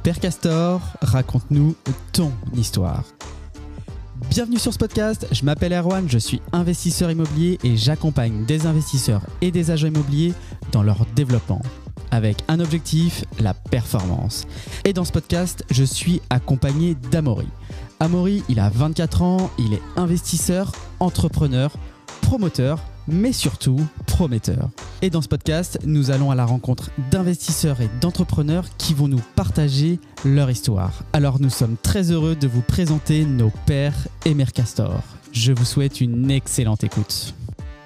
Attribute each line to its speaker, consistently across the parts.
Speaker 1: Père Castor, raconte-nous ton histoire. Bienvenue sur ce podcast, je m'appelle Erwan, je suis investisseur immobilier et j'accompagne des investisseurs et des agents immobiliers dans leur développement avec un objectif, la performance. Et dans ce podcast, je suis accompagné d'Amaury. Amaury, il a 24 ans, il est investisseur, entrepreneur, promoteur, mais surtout prometteur. Et dans ce podcast, nous allons à la rencontre d'investisseurs et d'entrepreneurs qui vont nous partager leur histoire. Alors nous sommes très heureux de vous présenter nos pères et mères Castor. Je vous souhaite une excellente écoute.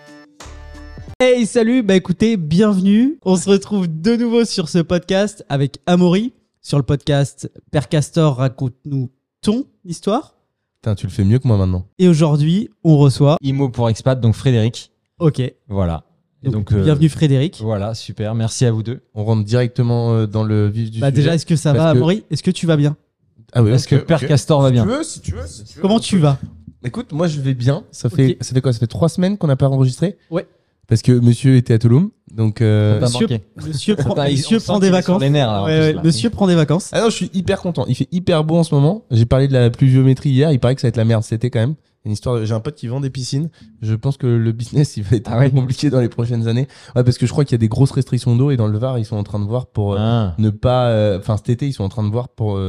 Speaker 1: Hey, salut, écoutez, bienvenue. On se retrouve de nouveau sur ce podcast avec Amaury, sur le podcast Père Castor, raconte-nous ton histoire.
Speaker 2: Putain, tu le fais mieux que moi maintenant.
Speaker 1: Et aujourd'hui, on reçoit
Speaker 3: Imo pour expat, donc Frédéric.
Speaker 1: Ok.
Speaker 3: Voilà. Et donc,
Speaker 1: bienvenue Frédéric.
Speaker 3: Voilà, super. Merci à vous deux.
Speaker 2: On rentre directement dans le vif du sujet.
Speaker 1: Déjà, est-ce que ça va, Amaury? Est-ce que tu vas bien?
Speaker 2: Ah oui,
Speaker 3: Est-ce que Père Castor va bien?
Speaker 2: Si tu veux.
Speaker 1: Comment tu vas?
Speaker 2: Écoute, moi je vais bien. Ça fait quoi? Ça fait 3 semaines qu'on n'a pas enregistré?
Speaker 1: Ouais.
Speaker 2: Parce que monsieur était à Toulouse. Donc
Speaker 1: monsieur prend des vacances.
Speaker 3: Les nerfs, là,
Speaker 1: monsieur prend des vacances.
Speaker 2: Ah non, je suis hyper content. Il fait hyper beau en ce moment. J'ai parlé de la pluviométrie hier. Il paraît que ça va être la merde cet été quand même. Une histoire. J'ai un pote qui vend des piscines. Je pense que le business il va être compliqué dans les prochaines années. Ouais, parce que je crois qu'il y a des grosses restrictions d'eau et dans le Var ils sont en train de voir pour ne pas. Enfin cet été ils sont en train de voir pour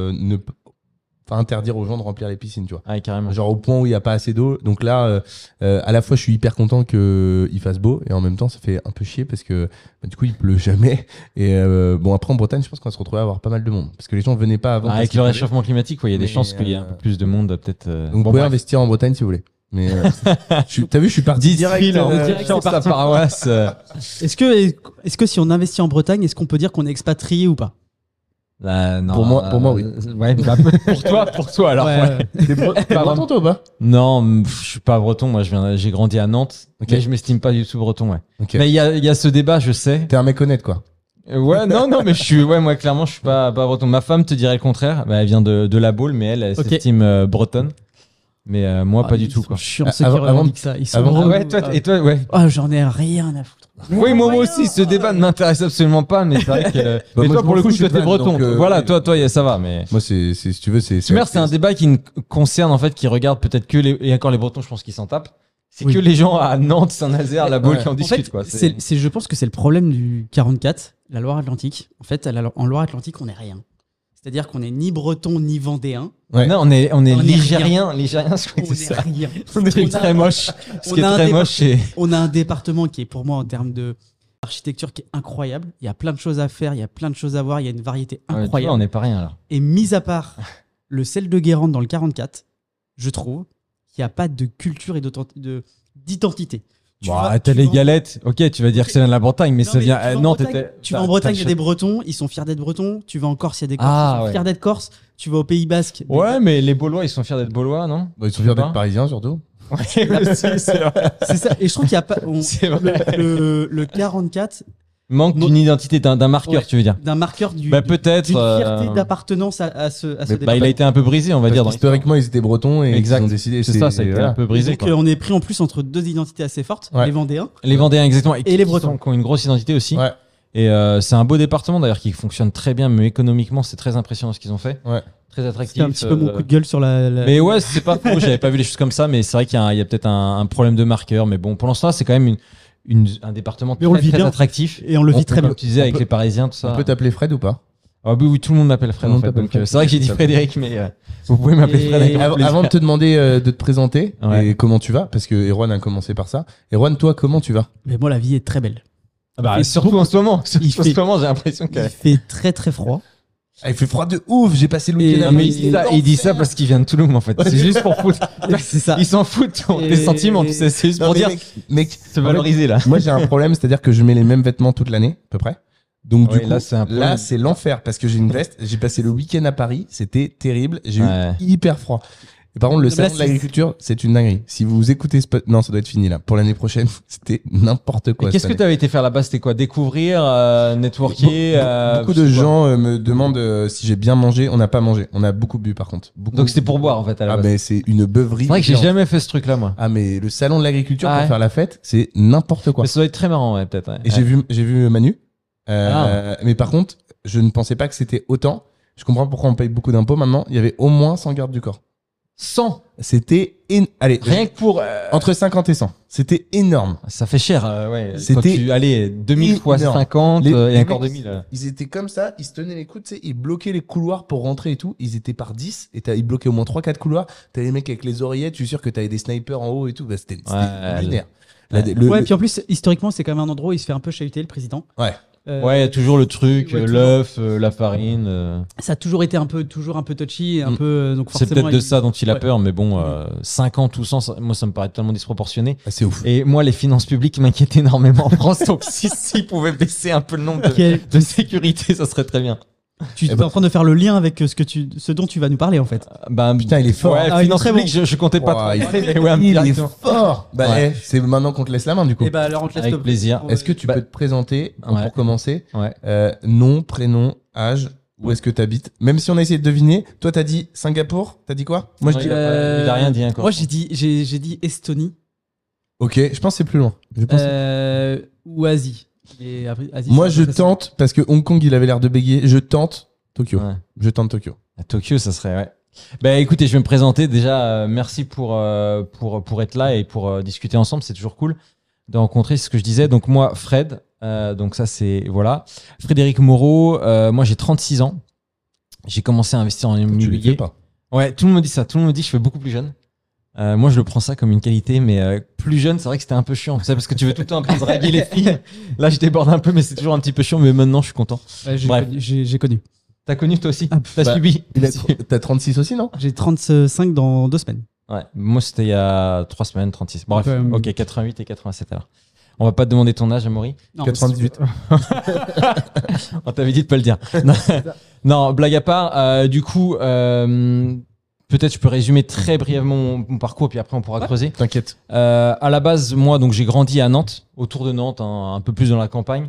Speaker 2: interdire aux gens de remplir les piscines, tu vois.
Speaker 3: Ah, carrément.
Speaker 2: Genre au point où il n'y a pas assez d'eau. Donc là, à la fois, je suis hyper content qu'il fasse beau et en même temps, ça fait un peu chier parce que du coup, il pleut jamais. Et bon, après en Bretagne, je pense qu'on va se retrouver à avoir pas mal de monde parce que les gens venaient pas avant.
Speaker 3: Avec le réchauffement climatique, il y a des chances qu'il y ait un peu plus de monde, peut-être.
Speaker 2: Donc vous pouvez investir en Bretagne si vous voulez. Mais t'as vu, je suis parti direct
Speaker 3: sur sa paroisse.
Speaker 1: Est-ce que si on investit en Bretagne, est-ce qu'on peut dire qu'on est expatrié ou pas?
Speaker 3: Non,
Speaker 2: pour moi, oui.
Speaker 3: Ouais, pour toi alors.
Speaker 1: Ouais.
Speaker 2: T'es breton toi ou pas?
Speaker 3: Non, je suis pas breton. Moi, j'ai grandi à Nantes, mais je m'estime pas du tout breton, ouais.
Speaker 2: Okay.
Speaker 3: Mais il y a ce débat, je sais.
Speaker 2: T'es un mec honnête, quoi.
Speaker 3: Ouais, non, mais moi, clairement, je suis pas breton. Ma femme te dirait le contraire. Elle vient de La Baule, mais elle s'estime bretonne. Mais moi, pas du tout, quoi.
Speaker 1: Je suis en ceux qui revendiquent ça. Ils sont
Speaker 3: et toi, ouais.
Speaker 1: Oh, j'en ai rien à foutre.
Speaker 3: Oui, moi aussi, ce débat ne m'intéresse absolument pas, mais c'est vrai que. Mais toi, pour le coup, toi, t'es breton. Voilà, toi, ça va, mais.
Speaker 2: Moi, si tu veux, c'est.
Speaker 3: C'est un débat qui ne concerne, en fait, qui regarde peut-être que et encore les bretons, je pense qu'ils s'en tapent. C'est que les gens à Nantes, Saint-Nazaire, La Baule qui en discutent, quoi.
Speaker 1: Je pense que c'est le problème du 44, la Loire-Atlantique. En fait, en Loire-Atlantique, on n'est rien. C'est-à-dire qu'on n'est ni breton, ni vendéen.
Speaker 3: Ouais. Non, on est ligérien. Ligérien, je crois que c'est ça.
Speaker 1: Rien.
Speaker 3: On est très moche. Ce qui est très moche, c'est.
Speaker 1: On a un département qui est pour moi en termes d'architecture qui est incroyable. Il y a plein de choses à faire, il y a plein de choses à voir, il y a une variété incroyable.
Speaker 3: Tu vois, on n'est pas rien alors.
Speaker 1: Et mis à part le sel de Guérande dans le 44, je trouve qu'il n'y a pas de culture et d'identité.
Speaker 3: T'as les galettes. Ok, tu vas dire que ça vient de la Bretagne, mais ça vient.
Speaker 1: Tu vas en Bretagne, il y a des Bretons, ils sont fiers d'être Bretons. Tu vas en Corse, il y a des Corses, ils sont fiers d'être Corses. Tu vas au Pays Basque.
Speaker 3: Ouais, mais les Baulois, ils sont fiers d'être Baulois, non?
Speaker 2: Ils sont fiers d'être Parisiens surtout.
Speaker 3: Ouais, c'est vrai.
Speaker 1: C'est ça. Et je trouve qu'il n'y a pas. Le 44.
Speaker 3: Manque d'une identité, d'un marqueur, tu veux dire?
Speaker 1: D'un marqueur
Speaker 3: peut-être.
Speaker 1: D'une fierté d'appartenance à ce département.
Speaker 3: Il a été un peu brisé, on va dire.
Speaker 2: Historiquement, ils étaient bretons et ils ont décidé.
Speaker 3: C'est ça, ça a été un peu brisé.
Speaker 1: Donc, on est pris en plus entre deux identités assez fortes, les Vendéens.
Speaker 3: Les Vendéens, exactement.
Speaker 1: Et les Bretons.
Speaker 3: Qui ont une grosse identité aussi.
Speaker 2: Ouais.
Speaker 3: Et c'est un beau département d'ailleurs qui fonctionne très bien, mais économiquement, c'est très impressionnant ce qu'ils ont fait.
Speaker 2: Ouais.
Speaker 3: Très attractif.
Speaker 1: C'est un petit peu mon coup de gueule sur la...
Speaker 3: Mais ouais, c'est pas faux, j'avais pas vu les choses comme ça, mais c'est vrai qu'il y a peut-être un problème de marqueur. Mais bon, pour l'instant, c'est quand même un département très attractif.
Speaker 1: Et on le vit très bien.
Speaker 3: Comme tu disais, avec les Parisiens, tout ça.
Speaker 2: On peut t'appeler Fred ou pas?
Speaker 3: Ah oui, tout le monde m'appelle Fred en fait. Donc c'est vrai que j'ai dit Frédéric, mais vous pouvez m'appeler Fred.
Speaker 2: Avant de te demander de te présenter et comment tu vas, parce que Erwan a commencé par ça. Erwan, toi, comment tu vas?
Speaker 1: Mais moi, la vie est très belle.
Speaker 3: Surtout en ce moment. En ce moment, j'ai l'impression qu'il
Speaker 1: fait très très froid.
Speaker 2: Il fait froid de ouf, j'ai passé le week-end à
Speaker 3: il dit ça parce qu'il vient de Toulouse en fait. C'est juste pour foutre.
Speaker 1: C'est ça.
Speaker 3: Ils s'en foutent des sentiments, tu sais. C'est juste pour dire.
Speaker 2: Mec,
Speaker 3: se valoriser là.
Speaker 2: Moi j'ai un problème, c'est-à-dire que je mets les mêmes vêtements toute l'année, à peu près. Donc du coup, là c'est l'enfer parce que j'ai une veste. J'ai passé le week-end à Paris, c'était terrible. J'ai eu hyper froid. Et par contre, le salon de l'agriculture, c'est une dinguerie. Si vous écoutez non, ça doit être fini là. Pour l'année prochaine, c'était n'importe quoi.
Speaker 3: Qu'est-ce que tu avais été faire là-bas? C'était quoi? Découvrir, networker.
Speaker 2: Beaucoup de gens me demandent si j'ai bien mangé. On n'a pas mangé. On a beaucoup bu par contre.
Speaker 3: Donc c'était pour boire en fait à la base.
Speaker 2: Ah mais c'est une beuverie.
Speaker 3: C'est vrai que j'ai jamais fait ce truc-là moi.
Speaker 2: Ah mais le salon de l'agriculture pour faire la fête, c'est n'importe quoi.
Speaker 3: Mais ça doit être très marrant peut-être.
Speaker 2: Et j'ai vu Manu. Mais par contre, je ne pensais pas que c'était autant. je comprends pourquoi on paye beaucoup d'impôts maintenant. Il y avait au moins 100 gardes du corps.
Speaker 3: 100.
Speaker 2: C'était allez,
Speaker 3: Rien que pour.
Speaker 2: entre 50 et 100. C'était énorme.
Speaker 3: Ça fait cher, ouais.
Speaker 2: C'était
Speaker 3: allez, 2000 fois
Speaker 2: énorme.
Speaker 3: 50,
Speaker 2: Les
Speaker 3: et encore
Speaker 2: mecs,
Speaker 3: 2000.
Speaker 2: Ils étaient comme ça, ils se tenaient les coudes, tu sais, ils bloquaient les couloirs pour rentrer et tout. Ils étaient par 10 et ils bloquaient au moins 3-4 couloirs. T'as les mecs avec les oreillettes, je suis sûr que t'avais des snipers en haut et tout. Bah, c'était lunaire.
Speaker 1: Ouais, puis en plus, historiquement, c'est quand même un endroit où il se fait un peu chahuter, le président.
Speaker 2: Ouais.
Speaker 3: Ouais, il y a toujours le truc,
Speaker 1: ouais,
Speaker 3: l'œuf, la farine.
Speaker 1: Ça a toujours été un peu touchy, un peu. Donc
Speaker 3: C'est
Speaker 1: forcément,
Speaker 3: peut-être de ça dont il a
Speaker 1: ouais.
Speaker 3: peur, mais bon, 50 ou 100, moi ça me paraît tellement disproportionné.
Speaker 2: Ah, c'est ouf.
Speaker 3: Et moi, les finances publiques m'inquiètent énormément en France, donc si pouvaient baisser un peu le nombre de sécurité, ça serait très bien.
Speaker 1: Tu es en train de faire le lien avec ce dont tu vas nous parler en fait.
Speaker 3: Bah,
Speaker 2: Putain, il est fort.
Speaker 3: Ouais,
Speaker 1: Ah, il est
Speaker 3: finances
Speaker 1: très
Speaker 3: publiques,
Speaker 1: bon.
Speaker 3: je comptais pas
Speaker 2: Ouah,
Speaker 3: trop.
Speaker 2: il
Speaker 3: Mais ouais,
Speaker 2: Il est
Speaker 3: directement.
Speaker 2: fort. Bah,
Speaker 3: Ouais.
Speaker 2: c'est maintenant qu'on te laisse la main du coup.
Speaker 1: Et bah alors on te laisse
Speaker 3: Avec
Speaker 1: le-
Speaker 3: plaisir.
Speaker 2: Est-ce que tu
Speaker 3: Bah,
Speaker 2: peux te présenter
Speaker 3: ouais.
Speaker 2: pour commencer?
Speaker 3: Ouais.
Speaker 2: Nom, prénom, âge, où est-ce que tu habites? Même si on a essayé de deviner, toi t'as dit Singapour, t'as dit quoi? Moi je
Speaker 3: Ouais,
Speaker 2: dis.
Speaker 3: il a rien dit encore.
Speaker 1: Moi j'ai dit Estonie
Speaker 2: Ok, je pense que c'est plus loin. Je pense
Speaker 1: ou Asie. Et après, Asie,
Speaker 2: Moi
Speaker 1: c'est
Speaker 2: je
Speaker 1: un peu facile.
Speaker 2: tente, parce que Hong Kong il avait l'air de bégayer, je tente Tokyo.
Speaker 3: Ouais.
Speaker 2: Je tente Tokyo.
Speaker 3: À Tokyo, ça serait, ouais. Bah écoutez, je vais me présenter. Déjà, merci pour être là et pour discuter ensemble. C'est toujours cool de rencontrer, c'est ce que je disais. Donc moi, Fred, donc ça c'est, voilà. Frédéric Moreau, moi j'ai 36 ans. J'ai commencé à investir en
Speaker 2: Tu les
Speaker 3: immobilier.
Speaker 2: fais pas.
Speaker 3: Ouais, tout le monde me dit ça. Tout le monde me dit que je fais beaucoup plus jeune. Moi, je le prends ça comme une qualité, mais plus jeune, c'est vrai que c'était un peu chiant. Tu sais, parce que tu veux tout le temps un peu draguer les filles. Là, je déborde un peu, mais c'est toujours un petit peu chiant. Mais maintenant, je suis content.
Speaker 1: Ouais,
Speaker 3: Bref.
Speaker 1: j'ai connu.
Speaker 3: T'as connu toi aussi?
Speaker 1: Ah,
Speaker 3: T'as
Speaker 2: bah,
Speaker 3: subi?
Speaker 2: T'as 36 aussi, non?
Speaker 1: J'ai 35 dans 2 semaines.
Speaker 3: Ouais, moi c'était il y a 3 semaines, 36. Bref, ok, 88 et 87 alors. On va pas te demander ton âge, Amaury.
Speaker 1: Non,
Speaker 2: 98.
Speaker 3: On t'avait dit de pas le dire. Non, non, blague à part, du coup, peut-être je peux résumer très brièvement mon parcours, puis après on pourra creuser.
Speaker 2: T'inquiète.
Speaker 3: À la base, moi, donc j'ai grandi à Nantes, autour de Nantes, un peu plus dans la campagne.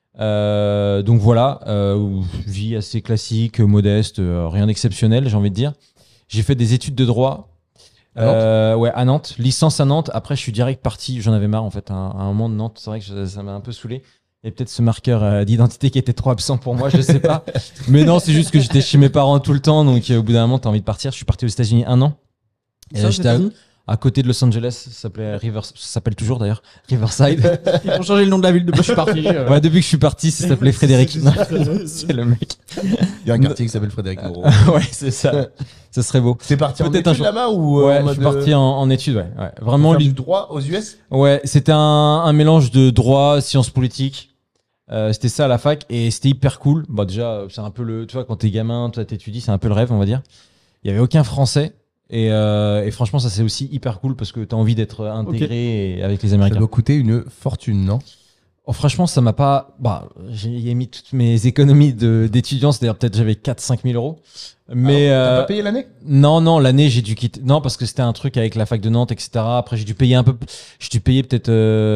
Speaker 3: Donc voilà, vie assez classique, modeste, rien d'exceptionnel, j'ai envie de dire. J'ai fait des études de droit. Ouais, à Nantes, licence à Nantes. Après, je suis direct parti. J'en avais marre en fait à un moment de Nantes. C'est vrai que ça m'a un peu saoulé. Il y a peut-être ce marqueur d'identité qui était trop absent pour moi, je sais pas. Mais non, c'est juste que j'étais chez mes parents tout le temps. Donc au bout d'un moment, t'as envie de partir. Je suis parti aux États-Unis 1 an. Et
Speaker 1: Ça,
Speaker 3: j'étais à côté de Los Angeles. Ça s'appelle toujours d'ailleurs Riverside.
Speaker 1: Ils ont changé le nom de la ville depuis que je suis parti.
Speaker 3: Ouais, depuis que je suis parti, ça s'appelait Frédéric. Non, c'est le mec.
Speaker 2: Il y a un quartier qui s'appelle Frédéric Moreau.
Speaker 3: Ouais, c'est ça. Ça serait beau.
Speaker 2: T'es parti en
Speaker 3: Peut-être un
Speaker 2: études
Speaker 3: jour.
Speaker 2: là-bas ou
Speaker 3: Ouais,
Speaker 2: en
Speaker 3: je
Speaker 2: mode
Speaker 3: suis parti en études, ouais. Vraiment,
Speaker 2: faire du droit aux US?
Speaker 3: ouais, c'était un mélange de droit, sciences politiques. C'était ça à la fac et c'était hyper cool. Bah déjà, c'est un peu tu vois, quand t'es gamin, toi t'étudies, c'est un peu le rêve, on va dire. Il y avait aucun français et franchement, ça c'est aussi hyper cool parce que t'as envie d'être intégré avec les
Speaker 2: Ça
Speaker 3: Américains.
Speaker 2: doit coûter une fortune, non?
Speaker 3: Oh, franchement, ça m'a pas. Bah, j'ai mis toutes mes économies d'étudiant, c'est-à-dire peut-être j'avais 4-5 000 euros. Mais
Speaker 2: T'as pas payé l'année?
Speaker 3: non, l'année j'ai dû quitter. Non, parce que c'était un truc avec la fac de Nantes, etc. Après, j'ai dû payer un peu. J'ai dû payer peut-être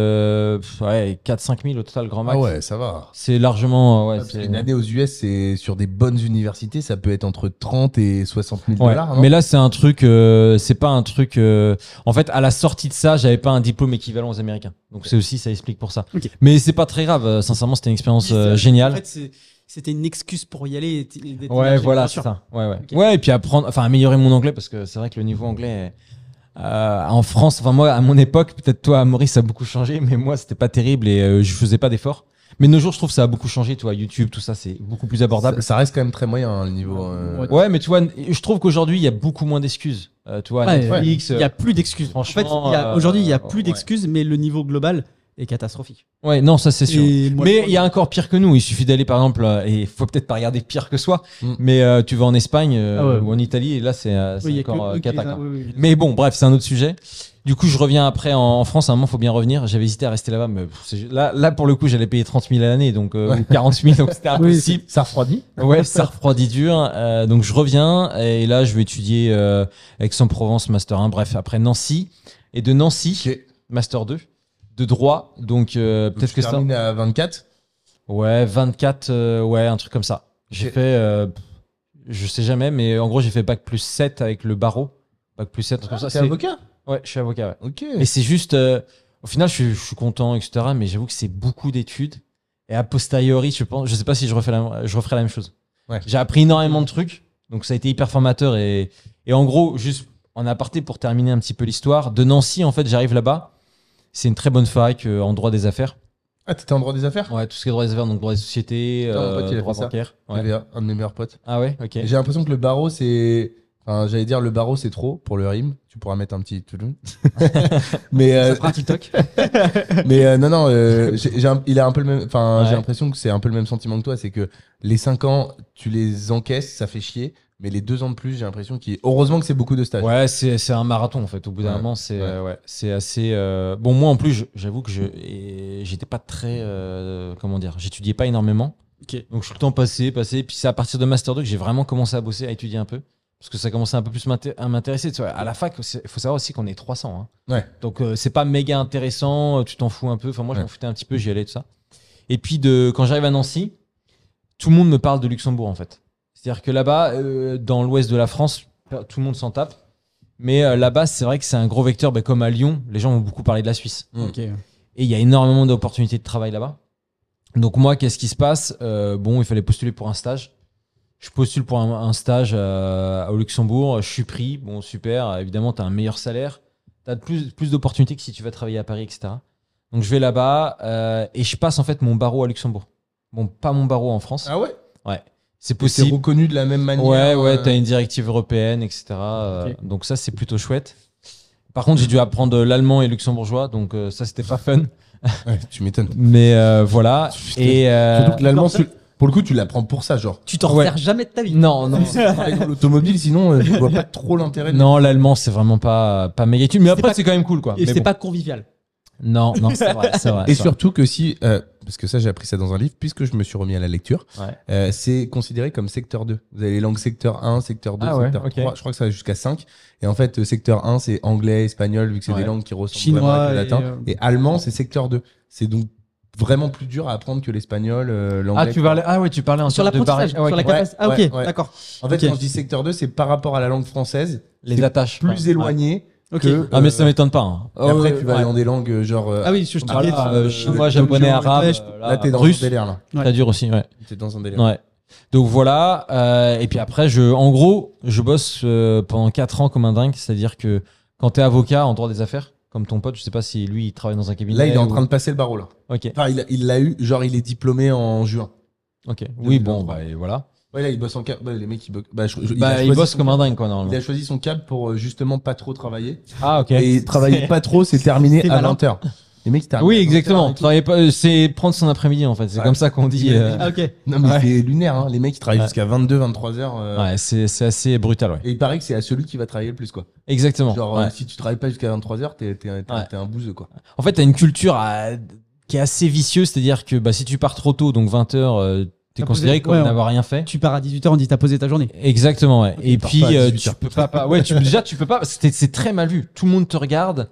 Speaker 3: 4-5 000 au total, grand max.
Speaker 2: Ah ouais, ça va.
Speaker 3: C'est largement. Ouais,
Speaker 2: Parce
Speaker 3: c'est-
Speaker 2: qu'une année aux US, c'est sur des bonnes universités, ça peut être entre 30 et 60 000
Speaker 3: Ouais,
Speaker 2: dollars.
Speaker 3: mais là c'est un truc, c'est pas un truc. En fait, à la sortie de ça, j'avais pas un diplôme équivalent aux Américains. Donc c'est aussi, ça explique pour ça.
Speaker 1: Ok.
Speaker 3: Mais c'est pas très grave. Sincèrement, c'était une expérience géniale.
Speaker 1: En fait, c'était une excuse pour y aller. Et d'être
Speaker 3: Ouais,
Speaker 1: immergé,
Speaker 3: voilà,
Speaker 1: bien
Speaker 3: c'est
Speaker 1: sûr.
Speaker 3: ça. Ouais, ouais.
Speaker 1: Ok.
Speaker 3: Ouais, et puis améliorer mon anglais parce que c'est vrai que le niveau anglais en France, enfin moi à mon époque, peut-être toi, Maurice, ça a beaucoup changé, mais moi c'était pas terrible et je faisais pas d'efforts. Mais de nos jours, je trouve que ça a beaucoup changé. Tu vois, YouTube, tout ça, c'est beaucoup plus abordable.
Speaker 2: Ça reste quand même très moyen, hein, le niveau.
Speaker 3: Ouais, mais tu vois, je trouve qu'aujourd'hui, il y a beaucoup moins d'excuses. Tu vois,
Speaker 1: Ouais,
Speaker 3: Netflix.
Speaker 1: Il y a plus d'excuses. En fait,
Speaker 3: franchement,
Speaker 1: aujourd'hui, il y a plus
Speaker 3: ouais.
Speaker 1: d'excuses, mais le niveau global est catastrophique.
Speaker 3: Ouais, non, ça c'est sûr.
Speaker 1: Et moi,
Speaker 3: Mais il y a encore pire que nous. Il suffit d'aller par exemple, et il faut peut-être pas regarder pire que soi,
Speaker 2: Mm.
Speaker 3: mais tu vas en Espagne
Speaker 1: Ah ouais.
Speaker 3: ou en Italie, et là c'est
Speaker 1: oui, il y a
Speaker 3: encore
Speaker 1: que eux qui
Speaker 3: cata,
Speaker 1: les a-
Speaker 3: quoi.
Speaker 1: oui, oui.
Speaker 3: Mais bon, bref, c'est un autre sujet. Du coup, je reviens après en France. À un moment, faut bien revenir. J'avais hésité à rester là-bas, mais là, pour le coup, j'allais payer 30 000 à l'année, donc ou 40 000, donc c'était
Speaker 1: Oui,
Speaker 3: impossible.
Speaker 2: Ça refroidit.
Speaker 3: Ouais, ça refroidit dur. Donc je reviens et là, je vais étudier Aix-en-Provence Master 1. Bref, après Nancy et de Nancy
Speaker 2: Ok.
Speaker 3: Master 2 de droit. Donc peut-être
Speaker 2: Tu
Speaker 3: que ça.
Speaker 2: termines à 24.
Speaker 3: Ouais, 24, ouais, un truc comme ça. J'ai
Speaker 2: Ok.
Speaker 3: fait, je sais jamais, mais en gros, j'ai fait bac plus 7 avec le barreau. Bac plus 7, un truc comme ça.
Speaker 2: T'es avocat?
Speaker 3: Ouais, je suis avocat, ouais.
Speaker 2: Ok.
Speaker 3: Mais c'est juste, au final, je suis content, etc. Mais j'avoue que c'est beaucoup d'études. Et a posteriori, je sais pas si je referai la même chose.
Speaker 2: Ouais.
Speaker 3: J'ai appris énormément de trucs, donc ça a été hyper formateur. Et en gros, juste en aparté pour terminer un petit peu l'histoire, de Nancy, en fait, j'arrive là-bas. C'est une très bonne fac en droit des affaires.
Speaker 2: Ah, t'étais en droit des affaires?
Speaker 3: Ouais, tout ce qui est droit des affaires, donc droit des sociétés,
Speaker 2: Putain, mon pote, il a
Speaker 3: droit
Speaker 2: fait ça.
Speaker 3: bancaire. Ouais.
Speaker 2: TVA, un de mes meilleurs potes.
Speaker 3: Ah ouais, ok.
Speaker 2: Et j'ai l'impression que le barreau, c'est. Enfin, j'allais dire le barreau, c'est trop pour le rime. Tu pourras mettre un petit. Mais,
Speaker 1: Ça fera un TikTok.
Speaker 2: mais non, il a un peu le même. Enfin,
Speaker 3: Ouais.
Speaker 2: j'ai l'impression que c'est un peu le même sentiment que toi. C'est que les 5 ans, tu les encaisses, ça fait chier. Mais les 2 ans de plus, j'ai l'impression qu'il. Heureusement que c'est beaucoup de stages.
Speaker 3: Ouais, c'est un marathon en fait. Au bout d'un
Speaker 2: Ouais.
Speaker 3: moment, c'est
Speaker 2: Ouais.
Speaker 3: c'est assez. Bon, moi en plus, j'avoue que j'étais pas très. Comment dire, j'étudiais pas énormément.
Speaker 1: Ok.
Speaker 3: Donc je suis le temps passé. Puis c'est à partir de Master 2 que j'ai vraiment commencé à bosser, à étudier un peu. Parce que ça commençait un peu plus à m'intéresser. Tu vois, à la fac, il faut savoir aussi qu'on est 300. Hein.
Speaker 2: Ouais.
Speaker 3: Donc c'est pas méga intéressant, tu t'en fous un peu. Enfin, moi, je m'en foutais un petit peu, j'y allais, tout ça. Et puis quand j'arrive à Nancy, tout le monde me parle de Luxembourg en fait. C'est-à-dire que là-bas, dans l'ouest de la France, tout le monde s'en tape. Mais là-bas, c'est vrai que c'est un gros vecteur, comme à Lyon, les gens vont beaucoup parler de la Suisse.
Speaker 1: Ok.
Speaker 3: Et il y a énormément d'opportunités de travail là-bas. Donc moi, qu'est-ce qui se passe? Bon, il fallait postuler pour un stage. Je postule pour un stage au Luxembourg. Je suis pris. Bon, super. Évidemment, tu as un meilleur salaire. Tu as plus d'opportunités que si tu vas travailler à Paris, etc. Donc je vais là-bas et je passe en fait mon barreau à Luxembourg. Bon, pas mon barreau en France.
Speaker 2: Ah ouais?
Speaker 3: Ouais. C'est
Speaker 2: C'est
Speaker 3: possible.
Speaker 2: reconnu de la même manière.
Speaker 3: Ouais, t'as une directive européenne, etc.
Speaker 1: Ok.
Speaker 3: Donc ça, c'est plutôt chouette. Par contre, j'ai dû apprendre l'allemand et le luxembourgeois, donc ça, c'était pas fun.
Speaker 2: Ouais, tu m'étonnes.
Speaker 3: Mais voilà. Et
Speaker 2: Surtout que l'allemand, pour le coup, tu l'apprends pour ça, genre.
Speaker 1: Tu t'en
Speaker 3: Ouais.
Speaker 1: resserres jamais de ta vie.
Speaker 3: non,
Speaker 2: Travailler dans l'automobile, sinon, je vois pas trop l'intérêt.
Speaker 3: non, l'allemand, c'est vraiment pas méga utile. Mais après,
Speaker 1: pas-
Speaker 3: c'est quand même cool, quoi.
Speaker 1: Et
Speaker 3: Mais
Speaker 1: c'est
Speaker 3: bon.
Speaker 1: pas convivial.
Speaker 3: Non, c'est vrai, c'est vrai.
Speaker 2: Et
Speaker 3: c'est vrai.
Speaker 2: surtout que si, parce que ça j'ai appris ça dans un livre, puisque je me suis remis à la lecture,
Speaker 3: Ouais.
Speaker 2: c'est considéré comme secteur 2. Vous avez les langues secteur 1, secteur 2,
Speaker 3: Ah ouais,
Speaker 2: secteur
Speaker 3: ok.
Speaker 2: 3, je crois que ça va jusqu'à 5. Et en fait, secteur 1 c'est anglais, espagnol, vu que c'est
Speaker 3: Ouais.
Speaker 2: des langues qui ressemblent
Speaker 1: Chinois
Speaker 2: vraiment avec le
Speaker 1: et,
Speaker 2: latin. Et allemand c'est secteur 2. C'est donc vraiment plus dur à apprendre que l'espagnol, l'anglais.
Speaker 3: Tu parlais en
Speaker 1: Sur
Speaker 3: sorte de
Speaker 1: l'apprentissage,
Speaker 3: barrière.
Speaker 1: sur la
Speaker 2: ouais,
Speaker 1: capacité. Ah ok,
Speaker 2: ouais, ouais.
Speaker 1: d'accord.
Speaker 2: En fait,
Speaker 1: Ok.
Speaker 2: quand je dis secteur 2, c'est par rapport à la langue française,
Speaker 3: Les
Speaker 2: c'est
Speaker 3: attaches.
Speaker 2: plus
Speaker 3: Ouais.
Speaker 2: éloigné
Speaker 1: Ok.
Speaker 2: que.
Speaker 3: Ah, mais ça m'étonne pas. Hein.
Speaker 2: et après,
Speaker 3: Ouais,
Speaker 2: tu vas
Speaker 3: ouais.
Speaker 2: dans des langues genre.
Speaker 1: Ah oui, je te
Speaker 3: Voilà,
Speaker 1: parlais de-
Speaker 3: chinois,
Speaker 2: Tokyo,
Speaker 3: japonais, arabe.
Speaker 1: ouais,
Speaker 2: Là, t'es dans
Speaker 3: russe.
Speaker 2: un délire là.
Speaker 1: Ouais.
Speaker 3: Très dur aussi, ouais.
Speaker 2: T'es dans un délire.
Speaker 3: Ouais. Donc voilà. Et puis après, en gros, je bosse pendant 4 ans comme un dingue. C'est-à-dire que quand t'es avocat en droit des affaires, comme ton pote, je sais pas si lui, il travaille dans un cabinet.
Speaker 2: Là, il est en
Speaker 3: ou-
Speaker 2: train de passer le barreau là.
Speaker 3: Ok.
Speaker 2: Enfin, il l'a eu, genre il est diplômé en juin.
Speaker 3: Ok. Oui,
Speaker 2: 2023.
Speaker 3: bon, bah et voilà.
Speaker 2: Ouais, là, il bosse en cab. Bah, les mecs, ils bossent.
Speaker 3: Il bosse comme un dingue, quoi,
Speaker 2: Il
Speaker 3: normalement.
Speaker 2: a choisi son cab pour justement pas trop travailler.
Speaker 3: Ah, ok.
Speaker 2: Et travailler pas trop, c'est terminé
Speaker 1: C'est
Speaker 2: à
Speaker 1: malin.
Speaker 2: 20h. Les mecs, ils terminent
Speaker 3: Oui,
Speaker 2: à 20h
Speaker 3: exactement.
Speaker 2: et tout.
Speaker 3: Travailler pas, c'est prendre son après-midi, en fait. C'est
Speaker 2: Ouais.
Speaker 3: comme ça qu'on dit.
Speaker 1: Ah ok.
Speaker 2: Non, mais
Speaker 3: Ouais.
Speaker 2: c'est lunaire, hein. Les mecs, ils travaillent
Speaker 3: Ouais.
Speaker 2: jusqu'à 22, 23h.
Speaker 3: Ouais, c'est assez brutal, ouais.
Speaker 2: Et il paraît que c'est à celui qui va travailler le plus, quoi.
Speaker 3: Exactement.
Speaker 2: Genre,
Speaker 3: ouais.
Speaker 2: si tu travailles pas jusqu'à 23h, t'es un bouseux, quoi.
Speaker 3: En fait, t'as une culture qui est assez vicieuse, c'est-à-dire que si tu pars trop tôt, donc 20h, t'es
Speaker 1: T'as
Speaker 3: considéré
Speaker 1: posé-
Speaker 3: comme
Speaker 1: ouais,
Speaker 3: n'avoir rien fait.
Speaker 1: Tu pars à 18h, on dit t'as posé ta journée.
Speaker 3: Exactement, ouais. Et
Speaker 2: pars
Speaker 3: puis,
Speaker 2: pas à
Speaker 3: tu
Speaker 2: 18h.
Speaker 3: peux pas. Ouais, déjà, tu peux pas. C'est très mal vu. Tout le monde te regarde.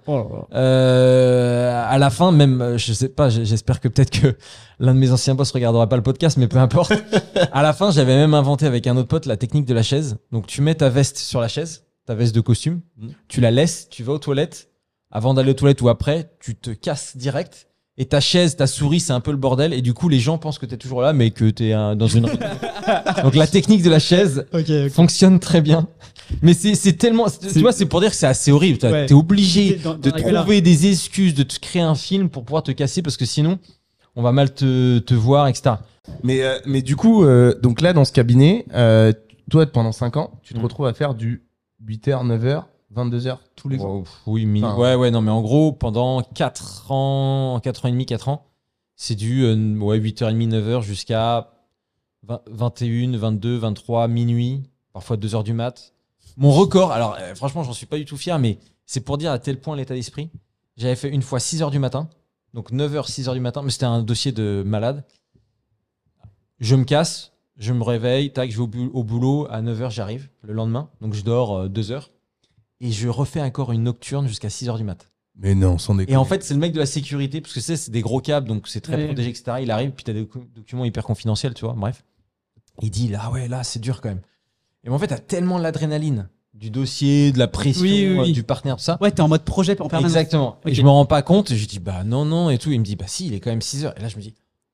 Speaker 3: À la fin, même, je sais pas, j'espère que peut-être que l'un de mes anciens boss regardera pas le podcast, mais peu importe. À la fin, j'avais même inventé avec un autre pote la technique de la chaise. Donc, tu mets ta veste sur la chaise, ta veste de costume, tu la laisses, tu vas aux toilettes. Avant d'aller aux toilettes ou après, tu te casses direct. Et ta chaise, ta souris, c'est un peu le bordel. Et du coup, les gens pensent que t'es toujours là, mais que t'es dans une. Donc, la technique de la chaise fonctionne très bien. Mais c'est tellement. Tu vois, c'est pour dire que c'est assez horrible.
Speaker 1: Ouais.
Speaker 3: T'es obligé
Speaker 1: Dans
Speaker 3: de
Speaker 1: la gueule, là.
Speaker 3: trouver des excuses, de te créer un film pour pouvoir te casser parce que sinon, on va mal te voir, etc.
Speaker 2: Mais du coup, donc là, dans ce cabinet, toi, pendant 5 ans, tu te retrouves à faire du 8h, 9h, 22h tous les jours.
Speaker 3: Oh, oui,
Speaker 2: Enfin,
Speaker 3: ouais, non, mais en gros, pendant 4 ans, 4 ans et demi, 4 ans, c'est du 8h30, 9h jusqu'à 21, 22, 23, minuit, parfois 2h du mat. Mon record, alors franchement, j'en suis pas du tout fier, mais c'est pour dire à tel point l'état d'esprit. J'avais fait une fois 6h du matin, donc 9h, 6h du matin, mais c'était un dossier de malade. Je me casse, je me réveille, tac, je vais au boulot, à 9h, j'arrive le lendemain, donc je dors 2 heures. Et je refais encore une nocturne jusqu'à 6h du mat.
Speaker 2: Mais non, sans déconner.
Speaker 3: Et en fait, c'est le mec de la sécurité, parce que c'est des gros câbles, donc c'est très
Speaker 1: Ouais.
Speaker 3: protégé, etc. Il arrive, puis t'as des documents hyper confidentiels, tu vois, bref. Il dit, là, ouais, là, c'est dur quand même. Et en fait, t'as tellement l'adrénaline du dossier, de la pression,
Speaker 1: Oui.
Speaker 3: du partenaire, tout ça.
Speaker 1: Ouais, t'es en mode projet en permanence.
Speaker 3: Exactement.
Speaker 1: Ok.
Speaker 3: Et je me rends pas compte, et je dis, bah non, et tout. Il me dit, bah si, il est quand même 6h. Et là, je me dis,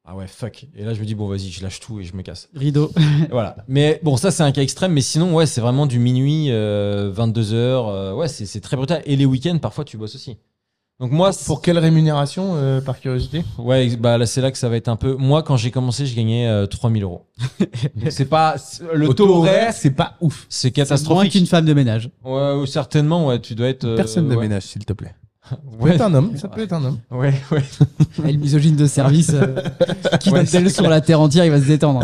Speaker 3: Ah ouais, fuck. Et là, je me dis, bon, vas-y, je lâche tout et je me casse.
Speaker 1: Rideau.
Speaker 3: Voilà. Mais bon, ça, c'est un cas extrême. Mais sinon, ouais, c'est vraiment du minuit, 22h. Ouais, c'est très brutal. Et les week-ends, parfois, tu bosses aussi. Donc moi,
Speaker 2: Pour quelle rémunération, par curiosité?
Speaker 3: ouais, bah là, c'est là que ça va être un peu. Moi, quand j'ai commencé, je gagnais 3 000 euros. Donc c'est pas le taux horaire,
Speaker 2: c'est pas ouf.
Speaker 3: c'est
Speaker 1: C'est moins
Speaker 3: catastrophique.
Speaker 1: qu'une femme de ménage.
Speaker 3: Ouais, ou certainement, ouais, tu dois être.
Speaker 2: Personne de
Speaker 3: ouais.
Speaker 2: ménage, s'il te plaît. Ça peut
Speaker 3: Ouais.
Speaker 2: être un homme. Ça peut être un homme.
Speaker 3: Ouais, ouais.
Speaker 1: Et le misogyne de service qui donne des leçons à la terre entière, il va se détendre.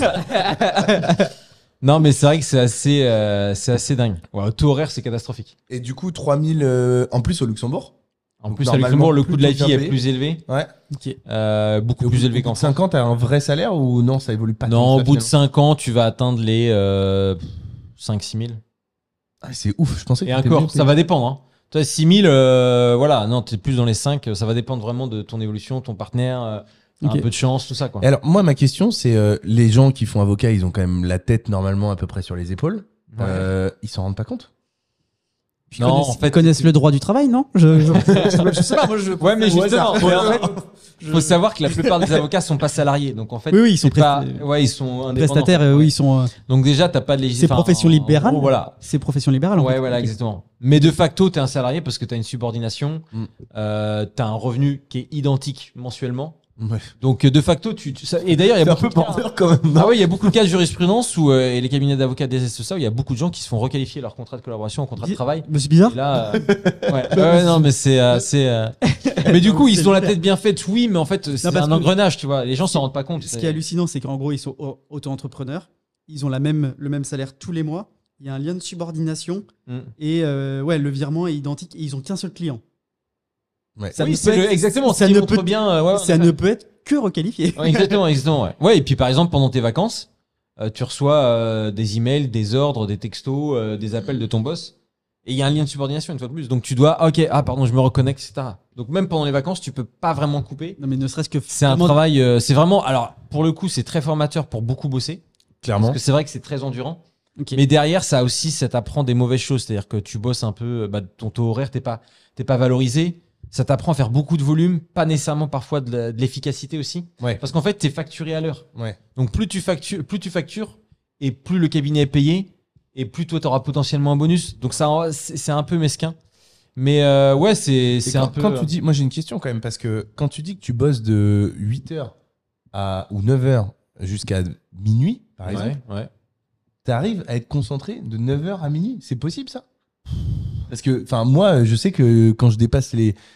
Speaker 3: Non, mais c'est vrai que c'est assez dingue. Ouais, le taux horaire, c'est catastrophique.
Speaker 2: Et du coup, 3000 en plus au Luxembourg.
Speaker 3: En
Speaker 2: Donc,
Speaker 3: plus, à
Speaker 2: normalement,
Speaker 3: Luxembourg, le coût de la
Speaker 2: plutôt
Speaker 3: vie
Speaker 2: bien
Speaker 3: est
Speaker 2: payé.
Speaker 3: plus élevé.
Speaker 2: Ouais.
Speaker 1: Ok.
Speaker 3: Beaucoup
Speaker 2: Et au
Speaker 3: plus
Speaker 2: bout-
Speaker 3: élevé
Speaker 2: au bout
Speaker 3: qu'en
Speaker 2: de
Speaker 3: France.
Speaker 2: 5 ans, t'as un vrai salaire ou non, ça évolue pas
Speaker 3: Non,
Speaker 2: tant
Speaker 3: au
Speaker 2: que ça,
Speaker 3: bout de
Speaker 2: finalement
Speaker 3: 5 ans, tu vas atteindre les 5-6 000.
Speaker 2: Ah, c'est ouf, je pensais que
Speaker 3: Et
Speaker 2: t'étais
Speaker 3: encore,
Speaker 2: mieux
Speaker 3: ça
Speaker 2: payé.
Speaker 3: va dépendre. Hein. Toi, 6 000, voilà, non, t'es plus dans les 5. Ça va dépendre vraiment de ton évolution, ton partenaire,
Speaker 1: Ok.
Speaker 3: un peu de chance, tout ça, quoi.
Speaker 2: Et alors, moi, ma question, c'est les gens qui font avocat, ils ont quand même la tête normalement à peu près sur les épaules.
Speaker 3: Ouais.
Speaker 2: Ils s'en rendent pas compte?
Speaker 1: Puis
Speaker 3: Non,
Speaker 1: connaissent,
Speaker 3: en fait,
Speaker 1: ils connaissent le droit du travail, non je sais pas, moi je.
Speaker 3: Ouais, mais justement,
Speaker 1: Ouais,
Speaker 3: mais en fait, faut savoir que la plupart des avocats sont pas salariés, donc en fait,
Speaker 1: Oui, oui, ils sont
Speaker 3: c'est pas,
Speaker 1: presta-
Speaker 3: ouais, ils sont indépendants.
Speaker 1: prestataires,
Speaker 3: Ouais.
Speaker 1: oui, ils sont.
Speaker 3: Donc déjà, t'as pas de
Speaker 1: C'est profession libérale.
Speaker 3: Voilà.
Speaker 1: C'est profession libérale. en
Speaker 3: Ouais,
Speaker 1: fait.
Speaker 3: voilà,
Speaker 1: Ok.
Speaker 3: exactement. Mais de facto, t'es un salarié parce que t'as une subordination,
Speaker 2: Mm.
Speaker 3: t'as un revenu qui est identique mensuellement.
Speaker 2: Ouais.
Speaker 3: Donc de facto, et d'ailleurs, il y a
Speaker 2: C'est un
Speaker 3: beaucoup
Speaker 2: peu
Speaker 3: de cas.
Speaker 2: porteur quand même, non?
Speaker 3: Ah oui, il y a beaucoup de cas de jurisprudence où et les cabinets d'avocats détestent ça, où il y a beaucoup de gens qui se font requalifier leur contrat de collaboration en contrat de travail.
Speaker 1: Mais c'est bizarre.
Speaker 3: Et là, ouais, non, mais c'est mais du coup, ils ont la tête bien faite, oui, mais en fait, c'est
Speaker 1: parce
Speaker 3: un
Speaker 1: que-
Speaker 3: engrenage, tu vois. Les gens s'en rendent pas compte.
Speaker 1: Ce qui est hallucinant, c'est qu'en gros, ils sont auto-entrepreneurs. Ils ont le même salaire tous les mois. Il y a un lien de subordination
Speaker 3: Mm.
Speaker 1: et ouais, le virement est identique. Et ils ont qu'un seul client.
Speaker 2: Ouais.
Speaker 1: Ça
Speaker 3: Oui,
Speaker 1: ne
Speaker 3: c'est
Speaker 1: peut être-
Speaker 3: exactement.
Speaker 1: ça
Speaker 3: Ça
Speaker 1: ne
Speaker 3: montre
Speaker 1: peut-
Speaker 3: bien. Ouais,
Speaker 1: Ça ne peut être que requalifié.
Speaker 3: Ouais, exactement, ouais. Ouais, et puis par exemple, pendant tes vacances, tu reçois des emails, des ordres, des textos, des appels de ton boss. Et il y a un lien de subordination, une fois de plus. Donc tu dois, ok, pardon, je me reconnecte, etc. Donc même pendant les vacances, tu peux pas vraiment couper.
Speaker 1: Non, mais ne serait-ce que
Speaker 3: C'est un
Speaker 1: vraiment-
Speaker 3: travail, c'est vraiment, alors pour le coup, c'est très formateur pour beaucoup bosser.
Speaker 2: Clairement.
Speaker 3: Parce que c'est vrai que c'est très endurant.
Speaker 1: Ok.
Speaker 3: Mais derrière, ça aussi, ça t'apprend des mauvaises choses. C'est-à-dire que tu bosses un peu, ton taux horaire, t'es pas valorisé. Ça t'apprend à faire beaucoup de volume, pas nécessairement parfois de l'efficacité aussi.
Speaker 2: Ouais.
Speaker 3: Parce qu'en fait, t'es facturé à l'heure.
Speaker 2: Ouais.
Speaker 3: Donc plus tu factures, et plus le cabinet est payé, et plus toi, t'auras potentiellement un bonus. Donc ça, c'est un peu mesquin. Mais ouais,
Speaker 2: Et
Speaker 3: c'est un
Speaker 2: quand,
Speaker 3: peu.
Speaker 2: quand tu dis, moi j'ai une question quand même, parce que quand tu dis que tu bosses de 8h ou 9h jusqu'à minuit, par exemple,
Speaker 3: ouais.
Speaker 2: tu arrives à être concentré de 9h à minuit. C'est possible ça? Parce que, enfin, moi, je sais que quand je dépasse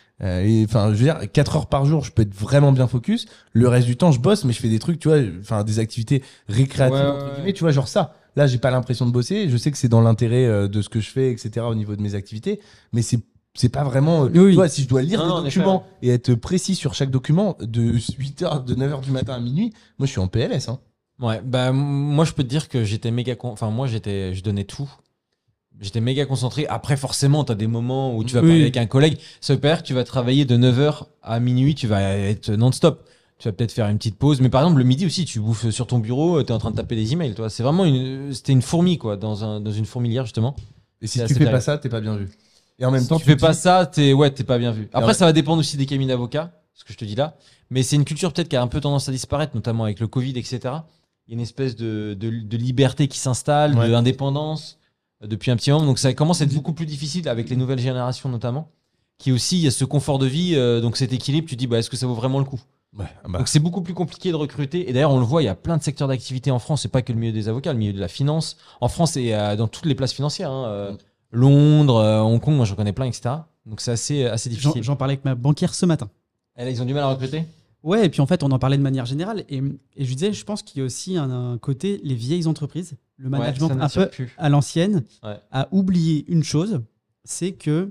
Speaker 2: enfin, je veux dire, 4 heures par jour, je peux être vraiment bien focus. Le reste du temps, je bosse, mais je fais des trucs, tu vois, enfin, des activités récréatives,
Speaker 3: Ouais,
Speaker 2: entre
Speaker 3: ouais.
Speaker 2: guillemets, tu vois, genre ça. Là, j'ai pas l'impression de bosser. Je sais que c'est dans l'intérêt de ce que je fais, etc., au niveau de mes activités. Mais c'est pas vraiment.
Speaker 1: Oui.
Speaker 2: Tu vois, si je dois lire
Speaker 3: Non,
Speaker 2: des
Speaker 3: en
Speaker 2: documents et être précis sur chaque document de 8h, de 9h du matin à minuit, moi, je suis en PLS, hein.
Speaker 3: Ouais, bah moi je peux te dire que j'étais méga enfin moi je donnais tout. J'étais méga concentré. Après forcément, tu as des moments où tu vas
Speaker 1: Oui.
Speaker 3: parler avec un collègue, ça veut pas dire que tu vas travailler de 9h à minuit, tu vas être non-stop. Tu vas peut-être faire une petite pause, mais par exemple le midi aussi, tu bouffes sur ton bureau, tu es en train de taper des emails, toi. C'est vraiment c'était une fourmi quoi dans une fourmilière justement.
Speaker 2: Et si
Speaker 3: C'est
Speaker 2: tu
Speaker 3: assez
Speaker 2: fais pas
Speaker 3: terrible.
Speaker 2: ça, t'es pas bien vu. Et en même
Speaker 3: Si
Speaker 2: temps,
Speaker 3: tu fais
Speaker 2: te
Speaker 3: pas
Speaker 2: dis-
Speaker 3: ça, t'es pas bien vu. Après
Speaker 2: ouais.
Speaker 3: ça va dépendre aussi des cabinets d'avocats, ce que je te dis là, mais c'est une culture peut-être qui a un peu tendance à disparaître, notamment avec le Covid, etc. Il y a une espèce de liberté qui s'installe,
Speaker 2: Ouais.
Speaker 3: d'indépendance depuis un petit moment. Donc ça commence à être beaucoup plus difficile avec les nouvelles générations notamment, qui aussi, il y a ce confort de vie, donc cet équilibre, tu te dis, bah, est-ce que ça vaut vraiment le coup?
Speaker 2: Ouais, bah,
Speaker 3: Donc c'est beaucoup plus compliqué de recruter. Et d'ailleurs, on le voit, il y a plein de secteurs d'activité en France, c'est pas que le milieu des avocats, le milieu de la finance. En France et dans toutes les places financières, hein, Londres, Hong Kong, moi j'en connais plein, etc. Donc c'est assez difficile.
Speaker 1: J'en parlais avec ma banquière ce matin.
Speaker 3: Et là, ils ont du mal à recruter?
Speaker 1: Ouais, et puis en fait, on en parlait de manière générale. Et je disais, je pense qu'il y a aussi un côté, les vieilles entreprises, le management
Speaker 3: ça
Speaker 1: un
Speaker 3: n'attire
Speaker 1: peu
Speaker 3: plus.
Speaker 1: à l'ancienne,
Speaker 3: Ouais.
Speaker 1: a oublié une chose, c'est que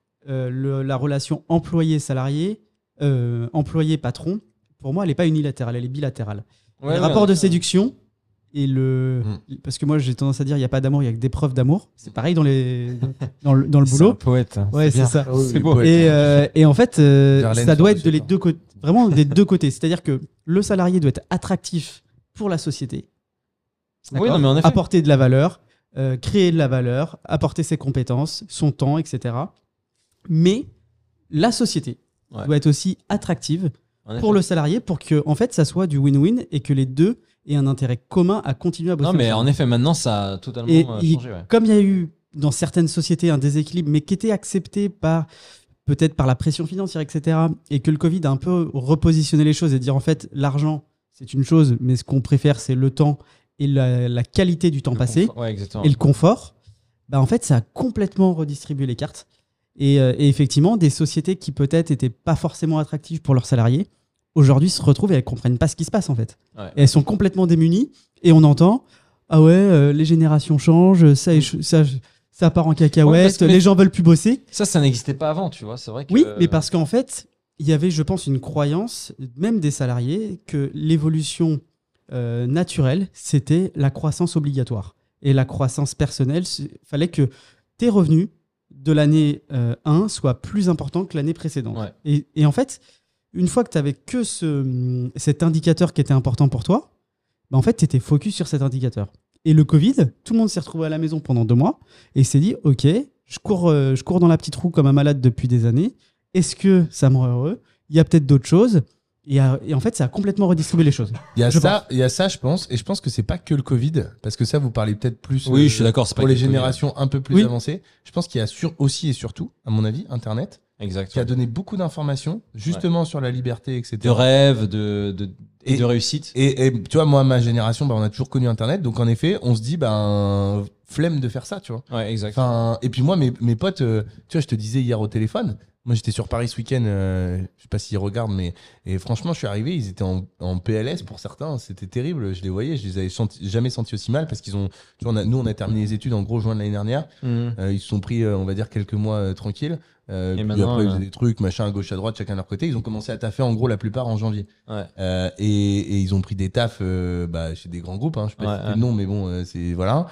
Speaker 1: la relation employé-salarié, employé-patron, pour moi, elle n'est pas unilatérale, elle est bilatérale.
Speaker 3: Ouais,
Speaker 1: le
Speaker 3: ouais,
Speaker 1: rapport
Speaker 3: en
Speaker 1: de
Speaker 3: effet.
Speaker 1: séduction et parce que moi, j'ai tendance à dire, il n'y a pas d'amour, il n'y a que des preuves d'amour. C'est pareil dans le
Speaker 3: C'est un
Speaker 1: boulot.
Speaker 3: poète.
Speaker 1: Ouais, c'est ça.
Speaker 3: C'est beau.
Speaker 1: Et en fait,
Speaker 2: Verlaine
Speaker 1: ça doit
Speaker 2: sur
Speaker 1: être de
Speaker 2: le
Speaker 1: les deux côtés, vraiment des deux côtés. C'est-à-dire que le salarié doit être attractif pour la société.
Speaker 3: Oui,
Speaker 1: D'accord.
Speaker 3: non, mais en effet.
Speaker 1: Apporter de la valeur, créer de la valeur, apporter ses compétences, son temps, etc. Mais la société
Speaker 3: Ouais.
Speaker 1: doit être aussi attractive
Speaker 3: En effet.
Speaker 1: pour le salarié pour que en fait ça soit du win-win et que les deux aient un intérêt commun à continuer à bosser.
Speaker 3: Non, mais
Speaker 1: ensemble.
Speaker 3: en effet, maintenant, ça a totalement
Speaker 1: Et
Speaker 3: changé. Ouais.
Speaker 1: comme il y a eu dans certaines sociétés un déséquilibre, mais qui était accepté peut-être par la pression financière, etc., et que le Covid a un peu repositionné les choses et dire en fait l'argent c'est une chose, mais ce qu'on préfère c'est le temps et la qualité du temps passé
Speaker 3: Ouais, exactement.
Speaker 1: et le confort, bah en fait ça a complètement redistribué les cartes. Et effectivement, des sociétés qui peut-être n'étaient pas forcément attractives pour leurs salariés, aujourd'hui se retrouvent et elles comprennent pas ce qui se passe en fait.
Speaker 3: Ouais.
Speaker 1: Et elles sont complètement démunies et on entend ah ouais, les générations changent, ça part en
Speaker 3: Ouais,
Speaker 1: cacahuète,
Speaker 3: parce que
Speaker 1: les gens veulent plus bosser.
Speaker 3: Ça n'existait pas avant, tu vois. C'est vrai que.
Speaker 1: Oui, mais parce qu'en fait, il y avait, je pense, une croyance, même des salariés, que l'évolution naturelle, c'était la croissance obligatoire. Et la croissance personnelle, il fallait que tes revenus de l'année 1 soient plus importants que l'année précédente.
Speaker 3: Ouais.
Speaker 1: Et en fait, une fois que tu n'avais que cet indicateur qui était important pour toi, bah en fait, tu étais focus sur cet indicateur. Et le Covid, tout le monde s'est retrouvé à la maison pendant 2 mois et s'est dit, OK, je cours dans la petite roue comme un malade depuis des années. Est-ce que ça me rend heureux? Il y a peut-être d'autres choses. Et en fait, ça a complètement redistribué les choses.
Speaker 2: Il y a ça, je pense. Et je pense que c'est pas que le Covid. Parce que ça, vous parlez peut-être plus
Speaker 3: Oui, je suis d'accord. C'est pas
Speaker 2: pour
Speaker 3: que
Speaker 2: les
Speaker 3: le Covid.
Speaker 2: générations un peu plus
Speaker 1: Oui.
Speaker 2: avancées. Je pense qu'il y a aussi et surtout, à mon avis, Internet,
Speaker 3: Exact.
Speaker 2: qui a donné beaucoup d'informations, justement sur la liberté, etc.
Speaker 3: De rêve, et
Speaker 2: Et-
Speaker 3: de réussite.
Speaker 2: Et tu vois, moi, ma génération, on a toujours connu Internet. Donc, en effet, on se dit, flemme de faire ça, tu vois.
Speaker 3: Ouais, exact.
Speaker 2: Enfin, et puis moi, mes potes, tu vois, je te disais hier au téléphone, moi j'étais sur Paris ce week-end, je sais pas s'ils regardent, mais et franchement, je suis arrivé, ils étaient en PLS pour certains, c'était terrible, je les voyais, je les avais jamais sentis aussi mal parce qu'ils ont, tu vois, nous on a terminé les études en gros juin de l'année dernière,
Speaker 3: Mhm.
Speaker 2: ils se sont pris, on va dire, quelques mois tranquilles, puis
Speaker 3: maintenant,
Speaker 2: après ils faisaient des trucs, machin, à gauche, à droite, chacun de leur côté, ils ont commencé à taffer en gros la plupart en janvier.
Speaker 3: Ouais.
Speaker 2: Et ils ont pris des tafs chez des grands groupes, hein, je sais pas
Speaker 3: Ouais,
Speaker 2: si c'est
Speaker 3: ouais.
Speaker 2: le nom, mais bon, c'est voilà.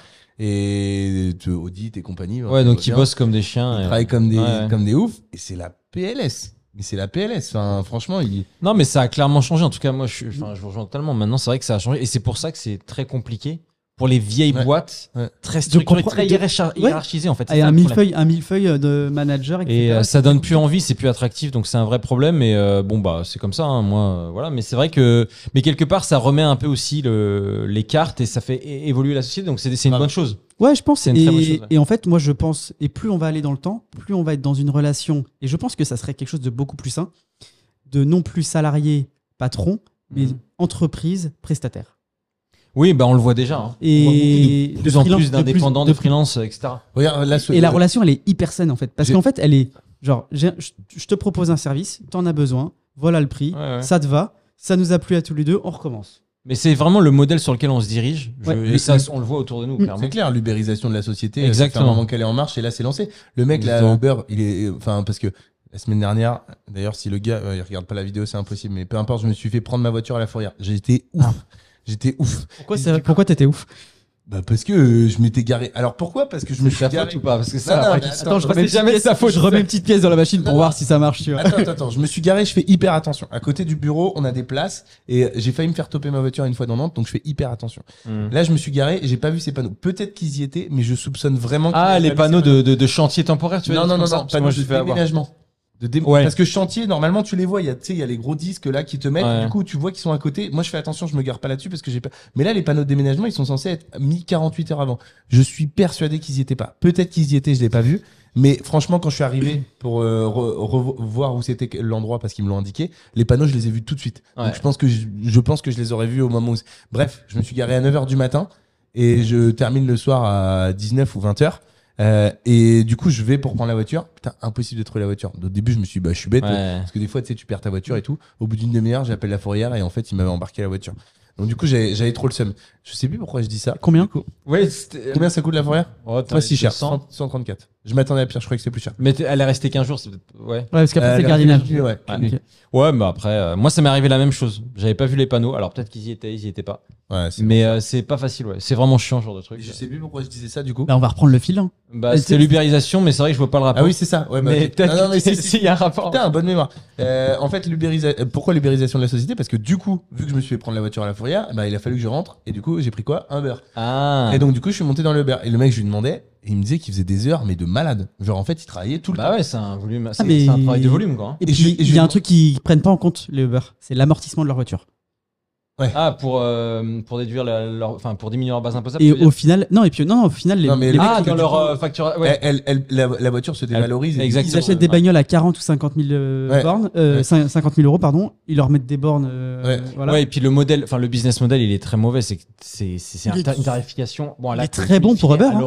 Speaker 2: Et audit et compagnie.
Speaker 3: Ouais, donc ils
Speaker 2: bien.
Speaker 3: bossent comme des chiens.
Speaker 2: Ils
Speaker 3: et-
Speaker 2: travaillent
Speaker 3: Ouais.
Speaker 2: comme des oufs. Et c'est la PLS. Mais c'est la PLS. Enfin, franchement,
Speaker 3: Non, mais ça a clairement changé. En tout cas, moi, je vous rejoins totalement. Maintenant, c'est vrai que ça a changé. Et c'est pour ça que c'est très compliqué pour les vieilles
Speaker 2: Ouais.
Speaker 3: boîtes,
Speaker 2: Ouais.
Speaker 3: très structurées,
Speaker 1: comprends-
Speaker 3: très
Speaker 1: de-
Speaker 3: hiérarchisées, en fait. C'est
Speaker 1: Et
Speaker 3: ça
Speaker 1: un
Speaker 3: le problème.
Speaker 1: millefeuille de manager, etc.
Speaker 3: Et ça donne plus envie, c'est plus attractif, donc c'est un vrai problème. Et bon, bah, c'est comme ça, hein, moi, voilà. Mais c'est vrai que, mais quelque part, ça remet un peu aussi les cartes et ça fait évoluer la société, donc c'est une
Speaker 2: Ah.
Speaker 3: bonne chose.
Speaker 1: Ouais, je pense.
Speaker 3: C'est une très bonne chose, ouais.
Speaker 1: Et en fait, moi, je pense, et plus on va aller dans le temps, plus on va être dans une relation. Et je pense que ça serait quelque chose de beaucoup plus sain, de non plus salarié, patron, mais
Speaker 3: Mhm.
Speaker 1: entreprise, prestataire.
Speaker 3: Oui, bah, on le voit déjà. Hein.
Speaker 1: Et
Speaker 3: On voit beaucoup de plus en
Speaker 1: freelance-
Speaker 3: plus d'indépendants, de freelance, etc.
Speaker 2: regarde là.
Speaker 1: Et la relation, elle est hyper saine, en fait. Parce
Speaker 2: J'ai-
Speaker 1: qu'en fait, elle est genre, je te propose un service, t'en as besoin, voilà le prix,
Speaker 3: Ouais, ouais.
Speaker 1: ça te va, ça nous a plu à tous les deux, on recommence.
Speaker 3: Mais c'est vraiment le modèle sur lequel on se dirige.
Speaker 1: Ouais.
Speaker 3: Et ça, on le voit autour de nous, clairement.
Speaker 2: C'est clair, l'ubérisation de la société.
Speaker 3: Exactement.
Speaker 2: Ça fait un moment qu'elle est en marche et là, c'est lancé. Le mec, là,
Speaker 3: Exactement.
Speaker 2: Uber, il est, enfin, parce que la semaine dernière, d'ailleurs, si le gars, il regarde pas la vidéo, c'est impossible, mais peu importe, je me suis fait prendre ma voiture à la fourrière. J'étais ouf. J'étais ouf.
Speaker 1: Pourquoi t'étais ouf?
Speaker 2: Bah, parce que je m'étais garé. Alors, pourquoi? Parce que je me suis
Speaker 3: ta
Speaker 2: garé.
Speaker 3: faute ou pas? Parce que
Speaker 2: Non,
Speaker 3: ça,
Speaker 2: non,
Speaker 3: après,
Speaker 2: mais
Speaker 3: qui-
Speaker 2: attends,
Speaker 1: je remets
Speaker 3: c'est jamais de sa faute.
Speaker 1: Je remets une petite pièce dans la machine pour
Speaker 2: Non,
Speaker 1: voir
Speaker 2: non.
Speaker 1: si ça marche, tu vois.
Speaker 2: Attends, je me suis garé, je fais hyper attention. À côté du bureau, on a des places et j'ai failli me faire toper ma voiture une fois dans Nantes, donc je fais hyper attention.
Speaker 3: Hmm.
Speaker 2: Là, je me suis garé et j'ai pas vu ces panneaux. Peut-être qu'ils y étaient, mais je soupçonne vraiment qu'ils
Speaker 3: Ah,
Speaker 2: avaient
Speaker 3: les
Speaker 2: pas vu
Speaker 3: panneaux
Speaker 2: ces
Speaker 3: de chantier temporaire, tu veux
Speaker 2: Non,
Speaker 3: dire
Speaker 2: non, non,
Speaker 3: comme ça
Speaker 2: non,
Speaker 3: Parce que
Speaker 2: panneaux
Speaker 3: moi,
Speaker 2: de
Speaker 3: je fais avoir.
Speaker 2: déménagement.
Speaker 3: Ouais.
Speaker 2: Parce que chantier, normalement, tu les vois. Tu sais, il y a les gros disques là qui te mettent.
Speaker 3: Ouais.
Speaker 2: Du coup, tu vois qu'ils sont à côté. Moi, je fais attention, je me gare pas là-dessus parce que j'ai pas. Mais là, les panneaux de déménagement, ils sont censés être mis 48 heures avant. Je suis persuadé qu'ils y étaient pas. Peut-être qu'ils y étaient, je l'ai pas vu. Mais franchement, quand je suis arrivé pour voir où c'était l'endroit parce qu'ils me l'ont indiqué, les panneaux, je les ai vus tout de suite.
Speaker 3: Ouais.
Speaker 2: Donc, je pense que je les aurais vus au moment où. Bref, je me suis garé à 9h du matin et je termine le soir à 19 ou 20h. Et du coup, je vais pour prendre la voiture. Putain, impossible de trouver la voiture. Au début, je me suis dit, je suis bête.
Speaker 3: Ouais.
Speaker 2: Parce que des fois, tu sais, tu perds ta voiture et tout. Au bout d'une demi-heure, j'appelle la fourrière et en fait, il m'avait embarqué la voiture. Donc, du coup, j'avais trop le seum. Je sais plus pourquoi je dis ça.
Speaker 1: Combien?
Speaker 2: Du coup,
Speaker 3: Ouais, c'était.
Speaker 2: combien ça coûte la fourrière?
Speaker 3: Oh,
Speaker 2: Pas si cher.
Speaker 3: 100.
Speaker 2: 134. Je m'attendais à pire, je croyais que c'était plus cher.
Speaker 3: Mais elle est restée 15 jours, c'est peut-être. Ouais.
Speaker 1: Ouais, parce qu'après, c'est le
Speaker 2: la
Speaker 1: gardiennage.
Speaker 2: nuit, ouais.
Speaker 3: Ouais. Ouais, mais après, moi, ça m'est arrivé la même chose. J'avais pas vu les panneaux. Alors peut-être qu'ils y étaient, ils y étaient pas.
Speaker 2: Ouais, c'est
Speaker 3: Mais c'est pas facile, ouais. C'est vraiment chiant, ce genre de truc.
Speaker 2: Je sais plus pourquoi je disais ça, du coup.
Speaker 1: Bah, on va reprendre le fil. Hein.
Speaker 3: Bah, c'est l'ubérisation, mais c'est vrai que je vois pas le rapport.
Speaker 2: Ah oui, c'est ça. Ouais, bah,
Speaker 3: mais
Speaker 2: ok.
Speaker 3: peut-être
Speaker 2: Non, non, mais
Speaker 3: s'il y a un rapport.
Speaker 2: Putain, bonne mémoire. En fait, pourquoi l'ubérisation de la société? Parce que du coup, vu que je me suis fait prendre la voiture à la fourrière, bah, il a fallu que je rentre. Et du coup, j'ai pris quoi? Un Uber.
Speaker 3: Ah.
Speaker 2: Et donc, du coup, je suis monté dans le Uber. Et le mec, je lui demandais. Et il me disait qu'il faisait des heures, mais de malade. Genre, en fait, il travaillait tout le temps.
Speaker 3: Bah ouais, c'est un volume, c'est
Speaker 1: mais-
Speaker 3: c'est un travail de volume, quoi.
Speaker 1: Et
Speaker 2: Et
Speaker 1: puis,
Speaker 2: je- et
Speaker 1: il
Speaker 2: je-
Speaker 1: y a un truc qu'ils prennent pas en compte, les Uber. C'est l'amortissement de leur voiture.
Speaker 3: Ah, pour déduire enfin, pour diminuer leur base imposable.
Speaker 1: Et
Speaker 3: tu veux dire
Speaker 1: au final, non, et puis, non, au final,
Speaker 2: Non, mais
Speaker 1: les
Speaker 2: le
Speaker 1: mecs,
Speaker 3: Ah,
Speaker 2: mec,
Speaker 3: dans
Speaker 2: du
Speaker 3: leur
Speaker 2: coup,
Speaker 3: facture. Ouais.
Speaker 2: la voiture se dévalorise. et-
Speaker 3: Exactement.
Speaker 1: ils achètent des bagnoles à 40 ou 50 000
Speaker 2: Ouais.
Speaker 1: bornes,
Speaker 2: Ouais.
Speaker 1: 50 000 euros, pardon. Ils leur mettent des bornes,
Speaker 2: Ouais.
Speaker 1: voilà.
Speaker 3: Ouais, et puis le modèle, enfin le business model, il est très mauvais. C'est
Speaker 1: Il est-
Speaker 3: une tarification. Bon,
Speaker 1: il est très bon pour Uber, hein.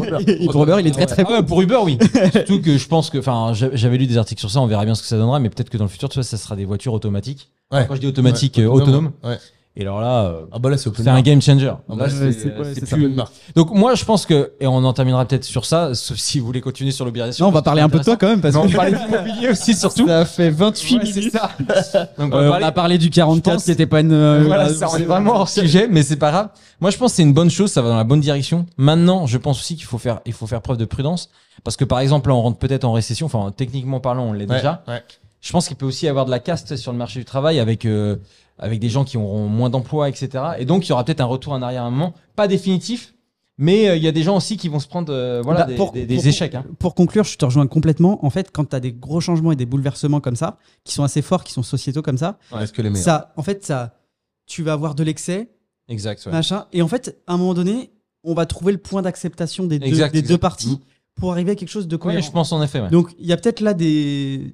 Speaker 1: Et pour Uber, il est très très
Speaker 3: Ah ouais,
Speaker 1: bon.
Speaker 3: pour Uber, oui. Surtout que je pense que, enfin, j'avais lu des articles sur ça. On verra bien ce que ça donnera, mais peut-être que dans le futur, tu vois, ça sera des voitures automatiques.
Speaker 2: Ouais.
Speaker 3: Quand je dis automatique,
Speaker 2: Ouais,
Speaker 3: autonome.
Speaker 2: Ouais.
Speaker 3: Et alors là,
Speaker 2: Ah bah là, c'est open
Speaker 3: c'est un
Speaker 2: bar.
Speaker 3: game changer.
Speaker 2: Ah bah
Speaker 3: Là,
Speaker 2: là,
Speaker 1: ouais,
Speaker 2: c'est
Speaker 1: c'est
Speaker 2: c'est
Speaker 1: ça.
Speaker 2: plus open bar.
Speaker 3: Donc moi, je pense que, et on en terminera peut-être sur ça, sauf si vous voulez continuer sur l'ubérisation.
Speaker 1: Non, on va parler un peu de toi quand même, parce
Speaker 3: Mais on
Speaker 1: que
Speaker 3: va parler d'immobilier aussi, surtout.
Speaker 1: ça fait 28
Speaker 3: Ouais, c'est
Speaker 1: minutes.
Speaker 3: ça. Donc,
Speaker 1: On a parlé du 44
Speaker 3: pense-
Speaker 1: qui était pas une.
Speaker 3: voilà, ça, on est vraiment hors sujet, mais c'est pas grave. Moi, je pense que c'est une bonne chose, ça va dans la bonne direction. Maintenant, je pense aussi qu'il faut faire preuve de prudence. Parce que par exemple, là, on rentre peut-être en récession. Enfin, techniquement parlant, on l'est
Speaker 2: Ouais,
Speaker 3: déjà.
Speaker 2: ouais.
Speaker 3: Je pense qu'il peut aussi y avoir de la caste sur le marché du travail avec des gens qui auront moins d'emplois, etc. Et donc, il y aura peut-être un retour en arrière à un moment. Pas définitif, mais il y a des gens aussi qui vont se prendre voilà,
Speaker 1: Bah,
Speaker 3: des échecs. Hein.
Speaker 1: Pour conclure, je te rejoins complètement. En fait, quand tu as des gros changements et des bouleversements comme ça, qui sont assez forts, qui sont sociétaux comme ça,
Speaker 2: Reste que les meilleurs.
Speaker 1: ça, en fait, tu vas avoir de l'excès,
Speaker 3: Exact. Ouais.
Speaker 1: machin. Et en fait, à un moment donné, on va trouver le point d'acceptation des
Speaker 3: Exact,
Speaker 1: deux
Speaker 3: exact.
Speaker 1: parties pour arriver à quelque chose de
Speaker 3: Ouais,
Speaker 1: cohérent.
Speaker 3: je pense en effet. Ouais.
Speaker 1: Donc, il y a peut-être là des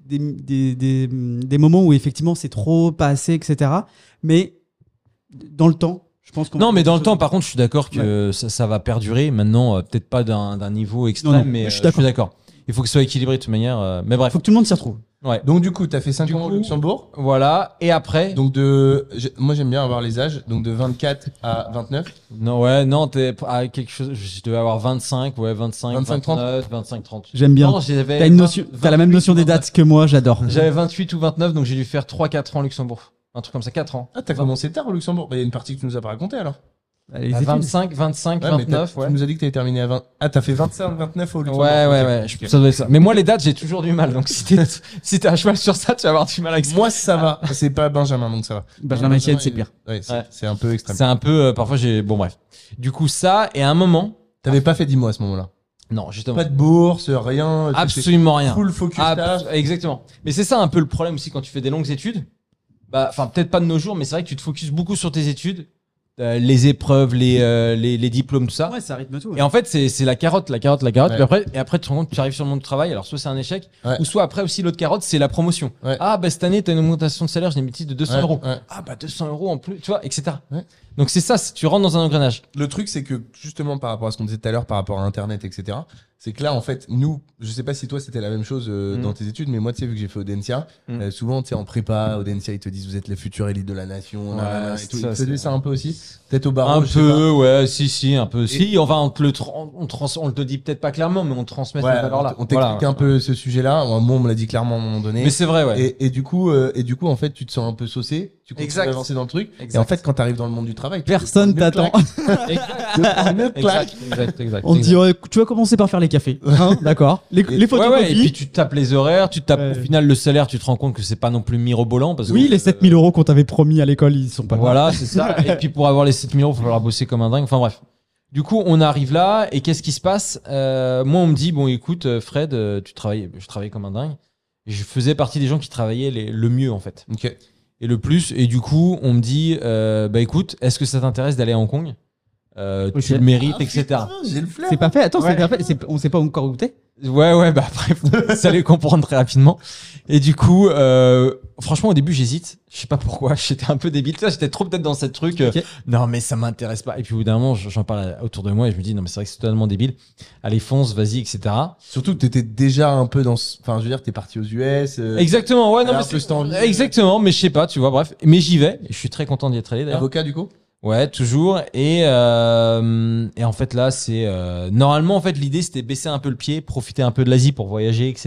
Speaker 1: moments où effectivement c'est trop, pas assez, etc. Mais dans le temps, je pense qu'on.
Speaker 3: Non, mais dans le temps, par contre, je suis d'accord que ça va perdurer. Maintenant, peut-être pas d'un niveau extrême,
Speaker 1: Non,
Speaker 3: mais
Speaker 1: je suis
Speaker 3: d'accord. Il faut que ce soit équilibré de toute manière. Mais
Speaker 1: Il
Speaker 3: bref.
Speaker 1: faut que tout le monde s'y retrouve.
Speaker 3: Ouais.
Speaker 2: Donc, du coup, t'as fait 5
Speaker 3: Du
Speaker 2: ans au
Speaker 3: coup-
Speaker 2: Luxembourg.
Speaker 3: Voilà. Et après.
Speaker 2: Donc, moi, j'aime bien avoir les âges. Donc, de 24 à 29.
Speaker 3: Non, t'es à quelque chose. Je devais avoir 25, 25, 29, 25, 30.
Speaker 1: J'aime bien.
Speaker 3: Non, j'avais
Speaker 1: T'as t'as la même
Speaker 3: 28
Speaker 1: notion
Speaker 3: ou
Speaker 1: des
Speaker 3: 29.
Speaker 1: dates que moi, j'adore.
Speaker 3: J'avais 28 ou 29, donc j'ai dû faire 3-4 ans au Luxembourg. Un truc comme ça, 4 ans.
Speaker 2: Ah, t'as commencé tard au Luxembourg. Bah, il y a une partie que tu nous as pas raconté alors.
Speaker 1: Les
Speaker 3: Bah,
Speaker 1: études.
Speaker 3: 25, 25,
Speaker 2: Ouais, mais
Speaker 3: 29,
Speaker 2: tu nous as dit que t'avais terminé à 20. Ah, t'as fait 25, 29 au Luxembourg.
Speaker 3: Ouais,
Speaker 2: Ok.
Speaker 3: ouais. Ça doit être ça. Mais moi, les dates, j'ai toujours du mal. Donc, si t'es à cheval sur ça, tu vas avoir du mal avec ça.
Speaker 2: Moi, ça va. C'est pas Benjamin, donc ça va.
Speaker 1: Benjamin Etienne, c'est pire.
Speaker 2: Ouais,
Speaker 3: Ouais.
Speaker 2: c'est un peu extrême.
Speaker 3: C'est un peu. Parfois, bon, bref. Du coup, ça, et à un moment.
Speaker 2: T'avais pas fait 10 mois à ce moment-là.
Speaker 3: Non, justement.
Speaker 2: Pas de bourse, rien. t'étais
Speaker 3: Absolument rien.
Speaker 2: Full focus taf.
Speaker 3: Exactement. Mais c'est ça un peu le problème aussi quand tu fais des longues études. Bah, enfin, peut-être pas de nos jours, mais c'est vrai que tu te focuses beaucoup sur tes études, les épreuves, les diplômes, tout ça.
Speaker 1: Ouais, ça rythme tout.
Speaker 3: Et en fait, c'est la carotte.
Speaker 2: Ouais.
Speaker 3: Puis après, tu te rends compte que tu arrives sur le monde du travail. Alors, soit c'est un échec,
Speaker 2: Ouais.
Speaker 3: ou soit après aussi l'autre carotte, c'est la promotion.
Speaker 2: Ouais.
Speaker 3: Ah, bah, cette année, t'as une augmentation de salaire, j'ai une bêtise de 200 euros.
Speaker 2: Ouais.
Speaker 3: Ah, bah, 200 euros en plus, tu vois, etc.
Speaker 2: Ouais.
Speaker 3: Donc, c'est ça, tu rentres dans un engrenage.
Speaker 2: Le truc, c'est que justement, par rapport à ce qu'on disait tout à l'heure, par rapport à Internet, etc., c'est que là, en fait, nous, je sais pas si toi, c'était la même chose dans tes études, mais moi, tu sais, vu que j'ai fait Audencia, souvent, tu sais, en prépa, Audencia, ils te disent, vous êtes les futures élites de la nation, nanana, et tout.
Speaker 3: ça,
Speaker 2: Ils faisaient
Speaker 3: c'est-
Speaker 2: ça un peu aussi. Peut-être au barreau,
Speaker 3: Un
Speaker 2: je sais
Speaker 3: peu, ouais, si, un peu.
Speaker 2: Et-
Speaker 3: Si, enfin, on te le dit peut-être pas clairement, mais on transmet
Speaker 2: pas. Ouais,
Speaker 3: cette valeur-là.
Speaker 2: on t'explique
Speaker 3: Voilà.
Speaker 2: un peu ce sujet-là. Moi, on me l'a dit clairement à un moment donné.
Speaker 3: Mais c'est vrai, ouais.
Speaker 2: Et du coup, en fait, tu te sens un peu saucé. Tu continues
Speaker 3: Exact.
Speaker 2: d'avancer dans le truc.
Speaker 3: Exact.
Speaker 2: Et en fait, quand tu arrives dans le monde du travail, tu
Speaker 1: Personne
Speaker 2: te prends une
Speaker 1: t'attend.
Speaker 2: claque.
Speaker 3: Exact.
Speaker 2: Tu te prends une claque.
Speaker 3: Exact.
Speaker 1: On te dit, ouais, tu vas commencer par faire les cafés. Hein, d'accord. Les
Speaker 3: Ouais,
Speaker 1: photocopies.
Speaker 3: ouais, et puis tu tapes les horaires, tu tapes
Speaker 1: Ouais.
Speaker 3: au final le salaire, tu te rends compte que c'est pas non plus mirobolant. Parce
Speaker 1: Oui,
Speaker 3: que,
Speaker 1: les 7000 euros qu'on t'avait promis à l'école, ils sont pas là.
Speaker 3: Voilà, c'est ça. Et puis pour avoir les 7000 euros, il va falloir bosser comme un dingue. Enfin bref. Du coup, on arrive là, et qu'est-ce qui se passe Moi, on me dit, bon, écoute, Fred, je travaillais comme un dingue. Et je faisais partie des gens qui travaillaient le mieux, en fait.
Speaker 2: Ok.
Speaker 3: Et le plus. Et du coup, on me dit, bah écoute, est-ce que ça t'intéresse d'aller à Hong Kong
Speaker 1: Ok.
Speaker 3: Tu le mérites, etc.
Speaker 2: Putain, j'ai le flair.
Speaker 1: C'est pas fait. Attends,
Speaker 3: Ouais.
Speaker 1: c'est pas fait. On sait pas encore où t'es.
Speaker 3: Ouais, bah après, vous allez comprendre très rapidement. Et du coup, franchement, au début, j'hésite. Je sais pas pourquoi. J'étais un peu débile. Tu vois, j'étais trop peut-être dans cette truc.
Speaker 1: Ok.
Speaker 3: Non, mais ça m'intéresse pas. Et puis au bout d'un moment, j'en parle autour de moi et je me dis, non, mais c'est vrai que c'est totalement débile. Allez, fonce, vas-y, etc.
Speaker 2: Surtout que t'étais déjà un peu dans. Enfin, je veux dire, t'es parti aux US.
Speaker 3: Exactement, ouais, non,
Speaker 2: t'as
Speaker 3: mais
Speaker 2: un peu cette envie,
Speaker 3: exactement, mais je sais pas, tu vois, bref. Mais j'y vais. Et je suis très content d'y être allé d'ailleurs.
Speaker 2: Avocat, du coup.
Speaker 3: Ouais, toujours. Et en fait, là, c'est. Normalement, en fait, l'idée, c'était baisser un peu le pied, profiter un peu de l'Asie pour voyager, etc.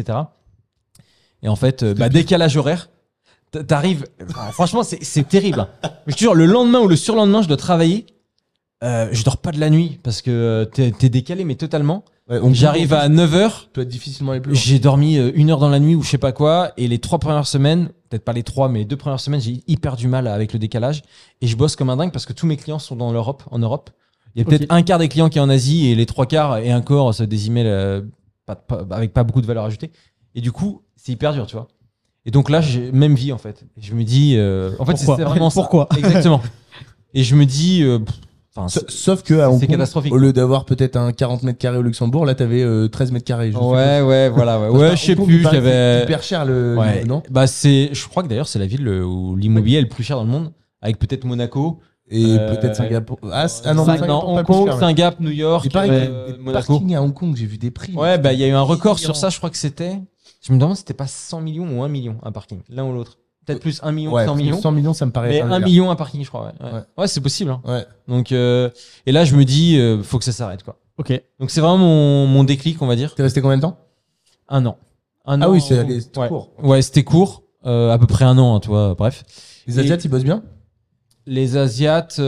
Speaker 3: Et en fait, décalage horaire. T'arrives. Franchement, c'est terrible. Hein. Je te jure, le lendemain ou le surlendemain, je dois travailler. Je dors pas de la nuit parce que t'es décalé, mais totalement.
Speaker 2: Ouais, donc,
Speaker 3: J'arrive à 9h.
Speaker 2: Tu vas difficilement aller plus loin.
Speaker 3: J'ai dormi 1 heure dans la nuit ou je sais pas quoi. Et les 3 premières semaines, peut-être pas les 3, mais les 2 premières semaines, j'ai hyper du mal avec le décalage. Et je bosse comme un dingue parce que tous mes clients sont en Europe. Il y a peut-être un quart des clients qui est en Asie et les 3 quarts et un quart c'est des emails avec pas beaucoup de valeur ajoutée. Et du coup, c'est hyper dur, tu vois. Et donc là, j'ai même vie en fait. Et je me dis, en fait,
Speaker 1: Pourquoi
Speaker 3: c'est vraiment ça.
Speaker 1: Pourquoi
Speaker 3: Exactement. Et je me dis,
Speaker 2: Sauf que à Hong
Speaker 3: c'est
Speaker 2: Kong,
Speaker 3: catastrophique.
Speaker 2: au lieu d'avoir peut-être un 40 mètres carrés au Luxembourg, là t'avais 13 mètres carrés.
Speaker 3: Ouais, voilà. Ouais, je sais plus. J'avais.
Speaker 2: Hyper cher
Speaker 3: Ouais.
Speaker 2: non.
Speaker 3: Bah je crois que d'ailleurs c'est la ville où l'immobilier est le plus cher dans le monde, avec peut-être Monaco.
Speaker 2: Et peut-être Singapour.
Speaker 3: Non, Hong Kong, Singapour, New York,
Speaker 2: Il paraît que
Speaker 3: Monaco.
Speaker 2: parking à Hong Kong, j'ai vu des prix.
Speaker 3: Ouais, bah il y a eu un record sur ça. Je crois que c'était. Je me demande si c'était pas 100 millions ou 1 million un parking, l'un ou l'autre. Peut-être plus 1 million,
Speaker 2: ouais,
Speaker 3: 100 millions.
Speaker 2: 100 millions, ça me paraît.
Speaker 3: Mais 1 million un parking, je crois. Ouais, c'est possible. Hein.
Speaker 2: Ouais.
Speaker 3: Donc et là je me dis, faut que ça s'arrête quoi.
Speaker 1: Ok.
Speaker 3: Donc c'est vraiment mon déclic, on va dire.
Speaker 2: T'es resté combien de temps?
Speaker 3: 1 an.
Speaker 2: Ah oui, c'était court.
Speaker 3: Ouais, c'était court. À peu près 1 an, hein, tu vois. Bref.
Speaker 2: Les Asiates, ils bossent bien?
Speaker 3: Les Asiates,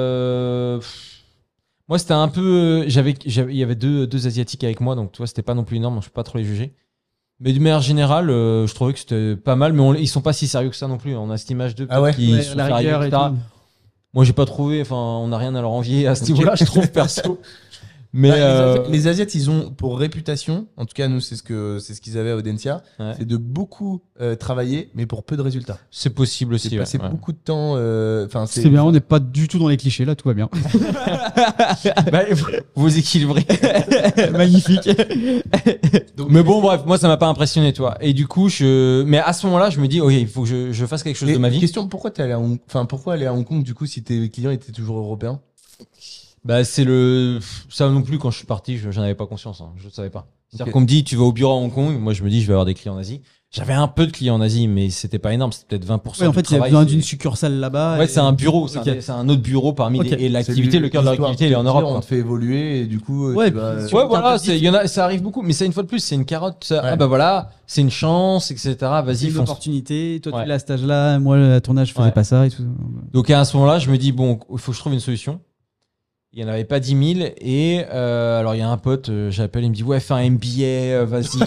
Speaker 3: moi c'était un peu, il y avait deux Asiatiques avec moi, donc tu vois c'était pas non plus énorme, donc je peux pas trop les juger. Mais de manière générale, je trouvais que c'était pas mal, mais ils sont pas si sérieux que ça non plus. On a cette image d'eux qui sont
Speaker 1: la
Speaker 3: sérieux,
Speaker 1: rigueur et
Speaker 3: etc.
Speaker 1: tout.
Speaker 3: Moi j'ai pas trouvé, enfin on n'a rien à leur envier à ce niveau-là, je trouve perso. Mais
Speaker 2: les Asiates, ils ont pour réputation, en tout cas nous c'est ce qu'ils avaient à Audencia,
Speaker 3: ouais.
Speaker 2: c'est de beaucoup travailler, mais pour peu de résultats.
Speaker 3: C'est possible aussi.
Speaker 2: C'est passer beaucoup de temps.
Speaker 1: C'est bien, on n'est pas du tout dans les clichés là, tout va bien.
Speaker 3: Bah, vous équilibrez.
Speaker 1: Magnifique.
Speaker 3: Mais bon, bref, moi ça m'a pas impressionné, toi. Et du coup, mais à ce moment-là, je me dis, ok, il faut que je fasse quelque chose de ma vie.
Speaker 2: Question, pourquoi pourquoi aller à Hong Kong du coup si tes clients étaient toujours européens?
Speaker 3: Bah ça non plus quand je suis parti, j'en avais pas conscience, hein. Je savais pas. C'est-à-dire qu'on me dit tu vas au bureau à Hong Kong, moi je me dis je vais avoir des clients en Asie. J'avais un peu de clients en Asie, mais c'était pas énorme, c'était peut-être 20%.
Speaker 1: Ouais, en fait, il y a besoin d'une succursale là-bas.
Speaker 3: Ouais, c'est un bureau, c'est un autre bureau parmi et l'activité, le cœur de l'activité, il est en Europe.
Speaker 2: On te fait évoluer et du coup.
Speaker 1: Ouais,
Speaker 3: voilà, ça arrive beaucoup, mais ça une fois de plus, c'est une carotte. Ah bah voilà, c'est une chance, etc. Vas-y,
Speaker 1: une
Speaker 3: fonce.
Speaker 1: opportunité. Toi, tu es à cet âge-là, moi à ton âge, je faisais pas ça et tout.
Speaker 3: Donc à ce moment-là, je me dis bon, il faut que je trouve une solution. Il n'y en avait pas 10 000 et alors il y a un pote, j'appelle, il me dit ouais fais un MBA, vas-y.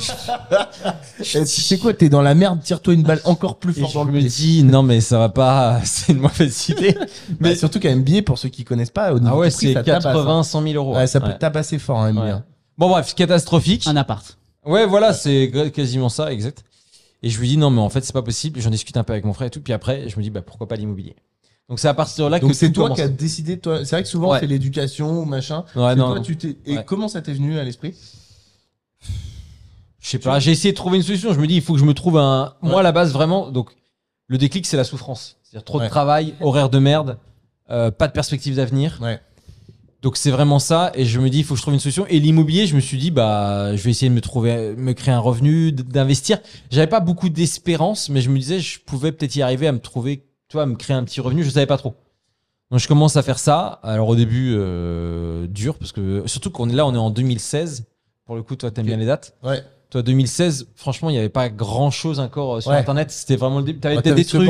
Speaker 2: C'est quoi, t'es dans la merde, tire-toi une balle encore plus fort dans le pied.
Speaker 3: Je me dis non mais ça va pas, c'est une mauvaise idée.
Speaker 2: Mais surtout qu'un MBA, pour ceux qui connaissent pas, au niveau
Speaker 3: ouais,
Speaker 2: du prix,
Speaker 3: c'est
Speaker 2: ça
Speaker 3: 80, 100 000 euros.
Speaker 2: Ouais, ça peut tabasser fort un MBA.
Speaker 3: Ouais. Bon bref, catastrophique.
Speaker 1: Un appart.
Speaker 3: Ouais voilà, c'est quasiment ça, exact. Et je lui dis non mais en fait c'est pas possible. J'en discute un peu avec mon frère et tout. Puis après je me dis bah pourquoi pas l'immobilier. Donc c'est à partir de là que
Speaker 2: c'est
Speaker 3: tout
Speaker 2: toi
Speaker 3: commence.
Speaker 2: qui as décidé. C'est vrai que souvent c'est l'éducation ou machin.
Speaker 3: Ouais, non,
Speaker 2: toi, Et comment ça t'est venu à l'esprit?
Speaker 3: Je sais pas. J'ai essayé de trouver une solution. Je me dis il faut que je me trouve un. Moi à la base vraiment. Donc le déclic c'est la souffrance. C'est-à-dire trop de travail, horaire de merde, pas de perspective d'avenir.
Speaker 2: Ouais.
Speaker 3: Donc c'est vraiment ça. Et je me dis il faut que je trouve une solution. Et l'immobilier, je me suis dit bah je vais essayer de me créer un revenu, d'investir. J'avais pas beaucoup d'espérance, mais je me disais je pouvais peut-être y arriver à me trouver. Tu vois, me créer un petit revenu, je savais pas trop. Donc je commence à faire ça. Alors au début, dur, parce que surtout qu'on est là, on est en 2016. Pour le coup, toi, t'aimes bien les dates.
Speaker 2: Ouais.
Speaker 3: Toi, 2016, franchement, il n'y avait pas grand-chose encore sur Internet. C'était vraiment le début. T'avais peut-être des trucs.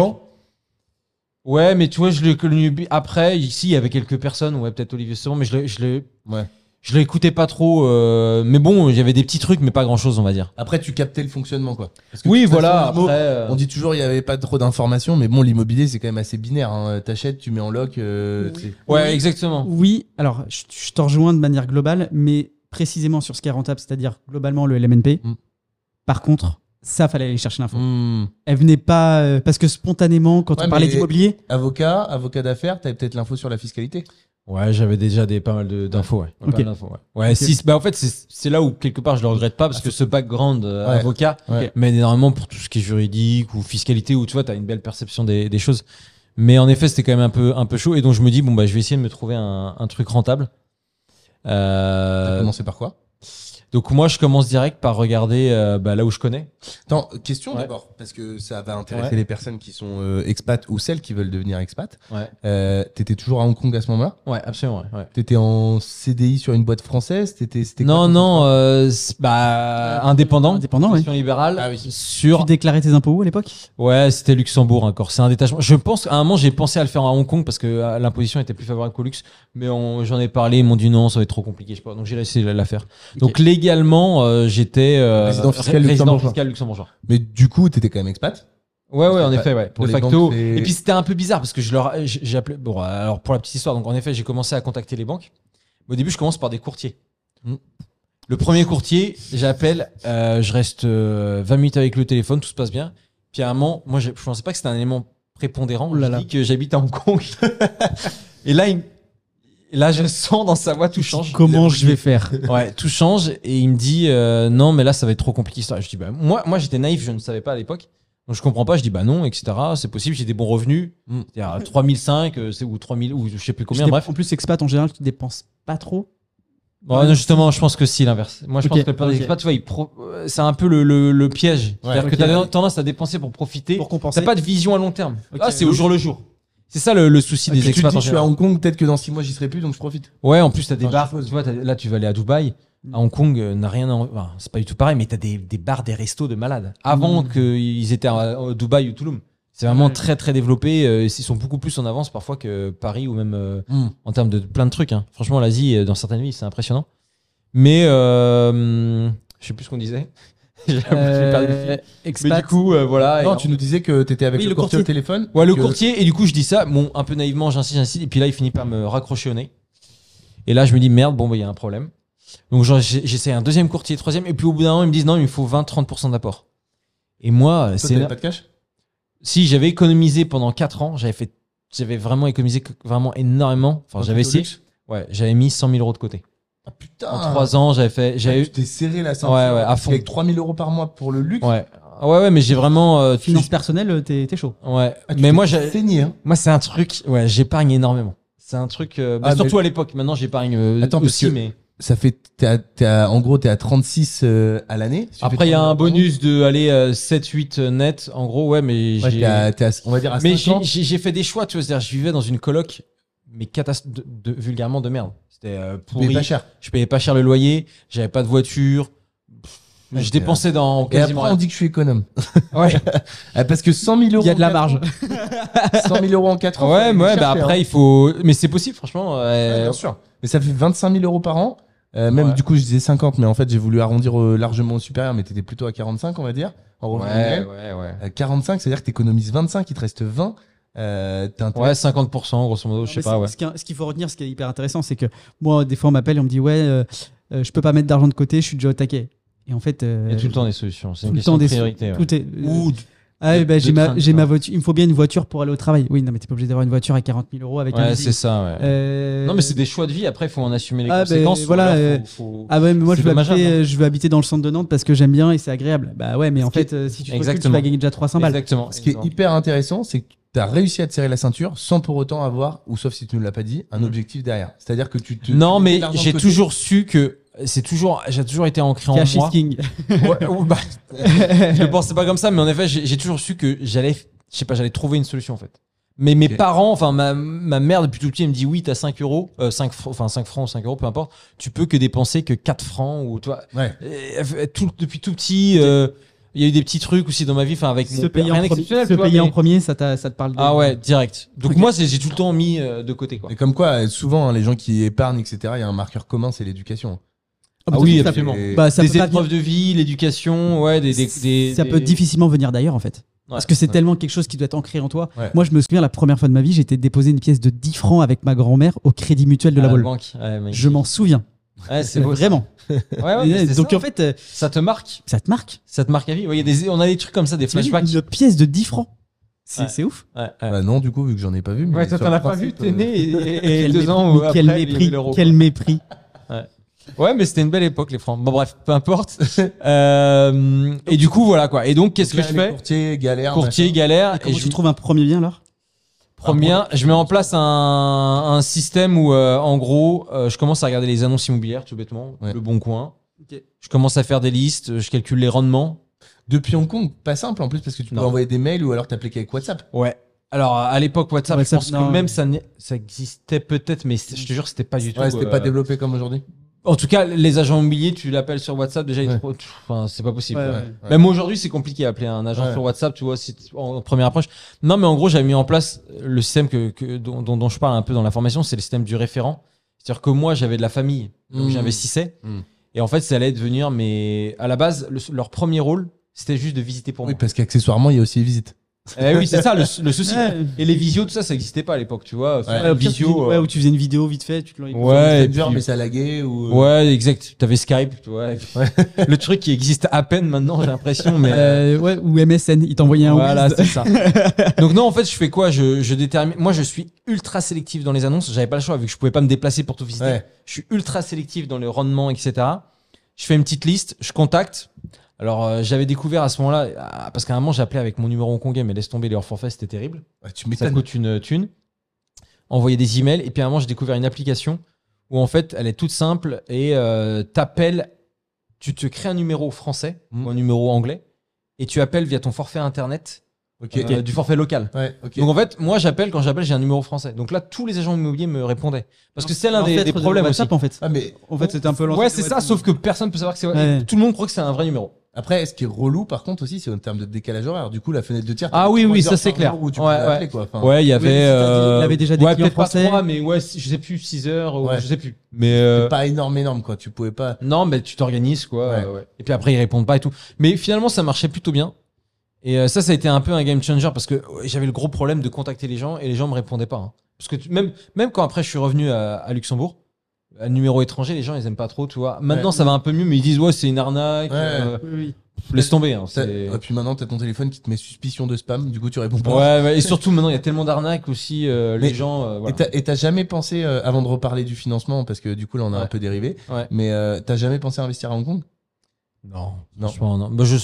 Speaker 3: Ouais, mais tu vois, je l'ai connu après. Ici, il y avait quelques personnes. Ouais, peut-être Olivier Seban, mais je l'écoutais pas trop. Mais bon, il y avait des petits trucs, mais pas grand-chose, on va dire.
Speaker 2: Après, tu captais le fonctionnement, quoi. Parce que
Speaker 3: oui, voilà. Après,
Speaker 2: on dit toujours il y avait pas trop d'informations, mais bon, l'immobilier c'est quand même assez binaire. Hein. T'achètes, tu mets en loc.
Speaker 3: Ouais, exactement.
Speaker 1: Oui. Alors, je te rejoins de manière globale, mais précisément sur ce qui est rentable, c'est-à-dire globalement le LMNP. Par contre, ça fallait aller chercher l'info. Elle venait pas parce que spontanément, quand on parlait d'immobilier,
Speaker 2: avocat d'affaires, t'avais peut-être l'info sur la fiscalité.
Speaker 3: Ouais, j'avais déjà pas mal d'infos. Ouais.
Speaker 1: Okay.
Speaker 3: Ouais, bah en fait, c'est là où quelque part je le regrette pas parce que ce background avocat m'aide énormément pour tout ce qui est juridique ou fiscalité où tu vois, t'as une belle perception des choses. Mais en effet, c'était quand même un peu chaud et donc je me dis bon bah je vais essayer de me trouver un truc rentable.
Speaker 2: T'as commencé par quoi?
Speaker 3: Donc moi, je commence direct par regarder là où je connais.
Speaker 2: Attends, question d'abord, parce que ça va intéresser les personnes qui sont expats ou celles qui veulent devenir expats. T'étais toujours à Hong Kong à ce moment-là?
Speaker 3: Ouais, absolument. Ouais.
Speaker 2: T'étais en CDI sur une boîte française? C'était
Speaker 3: Non, indépendant,
Speaker 1: ouais.
Speaker 3: libérale.
Speaker 2: Ah oui.
Speaker 1: Tu déclarais tes impôts où à l'époque?
Speaker 3: Ouais, c'était Luxembourg encore. C'est un détachement. Je pense qu'à un moment, j'ai pensé à le faire à Hong Kong parce que l'imposition était plus favorable qu'au luxe. Mais j'en ai parlé, ils m'ont dit non, ça va être trop compliqué. Je sais pas. Donc j'ai laissé l'affaire. Okay. Donc également, j'étais
Speaker 2: résident fiscal
Speaker 3: luxembourgeois.
Speaker 2: Mais du coup, t'étais quand même expat?
Speaker 3: Ouais, en effet, ouais.
Speaker 2: Pour
Speaker 3: de
Speaker 2: les
Speaker 3: facto.
Speaker 2: Banques,
Speaker 3: et puis c'était un peu bizarre parce que j'ai appelé. Bon, alors pour la petite histoire, donc en effet, j'ai commencé à contacter les banques Au début, je commence par des courtiers.
Speaker 2: Mm.
Speaker 3: Le premier courtier, j'appelle, je reste 20 minutes avec le téléphone, tout se passe bien. Puis à un moment, moi, je pensais pas que c'était un élément prépondérant.
Speaker 1: Oh là
Speaker 3: Je
Speaker 1: là.
Speaker 3: dis que j'habite à Hong Kong. Et là, je sens dans sa voix, tout change.
Speaker 1: Comment je vais faire?
Speaker 3: Ouais, tout change. Et il me dit, non, mais là, ça va être trop compliqué. Je dis, bah, moi, j'étais naïf, je ne savais pas à l'époque. Donc, je comprends pas. Je dis, bah non, etc. C'est possible, j'ai des bons revenus. C'est-à-dire 3005, ou 3000, ou je sais plus combien, bref.
Speaker 1: En plus, expat, en général, tu dépenses pas trop.
Speaker 3: Ouais, non, justement, je pense que si, l'inverse. Moi, je
Speaker 1: Ok,
Speaker 3: pense que le plan
Speaker 1: ok.
Speaker 3: d'expat, tu vois, c'est un peu le piège. C'est-à-dire que
Speaker 1: ok.
Speaker 3: tu as tendance à dépenser pour profiter.
Speaker 1: Pour compenser.
Speaker 3: T'as pas de vision à long terme.
Speaker 1: Ok.
Speaker 3: Là, c'est au jour le jour. C'est ça le souci
Speaker 2: Ah,
Speaker 3: des
Speaker 2: que tu te
Speaker 3: expats
Speaker 2: dis,
Speaker 3: en
Speaker 2: je suis à
Speaker 3: général.
Speaker 2: Hong Kong, peut-être que dans 6 mois, j'y serai plus, donc je profite.
Speaker 3: Ouais, en plus, t'as des
Speaker 2: Enfin,
Speaker 3: bars.
Speaker 2: je suppose.
Speaker 3: Tu vois, là, tu vas aller à Dubaï. À Hong Kong, n'a rien à... enfin, c'est pas du tout pareil, mais t'as des bars, des restos de malades. Avant qu'ils étaient à Dubaï ou Tulum. C'est vraiment
Speaker 1: Ouais.
Speaker 3: très, très développé. Ils sont beaucoup plus en avance parfois que Paris ou même en termes de plein de trucs. Hein. Franchement, l'Asie, dans certaines villes, c'est impressionnant. Mais je sais plus ce qu'on disait. J'ai perdu le fil.
Speaker 1: Expat.
Speaker 3: Mais du coup, voilà.
Speaker 2: Non,
Speaker 3: Et
Speaker 2: tu nous disais que t'étais avec
Speaker 1: Oui,
Speaker 2: le
Speaker 1: le
Speaker 2: courtier au
Speaker 1: courtier.
Speaker 2: téléphone.
Speaker 3: Ouais, le
Speaker 2: que-
Speaker 3: courtier, et du coup, je dis ça, bon, un peu naïvement, j'insiste, et puis là, il finit par me raccrocher au nez. Et là, je me dis, merde, bon, bah, il y a un problème. Donc, j'essaie un deuxième courtier, troisième, et puis au bout d'un moment, ils me disent, non, il me faut 20-30% d'apport. Et moi,
Speaker 2: Toi,
Speaker 3: c'est.
Speaker 2: t'avais pas de cash?
Speaker 3: Si j'avais économisé pendant 4 ans, j'avais vraiment économisé vraiment énormément. Enfin, j'avais essayé. Ouais, j'avais mis 100 000 euros de côté.
Speaker 2: Ah putain.
Speaker 3: En 3 ans, j'avais
Speaker 2: Tu t'es serré la ceinture.
Speaker 3: Ouais, ouais, à fond.
Speaker 2: Avec 3 000 euros par mois pour le luxe.
Speaker 3: Ouais. Ouais, mais j'ai vraiment.
Speaker 1: Finance personnelle, t'es chaud.
Speaker 3: Ouais.
Speaker 2: Ah, tu
Speaker 3: mais
Speaker 2: t'es
Speaker 3: moi,
Speaker 2: saigné, hein.
Speaker 3: moi, c'est un truc. Ouais, j'épargne énormément. C'est un truc.
Speaker 2: Ah,
Speaker 3: surtout
Speaker 2: mais-
Speaker 3: à l'époque. Maintenant, j'épargne
Speaker 2: Attends, parce
Speaker 3: aussi,
Speaker 2: que-
Speaker 3: mais.
Speaker 2: Ça fait, en gros, t'es à 36 à l'année. Si tu
Speaker 3: Après,
Speaker 2: fais
Speaker 3: il y a
Speaker 2: 3 000
Speaker 3: un
Speaker 2: euros par
Speaker 3: bonus de aller 7-8 net. En gros, ouais, mais
Speaker 2: mois. Ouais, t'es à, on va dire à
Speaker 3: Mais
Speaker 2: 50.
Speaker 3: j'ai fait des choix, tu vois. C'est-à-dire, je vivais dans une coloc, mais vulgairement de merde. C'était
Speaker 2: Mais
Speaker 3: pourri.
Speaker 2: pas cher.
Speaker 3: Je payais pas cher le loyer, j'avais pas de voiture.
Speaker 2: Ouais,
Speaker 3: Je dépensais dans
Speaker 2: Et
Speaker 3: quasiment
Speaker 2: après, on dit que je suis économe.
Speaker 3: rien. Ouais,
Speaker 2: Ah, parce que 100 000 euros.
Speaker 1: Il y a de la
Speaker 2: en 4
Speaker 1: marge.
Speaker 2: ans, 100 000 euros en 4 ans. faut
Speaker 3: ouais,
Speaker 2: aller
Speaker 3: mais ouais,
Speaker 2: chercher,
Speaker 3: bah après,
Speaker 2: hein.
Speaker 3: il faut. Mais c'est possible, franchement.
Speaker 2: Ouais, bien sûr. Mais ça fait 25 000 euros par an. Même
Speaker 3: Ouais.
Speaker 2: du coup, je disais 50, mais en fait, j'ai voulu arrondir largement au supérieur, mais t'étais plutôt à 45, on va dire. En revenu annuel.
Speaker 3: ouais.
Speaker 2: 45, c'est-à-dire que t'économises 25, il te reste 20. T'as intérêt-
Speaker 3: Ouais, 50%, grosso modo, je sais
Speaker 1: Mais
Speaker 3: pas, ouais.
Speaker 1: Ce qu'il faut retenir, ce qui est hyper intéressant, c'est que moi, des fois, on m'appelle et on me dit, ouais, je peux pas mettre d'argent de côté, je suis déjà au taquet. Et en fait,
Speaker 3: Il y a tout le temps des solutions. C'est
Speaker 1: tout
Speaker 3: une
Speaker 1: le
Speaker 3: question
Speaker 1: temps
Speaker 3: de
Speaker 1: des
Speaker 3: priorité. ouais.
Speaker 1: tout est.
Speaker 2: Ou
Speaker 1: Ah,
Speaker 3: de-
Speaker 1: bah,
Speaker 3: de train,
Speaker 1: j'ai ma
Speaker 3: quoi.
Speaker 1: voiture. Il me faut bien une voiture pour aller au travail. Oui, non, mais t'es pas obligé d'avoir une voiture à 40 000 euros avec un
Speaker 3: Ouais,
Speaker 1: leasing.
Speaker 3: c'est ça, ouais. Non, mais c'est des choix de vie. Après, il faut en assumer les
Speaker 1: Ah,
Speaker 3: conséquences.
Speaker 1: ben,
Speaker 3: ou
Speaker 1: voilà,
Speaker 3: alors faut-
Speaker 1: Ah ouais, mais moi
Speaker 3: C'est
Speaker 1: je veux,
Speaker 3: dommageable,
Speaker 1: habiter, je veux habiter dans le centre de Nantes parce que j'aime bien et c'est agréable. Bah ouais, mais en
Speaker 2: Ce qui
Speaker 1: fait, si tu te recules, tu
Speaker 3: Exactement.
Speaker 1: vas gagner déjà 300 balles.
Speaker 3: Exactement.
Speaker 2: ce qui est hyper intéressant, c'est que t'as réussi à te serrer la ceinture sans pour autant avoir, ou sauf si tu ne l'as pas dit, un objectif derrière. C'est-à-dire que
Speaker 3: Non,
Speaker 2: tu mets
Speaker 3: mais
Speaker 2: de l'argent de
Speaker 3: j'ai
Speaker 2: côté.
Speaker 3: toujours su que j'ai toujours été ancré en
Speaker 1: Cash is
Speaker 3: moi.
Speaker 1: king.
Speaker 3: Ouais, bah, je le pensais pas comme ça, mais en effet, j'ai toujours su que j'allais trouver une solution en fait. Mais mes
Speaker 2: Ok.
Speaker 3: parents, enfin ma mère depuis tout petit, elle me dit oui, t'as 5 euros, 5 francs ou 5 euros, peu importe, tu peux que dépenser que 4 francs ou toi.
Speaker 2: Ouais.
Speaker 3: Depuis tout petit, il y a eu des petits trucs aussi dans ma vie, enfin avec
Speaker 1: Se
Speaker 3: mon père, rien d'exceptionnel, tu vois,
Speaker 1: payer en
Speaker 3: mais-
Speaker 1: premier, ça te parle.
Speaker 3: Ah ouais, direct. Donc
Speaker 1: Ok.
Speaker 3: moi, j'ai tout le temps mis de côté quoi.
Speaker 2: Et comme quoi, souvent, hein, les gens qui épargnent, etc., il y a un marqueur commun, c'est l'éducation.
Speaker 3: Ah oui,
Speaker 1: ça-
Speaker 3: absolument.
Speaker 1: Bah, ça
Speaker 3: Des
Speaker 1: peut pas
Speaker 3: épreuves de vie, l'éducation, ouais,
Speaker 1: ça peut difficilement venir d'ailleurs en fait. Parce que c'est tellement quelque chose qui doit être ancré en toi.
Speaker 2: Ouais.
Speaker 1: Moi, je me souviens la première fois de ma vie, j'ai été déposer une pièce de 10 francs avec ma grand-mère au Crédit Mutuel de la Baule.
Speaker 3: banque. Ouais, magnifique.
Speaker 1: Je m'en souviens.
Speaker 3: Ouais, c'est beau.
Speaker 1: Vraiment.
Speaker 3: Ouais, ouais, mais c'est
Speaker 1: Donc
Speaker 3: ça.
Speaker 1: en fait,
Speaker 3: Ça te marque.
Speaker 1: ça te marque.
Speaker 3: Ça te marque à vie. Ouais, il y a on a des trucs comme ça, des flashbacks.
Speaker 1: Une pièce de 10 francs.
Speaker 3: Ouais.
Speaker 1: C'est ouf.
Speaker 3: Ouais, ouais.
Speaker 2: Bah non, du coup, vu que j'en ai pas vu. Mais
Speaker 3: Ouais, toi,
Speaker 2: sur
Speaker 3: t'en
Speaker 2: le
Speaker 3: as pas
Speaker 2: principe,
Speaker 3: vu, t'es né et
Speaker 1: Quel
Speaker 3: 2
Speaker 1: mépris,
Speaker 3: ans
Speaker 1: mais
Speaker 3: après,
Speaker 1: quel
Speaker 3: il y avait
Speaker 1: mépris.
Speaker 3: l'euro.
Speaker 1: Quel mépris.
Speaker 3: Ouais, mais c'était une belle époque, les francs. Bon, bref, peu importe. Et du coup, voilà quoi. Et donc, qu'est-ce que
Speaker 2: là,
Speaker 3: je
Speaker 2: les
Speaker 3: fais?
Speaker 2: Courtier, galère.
Speaker 3: Courtier,
Speaker 2: machin.
Speaker 3: galère.
Speaker 1: Et
Speaker 3: Et
Speaker 1: comment
Speaker 3: je
Speaker 1: tu trouves un premier bien alors
Speaker 3: Première, je mets en place un système où, en gros, je commence à regarder les annonces immobilières, tout bêtement,
Speaker 2: Ouais.
Speaker 3: le bon coin.
Speaker 1: Ok.
Speaker 3: Je commence à faire des listes, je calcule les rendements.
Speaker 2: Depuis Hong Kong, pas simple en plus parce que tu peux
Speaker 3: Non.
Speaker 2: envoyer des mails ou alors t'appeler qu'avec WhatsApp.
Speaker 3: Ouais. Alors, à l'époque, WhatsApp,
Speaker 1: WhatsApp,
Speaker 3: je pense
Speaker 1: non.
Speaker 3: que même ça existait peut-être, mais je te jure, c'était pas du tout.
Speaker 2: Ouais, c'était pas développé comme aujourd'hui.
Speaker 3: En tout cas, les agents immobiliers, tu l'appelles sur WhatsApp, déjà,
Speaker 2: Ouais.
Speaker 3: enfin, c'est pas possible.
Speaker 1: Ouais,
Speaker 3: quoi.
Speaker 1: ouais.
Speaker 2: Ouais.
Speaker 3: Même aujourd'hui, c'est compliqué d'appeler un agent
Speaker 2: Ouais.
Speaker 3: sur WhatsApp, tu vois, en première approche. Non, mais en gros, j'avais mis en place le système dont je parle un peu dans la formation, c'est le système du référent. C'est-à-dire que moi, j'avais de la famille, donc
Speaker 2: Mmh.
Speaker 3: j'investissais.
Speaker 2: Mmh.
Speaker 3: Et en fait, ça allait devenir, mais à la base, leur premier rôle, c'était juste de visiter pour
Speaker 2: Oui,
Speaker 3: moi.
Speaker 2: parce qu'accessoirement, il y a aussi les visites.
Speaker 3: Oui, c'est ça le souci.
Speaker 1: Ouais.
Speaker 3: Et les visios, tout ça, ça n'existait pas à l'époque, tu vois.
Speaker 2: Ouais,
Speaker 1: Au pire,
Speaker 3: visio.
Speaker 1: ouais, où tu faisais une vidéo vite fait, tu te l'envoyais.
Speaker 3: Ouais, et
Speaker 2: Messenger,
Speaker 3: puis-
Speaker 2: mais ça laguait ou.
Speaker 3: Ouais, exact. T'avais Skype, tu vois. Et puis, le truc qui existe à peine maintenant, j'ai l'impression, mais.
Speaker 1: Ouais, ou MSN, il t'envoyait un
Speaker 3: Voilà,
Speaker 1: whiz.
Speaker 3: c'est ça. Donc non, en fait, je fais quoi? Je détermine. Moi, je suis ultra sélectif dans les annonces. J'avais pas le choix vu que je pouvais pas me déplacer pour tout visiter.
Speaker 2: Ouais.
Speaker 3: Je suis ultra sélectif dans le rendement, etc. Je fais une petite liste, je contacte. Alors, j'avais découvert à ce moment-là, parce qu'à un moment, j'appelais avec mon numéro hongkongais, mais laisse tomber les hors-forfait, c'était terrible.
Speaker 2: Ouais, tu
Speaker 3: Ça
Speaker 2: m'étonnes.
Speaker 3: coûte une thune. Envoyer des emails. Et puis à un moment, j'ai découvert une application où en fait, elle est toute simple et t'appelles, tu te crées un numéro français ou un numéro anglais et tu appelles via ton forfait internet
Speaker 2: Ok.
Speaker 3: du forfait local.
Speaker 2: Ouais, ok.
Speaker 3: Donc en fait, moi j'appelle, quand j'appelle, j'ai un numéro français. Donc là, tous les agents immobiliers me répondaient. Parce que c'est l'un
Speaker 1: En
Speaker 3: des
Speaker 1: fait,
Speaker 3: problèmes aussi.
Speaker 1: WhatsApp, en fait.
Speaker 2: Ah, mais
Speaker 1: En fait, c'était un peu
Speaker 3: Ouais, c'est ça, sauf que personne peut savoir que c'est.
Speaker 1: Ouais.
Speaker 3: Tout le monde croit que c'est un vrai numéro.
Speaker 2: après, ce qui est relou, par contre, aussi, c'est en termes de décalage horaire. Du coup, la fenêtre de tir.
Speaker 3: Ah
Speaker 2: t'avais
Speaker 3: oui,
Speaker 2: 3
Speaker 3: oui, ça,
Speaker 2: heures
Speaker 3: c'est
Speaker 2: par
Speaker 3: clair.
Speaker 2: jour où tu
Speaker 3: Ouais,
Speaker 2: pouvais
Speaker 3: ouais.
Speaker 2: appeler, quoi. Enfin,
Speaker 3: Ouais, il y avait.
Speaker 1: il avait déjà des
Speaker 3: ouais,
Speaker 1: clients
Speaker 3: peut-être pas
Speaker 1: français.
Speaker 3: 3, mais ouais, je sais plus, 6 heures, ou
Speaker 2: Ouais.
Speaker 3: je sais plus. Mais.
Speaker 2: c'était pas énorme, quoi. Tu pouvais pas.
Speaker 3: Non, mais tu t'organises, quoi.
Speaker 2: Ouais.
Speaker 3: Ouais. Et puis après, ils répondent pas et tout. Mais finalement, ça marchait plutôt bien. Et ça a été un peu un game changer parce que j'avais le gros problème de contacter les gens et les gens me répondaient pas. Hein. Parce que même quand après je suis revenu à Luxembourg, à numéro étranger, les gens ils aiment pas trop, tu vois. Maintenant,
Speaker 2: Ouais.
Speaker 3: ça va un peu mieux, mais ils disent ouais, c'est une arnaque.
Speaker 2: Ouais.
Speaker 1: Oui.
Speaker 3: Laisse tomber. Hein,
Speaker 2: Et puis maintenant, t'as ton téléphone qui te met suspicion de spam. Du coup, tu réponds pas.
Speaker 3: Ouais, et surtout maintenant, il y a tellement d'arnaques aussi.
Speaker 2: Mais-
Speaker 3: Les gens. Voilà.
Speaker 2: Et t'as jamais pensé, avant de reparler du financement, parce que du coup, là, on a
Speaker 3: Ouais.
Speaker 2: un peu dérivé.
Speaker 3: Ouais.
Speaker 2: Mais t'as jamais pensé à investir à Hong Kong?
Speaker 3: Non,
Speaker 2: Non.
Speaker 3: franchement, non. Bah,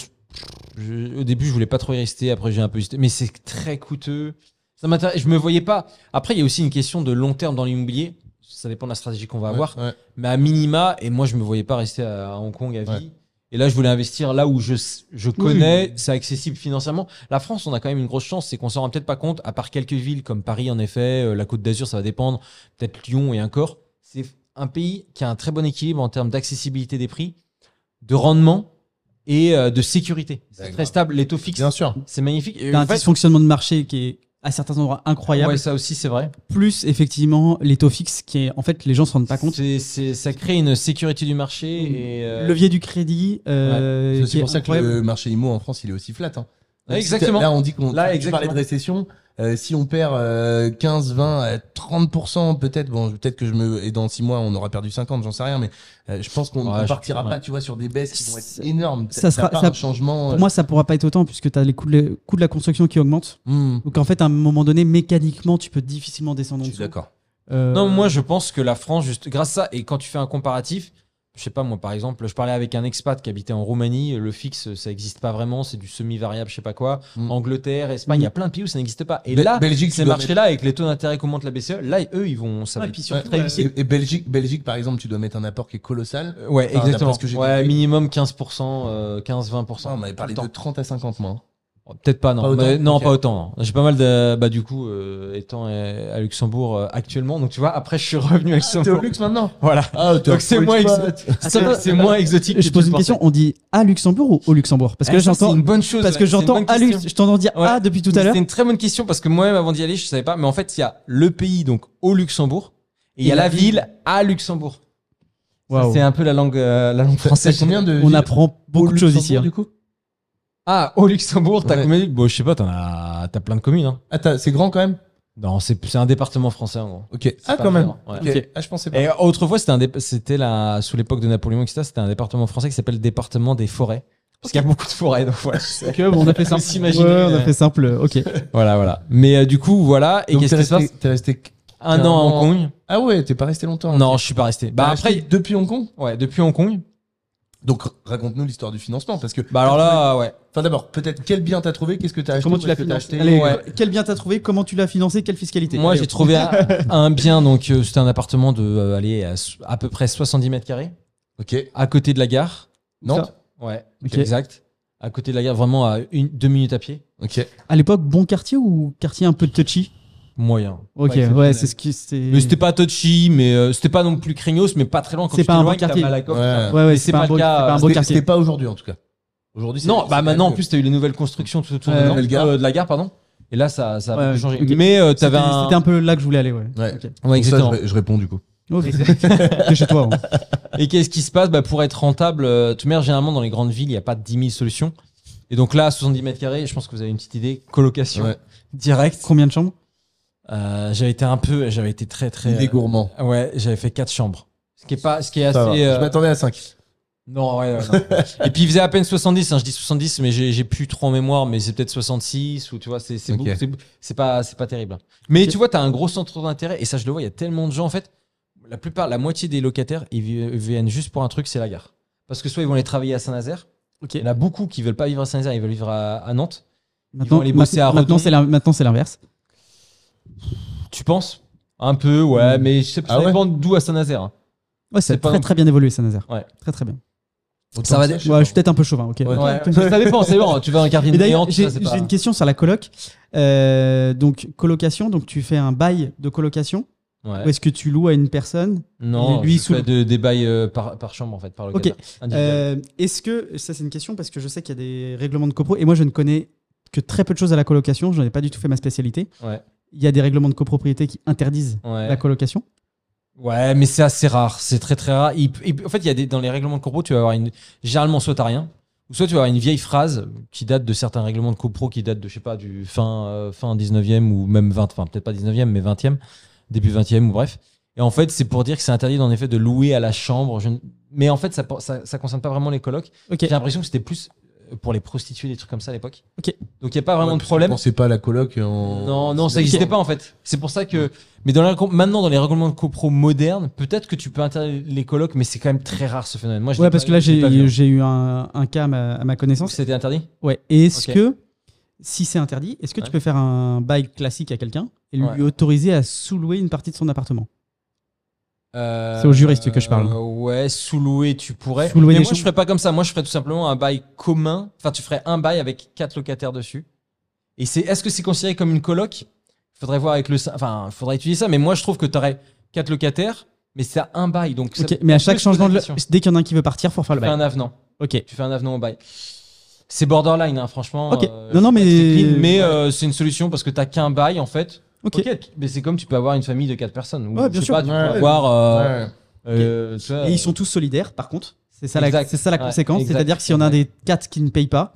Speaker 3: au début, je voulais pas trop y rester. Après, j'ai un peu hésité. Mais c'est très coûteux. Ça m'intéresse. Je me voyais pas. Après, il y a aussi une question de long terme dans l'immobilier. Ça dépend de la stratégie qu'on va avoir.
Speaker 2: Ouais.
Speaker 3: Mais à minima, et moi, je me voyais pas rester à Hong Kong à vie.
Speaker 2: Ouais.
Speaker 3: Et là, je voulais investir là où je connais, c'est accessible financièrement. La France, on a quand même une grosse chance, c'est qu'on s'en rend peut-être pas compte, à part quelques villes comme Paris, en effet, la Côte d'Azur, ça va dépendre, peut-être Lyon et encore. C'est un pays qui a un très bon équilibre en termes d'accessibilité des prix, de rendement et de sécurité. C'est
Speaker 2: D'accord.
Speaker 3: très stable. Les taux fixes,
Speaker 2: Bien sûr.
Speaker 3: c'est magnifique. Et
Speaker 1: T'as
Speaker 3: en
Speaker 1: un
Speaker 3: fait,
Speaker 1: dysfonctionnement de marché qui est à certains endroits incroyable.
Speaker 3: ouais, ça aussi, c'est vrai.
Speaker 1: Plus effectivement les taux fixes qui est en fait les gens se rendent pas compte.
Speaker 3: Ça crée une sécurité du marché et
Speaker 1: Levier du crédit.
Speaker 2: C'est
Speaker 1: qui est
Speaker 2: pour ça que
Speaker 1: incroyable.
Speaker 2: le marché IMO en France, il est aussi flat. Hein.
Speaker 3: Ouais,
Speaker 2: Même si
Speaker 3: exactement.
Speaker 2: là, on dit qu'on
Speaker 3: Là,
Speaker 2: tu parlais de
Speaker 3: exactement.
Speaker 2: récession. Si on perd 15, 20, 30%, peut-être, bon, peut-être que et dans 6 mois, on aura perdu 50, j'en sais rien, mais je pense qu'on
Speaker 3: Ouais,
Speaker 2: ne partira
Speaker 3: ouais.
Speaker 2: pas, tu vois, sur des baisses qui vont être
Speaker 1: Ça-
Speaker 2: énormes.
Speaker 1: ça sera-
Speaker 2: pas
Speaker 1: ça-
Speaker 2: un changement.
Speaker 1: Pour moi, ça pourra pas être autant puisque tu as les coûts de la construction qui augmentent. Donc en fait, à un moment donné, mécaniquement, tu peux difficilement descendre en
Speaker 2: je suis
Speaker 1: dessous.
Speaker 2: d'accord.
Speaker 3: Non, moi je pense que la France, juste grâce à ça, et quand tu fais un comparatif, je sais pas, moi par exemple, je parlais avec un expat qui habitait en Roumanie, le fixe ça n'existe pas vraiment, c'est du semi-variable, je sais pas quoi.
Speaker 2: Mm.
Speaker 3: Angleterre, Espagne, il y a plein de pays où ça n'existe pas. Et
Speaker 2: Be-
Speaker 3: là,
Speaker 2: Belgique,
Speaker 3: ces
Speaker 2: tu dois
Speaker 3: marchés-là, avec les taux d'intérêt qu'augmente la BCE, là eux ils vont. Ça va
Speaker 1: Ouais,
Speaker 3: être
Speaker 1: puis
Speaker 3: très
Speaker 1: surtout,
Speaker 3: difficile.
Speaker 2: Et Belgique, par exemple, tu dois mettre un apport qui est colossal.
Speaker 3: Ouais,
Speaker 2: Enfin, d'après
Speaker 3: exactement.
Speaker 2: ce que j'ai
Speaker 3: Ouais,
Speaker 2: compris.
Speaker 3: minimum 15%, 15-20%.
Speaker 2: On m'avait parlé
Speaker 3: Tout
Speaker 2: de
Speaker 3: le temps.
Speaker 2: 30 à 50 mois.
Speaker 3: Peut-être pas, non.
Speaker 2: Pas autant,
Speaker 3: Non,
Speaker 2: ok.
Speaker 3: pas autant. Non. J'ai pas mal de. Bah, du coup, étant à Luxembourg actuellement, donc tu vois, après je suis revenu à
Speaker 2: T'es au
Speaker 3: Luxembourg.
Speaker 2: luxe maintenant?
Speaker 3: Voilà.
Speaker 2: Ah,
Speaker 3: Donc c'est moins, c'est moins exotique.
Speaker 1: Je
Speaker 3: que
Speaker 1: pose
Speaker 3: tu
Speaker 1: une
Speaker 3: le
Speaker 1: question.
Speaker 3: pensais.
Speaker 1: On dit à Luxembourg ou au Luxembourg? Parce que
Speaker 3: Eh,
Speaker 1: là,
Speaker 3: ça,
Speaker 1: j'entends.
Speaker 3: c'est une bonne chose.
Speaker 1: Parce que
Speaker 3: ouais. C'est une
Speaker 1: j'entends
Speaker 3: bonne
Speaker 1: à
Speaker 3: question.
Speaker 1: Lux. Je t'entends dire
Speaker 3: Ouais.
Speaker 1: ah depuis tout à l'heure.
Speaker 3: C'est une très bonne question parce que moi-même avant d'y aller, je savais pas. Mais en fait, il y a le pays donc au Luxembourg et il y a la ville à Luxembourg. Ça,
Speaker 1: Waouh.
Speaker 3: c'est un peu la langue
Speaker 2: C'est
Speaker 3: française.
Speaker 2: combien de
Speaker 1: On
Speaker 2: villes
Speaker 1: apprend
Speaker 2: au
Speaker 1: beaucoup de choses ici.
Speaker 2: Luxembourg,
Speaker 1: hein.
Speaker 2: du coup?
Speaker 3: Ah, au Luxembourg, t'as
Speaker 2: Ouais.
Speaker 3: combien de villes? Bon, je sais pas, t'as plein de communes. Hein.
Speaker 2: Ah, c'est grand quand même?
Speaker 3: Non, c'est un département français en gros.
Speaker 2: Ok. Ah,
Speaker 3: pas
Speaker 2: quand même.
Speaker 3: vraiment, ouais.
Speaker 2: Ok.
Speaker 1: Ok.
Speaker 2: Ah, je pensais pas.
Speaker 3: Et autrefois, c'était sous l'époque de Napoléon, etc. C'était un département français qui s'appelle le département des forêts. Parce qu'il y a beaucoup de forêts, donc voilà.
Speaker 1: Ok, bon, on a fait simple.
Speaker 3: s'imaginer,
Speaker 1: Ouais, on a
Speaker 3: ouais.
Speaker 1: fait simple. Ok.
Speaker 3: Voilà. Mais du coup, voilà. Et
Speaker 2: Donc,
Speaker 3: qu'est-ce qui se passe?
Speaker 2: t'es resté.
Speaker 3: Un an à Hong Kong.
Speaker 2: Ah ouais, t'es pas resté longtemps.
Speaker 3: Non, je suis pas resté. Bah
Speaker 2: T'as
Speaker 3: après,
Speaker 2: resté depuis Hong Kong?
Speaker 3: ouais, depuis Hong Kong.
Speaker 2: Donc, raconte-nous l'histoire du financement, parce que.
Speaker 3: Bah alors là, ouais.
Speaker 2: Enfin, d'abord, peut-être quel bien t'as trouvé, qu'est-ce que t'as acheté,
Speaker 1: Comment tu
Speaker 2: où
Speaker 1: l'as
Speaker 2: est-ce que t'as
Speaker 1: financé?
Speaker 2: acheté.
Speaker 1: Allez,
Speaker 3: Ouais.
Speaker 1: quel bien t'as trouvé? Comment tu l'as financé? Quelle fiscalité?
Speaker 3: Moi,
Speaker 1: Allez,
Speaker 3: j'ai
Speaker 1: hop.
Speaker 3: trouvé un bien, donc c'était un appartement de, allez, à peu près 70 mètres carrés,
Speaker 2: Ok.
Speaker 3: à côté de la gare.
Speaker 2: Nantes.
Speaker 3: Ouais,
Speaker 1: Ok.
Speaker 3: exact. À côté de la gare, vraiment à 2 minutes à pied.
Speaker 2: Ok.
Speaker 1: À l'époque, bon quartier ou quartier un peu touchy?
Speaker 3: Moyen.
Speaker 1: Ok,
Speaker 3: Pas exceptionnel.
Speaker 1: ouais, c'est ce qui.
Speaker 3: Mais c'était pas touchy, mais c'était pas non plus craignos, mais pas très loin quand
Speaker 1: C'est
Speaker 3: tu
Speaker 1: pas un bon
Speaker 3: t'éloignes, t'as
Speaker 1: quartier.
Speaker 3: mal à la coque.
Speaker 2: Ouais.
Speaker 3: ça.
Speaker 1: Ouais, ouais,
Speaker 3: Mais
Speaker 1: c'est pas un beau
Speaker 3: le cas,
Speaker 1: c'est pas un beau
Speaker 2: C'était
Speaker 1: quartier.
Speaker 2: pas aujourd'hui, en tout cas. Aujourd'hui,
Speaker 3: Non, bah maintenant en
Speaker 2: mieux.
Speaker 3: plus t'as eu les nouvelles constructions tout autour
Speaker 1: Ouais,
Speaker 3: de, Nantes,
Speaker 2: nouvelle gare.
Speaker 3: de la gare, pardon. Et là ça a
Speaker 1: Ouais,
Speaker 3: beaucoup
Speaker 1: ouais,
Speaker 3: changé.
Speaker 1: ok.
Speaker 3: Mais t'avais
Speaker 1: C'était un peu là que je voulais aller, ouais.
Speaker 2: Ouais.
Speaker 1: Ok.
Speaker 3: Ouais,
Speaker 2: Donc ça,
Speaker 3: exactement.
Speaker 2: je réponds du coup.
Speaker 1: Ok. T'es chez toi. hein.
Speaker 3: Et qu'est-ce qui se passe? Bah, pour être rentable, de toute manière, généralement dans les grandes villes, il n'y a pas 10 000 solutions. Et donc là, 70 mètres carrés, je pense que vous avez une petite idée. Colocation direct.
Speaker 1: Combien de chambres?
Speaker 3: J'avais été très très.
Speaker 2: Il est gourmand.
Speaker 3: Ouais, j'avais fait 4 chambres. Ce qui est assez.
Speaker 2: Je m'attendais à 5.
Speaker 3: Non, ouais, non. Et puis il faisait à peine 70, je dis 70, mais j'ai plus trop en mémoire, mais c'est peut-être 66, ou tu vois, c'est pas terrible. Mais tu vois, t'as un gros centre d'intérêt, et ça je le vois, il y a tellement de gens, en fait, la moitié des locataires, ils viennent juste pour un truc, c'est la gare. Parce que soit ils vont aller travailler à Saint-Nazaire, il y en a beaucoup qui veulent pas vivre à Saint-Nazaire, ils veulent vivre à Nantes. Ils vont aller bosser à Redon.
Speaker 1: Maintenant, c'est l'inverse.
Speaker 3: Tu penses? Un peu, ouais, mais ça dépend d'où à Saint-Nazaire.
Speaker 1: Ouais, c'est très bien évolué, Saint-Nazaire.
Speaker 3: Ouais.
Speaker 1: Très très bien.
Speaker 3: Ça va.
Speaker 1: Ouais, je suis peut-être un peu chauvin, ok.
Speaker 3: Ouais. Ça dépend, c'est bon. Tu vas dans un quartier de
Speaker 1: D'ailleurs,
Speaker 3: Nantes,
Speaker 1: j'ai
Speaker 3: pas...
Speaker 1: une question sur la coloc. Donc, colocation, donc tu fais un bail de colocation ou est-ce que tu loues à une personne?
Speaker 3: Non, lui, je fais des bails par chambre, en fait, par locataire.
Speaker 1: Ok. Est-ce que, ça c'est une question parce que je sais qu'il y a des règlements de copro et moi je ne connais que très peu de choses à la colocation, je n'en ai pas du tout fait ma spécialité.
Speaker 3: Ouais.
Speaker 1: Il y a des règlements de copropriété qui interdisent la colocation?
Speaker 3: Ouais, mais c'est assez rare, c'est très très rare. En fait, il y a dans les règlements de copro, tu vas avoir généralement soit t'as rien, ou soit tu vas avoir une vieille phrase qui date de certains règlements de copro qui datent de, je sais pas, du fin 19e ou même 20, enfin peut-être pas 19e, mais 20e, début 20e ou bref. Et en fait, c'est pour dire que c'est interdit en effet de louer à la chambre. Mais en fait, ça concerne pas vraiment les colocs.
Speaker 1: Okay.
Speaker 3: J'ai l'impression que c'était plus pour les prostituées, des trucs comme ça à l'époque.
Speaker 1: Ok.
Speaker 3: Donc il n'y a pas vraiment de problème.
Speaker 2: C'est pas la coloc
Speaker 3: Non, ça n'existait pas en fait. C'est pour ça que. Mais maintenant, dans les règlements de copro modernes, peut-être que tu peux interdire les colocs, mais c'est quand même très rare ce phénomène. Moi,
Speaker 1: parce que là, j'ai eu un cas à ma connaissance.
Speaker 3: C'était interdit?
Speaker 1: Ouais. Et est-ce que, si c'est interdit, est-ce que tu peux faire un bail classique à quelqu'un et lui autoriser à sous-louer une partie de son appartement? C'est aux juristes que je parle.
Speaker 3: Ouais, sous-louer, tu pourrais.
Speaker 1: Sous-louer
Speaker 3: mais moi, je ferais pas comme ça. Moi, je ferais tout simplement un bail commun. Enfin, tu ferais un bail avec 4 locataires dessus. Et est-ce que c'est considéré comme une coloc? Faudrait voir avec Enfin, faudrait étudier ça. Mais moi, je trouve que tu aurais 4 locataires, mais c'est un bail. Donc,
Speaker 1: mais à chaque changement dès qu'il y en a un qui veut partir, faut faire le bail.
Speaker 3: Tu fais un avenant.
Speaker 1: Ok.
Speaker 3: Tu fais un avenant au bail. C'est borderline, hein, franchement.
Speaker 1: Ok. Non, mais.
Speaker 3: C'est une solution parce que t'as qu'un bail, en fait. Ok, mais c'est comme tu peux avoir une famille de 4 personnes.
Speaker 1: Ouais, bien sûr.
Speaker 3: Pas, tu peux avoir.
Speaker 1: Et ils sont tous solidaires, par contre. C'est ça la conséquence. C'est-à-dire que s'il y en a des 4 qui ne payent pas,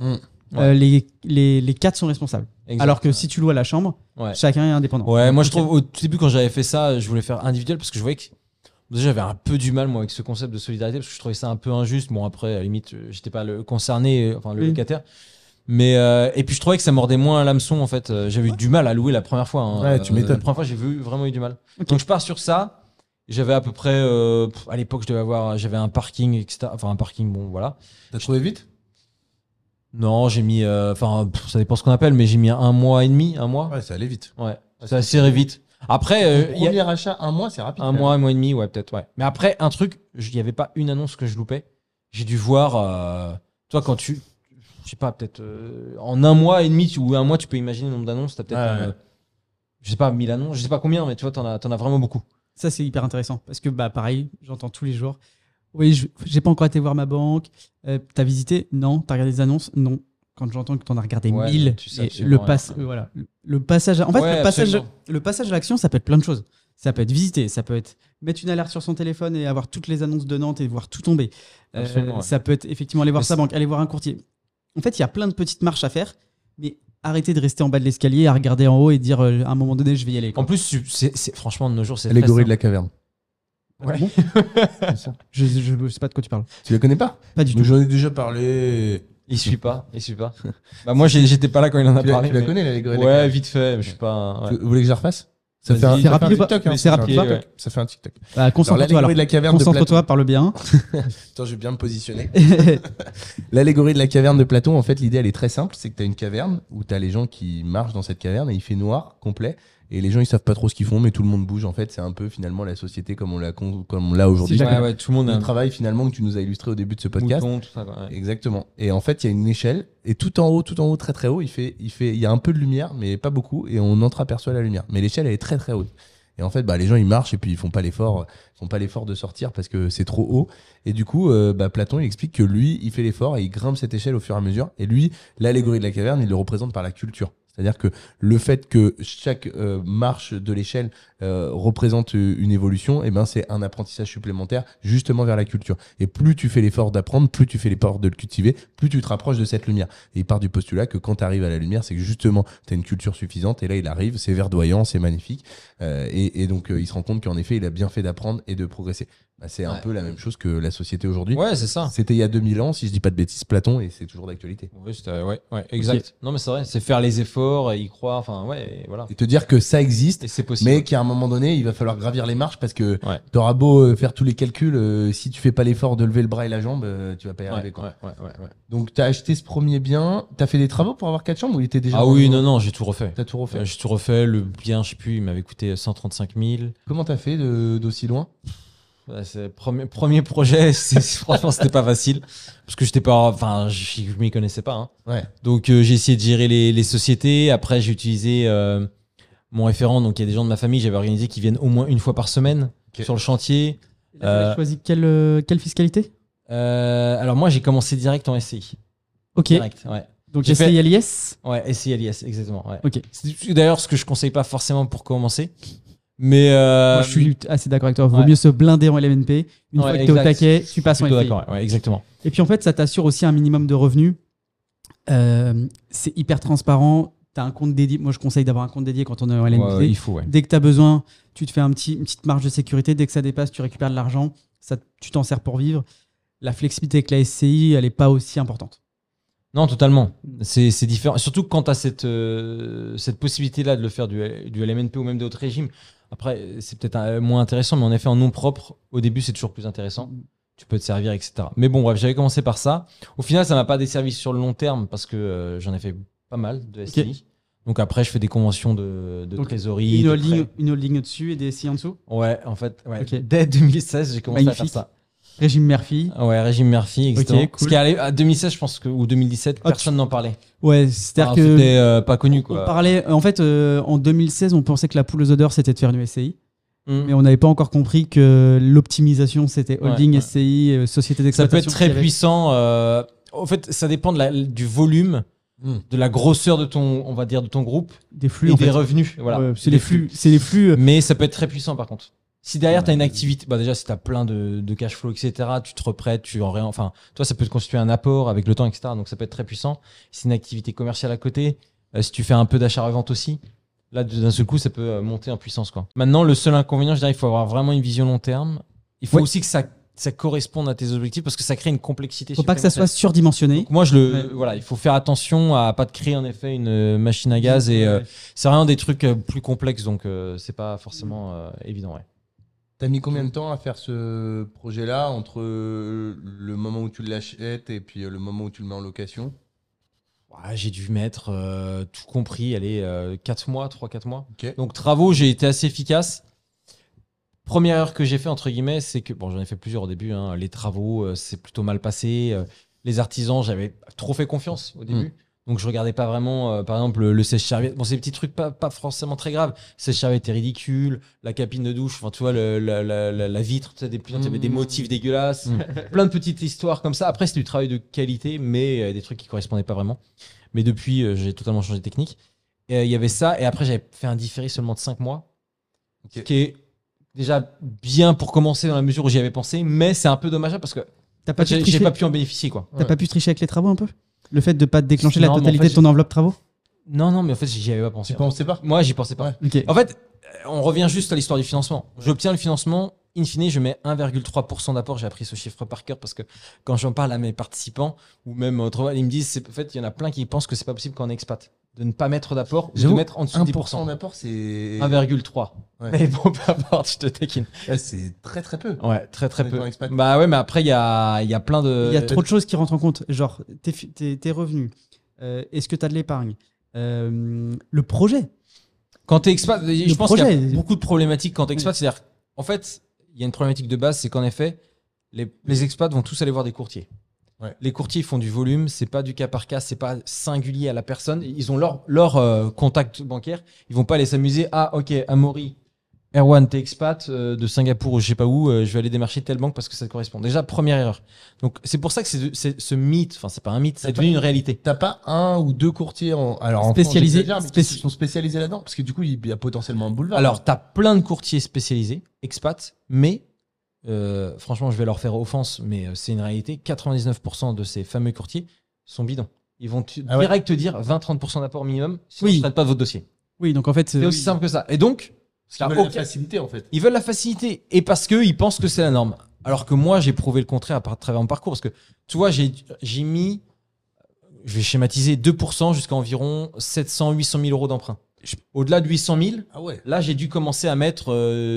Speaker 1: les 4 sont responsables. Alors que si tu loues à la chambre, chacun est indépendant.
Speaker 3: Ouais, moi je trouve au début quand j'avais fait ça, je voulais faire individuel parce que je voyais que déjà j'avais un peu du mal moi avec ce concept de solidarité parce que je trouvais ça un peu injuste. Bon après à la limite j'étais pas le concerné, enfin le locataire. Mais et puis je trouvais que ça mordait moins à l'hameçon en fait. J'avais eu du mal à louer la première fois. Hein.
Speaker 2: Ouais, tu m'étonnes.
Speaker 3: La première fois j'ai vraiment eu du mal. Donc je pars sur ça. J'avais à peu près à l'époque j'avais un parking etc. Enfin un parking bon voilà.
Speaker 2: T'as trouvé vite?
Speaker 3: Non, j'ai mis ça dépend ce qu'on appelle, mais j'ai mis 1 mois et demi, 1 mois.
Speaker 2: Ouais, ça allait vite.
Speaker 3: Ouais, ça assez vite. Après
Speaker 2: premier achat 1 mois, c'est rapide.
Speaker 3: 1 mois et demi, ouais peut-être ouais. Mais après un truc, il y avait pas une annonce que je loupais. J'ai dû voir toi quand je sais pas, peut-être en 1 mois et demi ou 1 mois, tu peux imaginer le nombre d'annonces. T'as peut-être, je sais pas, 1000 annonces, je sais pas combien, mais tu vois, t'en as vraiment beaucoup.
Speaker 1: Ça, c'est hyper intéressant parce que, pareil, j'entends tous les jours. Oui, j'ai pas encore été voir ma banque. T'as visité? Non. T'as regardé des annonces? Non. Quand j'entends que t'en as regardé 1000, le passage, en fait, le passage à l'action, ça peut être plein de choses. Ça peut être visiter, ça peut être mettre une alerte sur son téléphone et avoir toutes les annonces de Nantes et voir tout tomber. Ça peut être effectivement aller voir sa banque, aller voir un courtier. En fait, il y a plein de petites marches à faire, mais arrêtez de rester en bas de l'escalier à regarder en haut et dire à un moment donné, je vais y aller. Quoi.
Speaker 3: En plus, franchement, de nos jours, c'est
Speaker 2: Allégorie de la caverne.
Speaker 1: Ouais. Bon je sais pas de quoi tu parles.
Speaker 2: Tu la connais pas?
Speaker 1: Pas du tout.
Speaker 2: J'en ai déjà parlé.
Speaker 3: Il suit pas. Bah moi, j'étais pas là quand il en a parlé.
Speaker 2: Tu la connais, l'allégorie de la caverne?
Speaker 3: Ouais, vite fait, mais je suis pas.
Speaker 2: Vous voulez que je la refasse? Ça fait un TikTok. Ça fait un TikTok.
Speaker 1: Concentre-toi,
Speaker 2: de la caverne
Speaker 1: concentre-toi, parle bien.
Speaker 2: Attends, je vais bien me positionner. L'allégorie de la caverne de Platon, en fait, l'idée, elle est très simple. C'est que tu as une caverne où tu as les gens qui marchent dans cette caverne et il fait noir, complet. Et les gens, ils savent pas trop ce qu'ils font, mais tout le monde bouge. En fait, c'est un peu finalement la société comme on l'a aujourd'hui.
Speaker 3: Ouais, tout le monde
Speaker 2: a un travail finalement que tu nous as illustré au début de ce podcast.
Speaker 3: Mouton, tout ça,
Speaker 2: Exactement. Et en fait, il y a une échelle et tout en haut, très très haut, il y a un peu de lumière, mais pas beaucoup, et on entreaperçoit la lumière. Mais l'échelle, elle est très très haute. Et en fait, les gens, ils marchent et puis ils font pas l'effort de sortir parce que c'est trop haut. Et du coup, Platon, il explique que lui, il fait l'effort et il grimpe cette échelle au fur et à mesure. Et lui, l'allégorie de la caverne, il le représente par la culture. C'est-à-dire que le fait que chaque marche de l'échelle représente une évolution, eh ben, c'est un apprentissage supplémentaire justement vers la culture. Et plus tu fais l'effort d'apprendre, plus tu fais l'effort de le cultiver, plus tu te rapproches de cette lumière. Et il part du postulat que quand tu arrives à la lumière, c'est que justement, tu as une culture suffisante. Et là, il arrive, c'est verdoyant, c'est magnifique. Et donc, il se rend compte qu'en effet, il a bien fait d'apprendre et de progresser. Bah, c'est un peu la même chose que la société aujourd'hui.
Speaker 3: Ouais, c'est ça.
Speaker 2: C'était il y a 2000 ans, si je dis pas de bêtises, Platon, et c'est toujours d'actualité.
Speaker 3: Ouais, exact. Okay. Non, mais c'est vrai, c'est faire les efforts, y croire, enfin, ouais, et voilà.
Speaker 2: Et te dire que ça existe,
Speaker 3: et c'est possible,
Speaker 2: mais qu'à un moment donné, il va falloir gravir les marches parce que t'auras beau faire tous les calculs, si tu fais pas l'effort de lever le bras et la jambe, tu vas pas y arriver. Quoi.
Speaker 3: Ouais.
Speaker 2: Donc, t'as acheté ce premier bien, t'as fait des travaux pour avoir 4 chambres ou il était déjà.
Speaker 3: Ah oui, non, j'ai tout refait.
Speaker 2: T'as tout refait.
Speaker 3: J'ai tout refait. Le bien, je sais plus, il m'avait coûté 135 000.
Speaker 2: Comment t'as fait d'aussi loin?
Speaker 3: C'est premier projet, franchement c'était pas facile parce que je m'y connaissais pas. Hein.
Speaker 2: Ouais.
Speaker 3: Donc j'ai essayé de gérer les sociétés. Après j'ai utilisé mon référent. Donc il y a des gens de ma famille, j'avais organisé qu'ils viennent au moins une fois par semaine sur le chantier.
Speaker 1: Tu as choisi quelle fiscalité?
Speaker 3: Alors moi j'ai commencé direct en SCI.
Speaker 1: Ok.
Speaker 3: Direct, ouais.
Speaker 1: Donc SCI à l'IS.
Speaker 3: Ouais, SCI à l'IS, exactement. Ouais.
Speaker 1: Ok.
Speaker 3: C'est d'ailleurs ce que je conseille pas forcément pour commencer. Mais
Speaker 1: moi, je suis assez d'accord avec toi. Vaut mieux se blinder en LMNP. Une fois que tu es au taquet, tu passes en SCI.
Speaker 3: Ouais, exactement.
Speaker 1: Et puis en fait, ça t'assure aussi un minimum de revenus. C'est hyper transparent. Tu as un compte dédié. Moi, je conseille d'avoir un compte dédié quand on est en LMNP.
Speaker 3: Ouais, il faut,
Speaker 1: Dès que tu as besoin, tu te fais une petite marge de sécurité. Dès que ça dépasse, tu récupères de l'argent. Tu t'en sers pour vivre. La flexibilité avec la SCI, elle n'est pas aussi importante.
Speaker 3: Non, totalement. C'est différent. Surtout quand tu as cette possibilité-là de le faire du LMNP ou même d'autres régimes. Après, c'est peut-être moins intéressant, mais en effet, en nom propre, au début, c'est toujours plus intéressant. Tu peux te servir, etc. Mais bon, bref, j'avais commencé par ça. Au final, ça m'a pas desservi sur le long terme parce que j'en ai fait pas mal de SCI. Okay. Donc après, je fais des conventions de trésorerie.
Speaker 1: Une holding au-dessus et des SCI en dessous?
Speaker 3: Ouais, en fait, okay. Dès 2016, j'ai commencé à faire ça.
Speaker 1: Régime mère-fille.
Speaker 3: Ouais, régime mère-fille, exactement.
Speaker 1: Okay, cool.
Speaker 3: Parce qu'à 2016, je pense ou 2017, personne n'en parlait.
Speaker 1: Ouais, c'est-à-dire que
Speaker 3: c'était pas connu, quoi.
Speaker 1: On parlait, en fait, en 2016, on pensait que la poule aux odeurs, c'était de faire une SCI. Mais on n'avait pas encore compris que l'optimisation, c'était holding, SCI, société d'exploitation.
Speaker 3: Ça peut être très puissant. En fait, ça dépend du volume, de la grosseur de on va dire, de ton groupe,
Speaker 1: des flux
Speaker 3: et des revenus. Voilà.
Speaker 1: C'est les flux.
Speaker 3: Mais ça peut être très puissant, par contre. Si derrière, tu as une activité, déjà, si tu as plein de cash flow, etc., tu te reprêtes, enfin, toi, ça peut te constituer un apport avec le temps, etc. Donc, ça peut être très puissant. Si c'est une activité commerciale à côté, si tu fais un peu d'achat-revente aussi, là, d'un seul coup, ça peut monter en puissance, quoi. Maintenant, le seul inconvénient, je dirais, il faut avoir vraiment une vision long terme. Il faut aussi que ça corresponde à tes objectifs parce que ça crée une complexité.
Speaker 1: Il ne faut pas que ça soit surdimensionné.
Speaker 3: Donc, moi, voilà, il faut faire attention à pas te créer, en effet, une machine à gaz c'est vraiment des trucs plus complexes. Donc, c'est pas forcément évident, ouais.
Speaker 2: T'as mis combien de temps à faire ce projet-là entre le moment où tu l'achètes et puis le moment où tu le mets en location?
Speaker 3: J'ai dû mettre tout compris, 3-4 mois.
Speaker 2: Okay.
Speaker 3: Donc travaux, j'ai été assez efficace. Première erreur que j'ai fait, entre guillemets, c'est que, j'en ai fait plusieurs au début, hein, les travaux, c'est plutôt mal passé. Les artisans, j'avais trop fait confiance au début. Donc je regardais pas vraiment, par exemple, le sèche-serviette. Bon, c'est des petits trucs pas forcément très graves. Sèche-serviette était ridicule, la cabine de douche, enfin tu vois, la vitre, tu sais, il y avait des motifs dégueulasses, plein de petites histoires comme ça. Après, c'était du travail de qualité, mais des trucs qui correspondaient pas vraiment. Mais depuis, j'ai totalement changé de technique. Il y avait ça, et après, j'avais fait un différé seulement de 5 mois, ce qui est déjà bien pour commencer dans la mesure où j'y avais pensé, mais c'est un peu dommageable parce que j'ai pas pu en bénéficier, quoi.
Speaker 1: T'as pas pu tricher avec les travaux un peu? Le fait de ne pas te déclencher la totalité de ton enveloppe travaux?
Speaker 3: Non, mais en fait, j'y avais pas pensé.
Speaker 2: Tu pensais pas?
Speaker 3: Moi, j'y pensais pas.
Speaker 1: Ouais. Okay.
Speaker 3: En fait, on revient juste à l'histoire du financement. J'obtiens le financement, in fine, je mets 1,3% d'apport. J'ai appris ce chiffre par cœur parce que quand j'en parle à mes participants, ou même autrement, ils me disent, en fait, il y en a plein qui pensent que c'est pas possible quand on est expat. De ne pas mettre d'apport ou de mettre en dessous de 10%.
Speaker 2: 1% d'apport, c'est
Speaker 3: 1,3. Ouais. Mais bon, peu importe, je te taquine.
Speaker 2: C'est très très peu.
Speaker 3: Ouais, très peu. Bah ouais, mais après, il y a plein de.
Speaker 1: Il y a trop de choses qui rentrent en compte. Genre, tes revenus. Est-ce que tu as de l'épargne? Le projet.
Speaker 3: Quand tu es expat, je pense qu'il y a beaucoup de problématiques quand tu es expat. C'est-à-dire, en fait, il y a une problématique de base, c'est qu'en effet, les expats vont tous aller voir des courtiers. Ouais. Les courtiers font du volume, c'est pas du cas par cas, c'est pas singulier à la personne. Ils ont leur contact bancaire. Ils vont pas aller s'amuser. Ah, ok, Amaury, Erwan, t'es expat de Singapour ou je sais pas où, je vais aller démarcher telle banque parce que ça te correspond. Déjà, première erreur. Donc, c'est pour ça que c'est ce mythe, enfin, c'est pas un mythe, c'est devenu une réalité.
Speaker 2: T'as pas un ou deux courtiers alors
Speaker 1: Spécialisés,
Speaker 2: en France, j'exagère, mais qui sont spécialisés là-dedans, parce que du coup, il y a potentiellement un boulevard.
Speaker 3: Alors, t'as plein de courtiers spécialisés, expats, mais franchement, je vais leur faire offense, mais c'est une réalité. 99% de ces fameux courtiers sont bidons. Ils vont direct te dire 20-30% d'apport minimum, sinon je ne traite pas votre dossier.
Speaker 1: Oui, donc en fait,
Speaker 3: c'est aussi simple que ça. Et donc,
Speaker 2: ils veulent la facilité en fait.
Speaker 3: Ils veulent la facilité et parce qu'ils pensent que c'est la norme. Alors que moi, j'ai prouvé le contraire à travers mon parcours. Parce que tu vois, j'ai mis, je vais schématiser, 2% jusqu'à environ 700-800 000 euros d'emprunt. Au-delà de 800 000, là, j'ai dû commencer à mettre,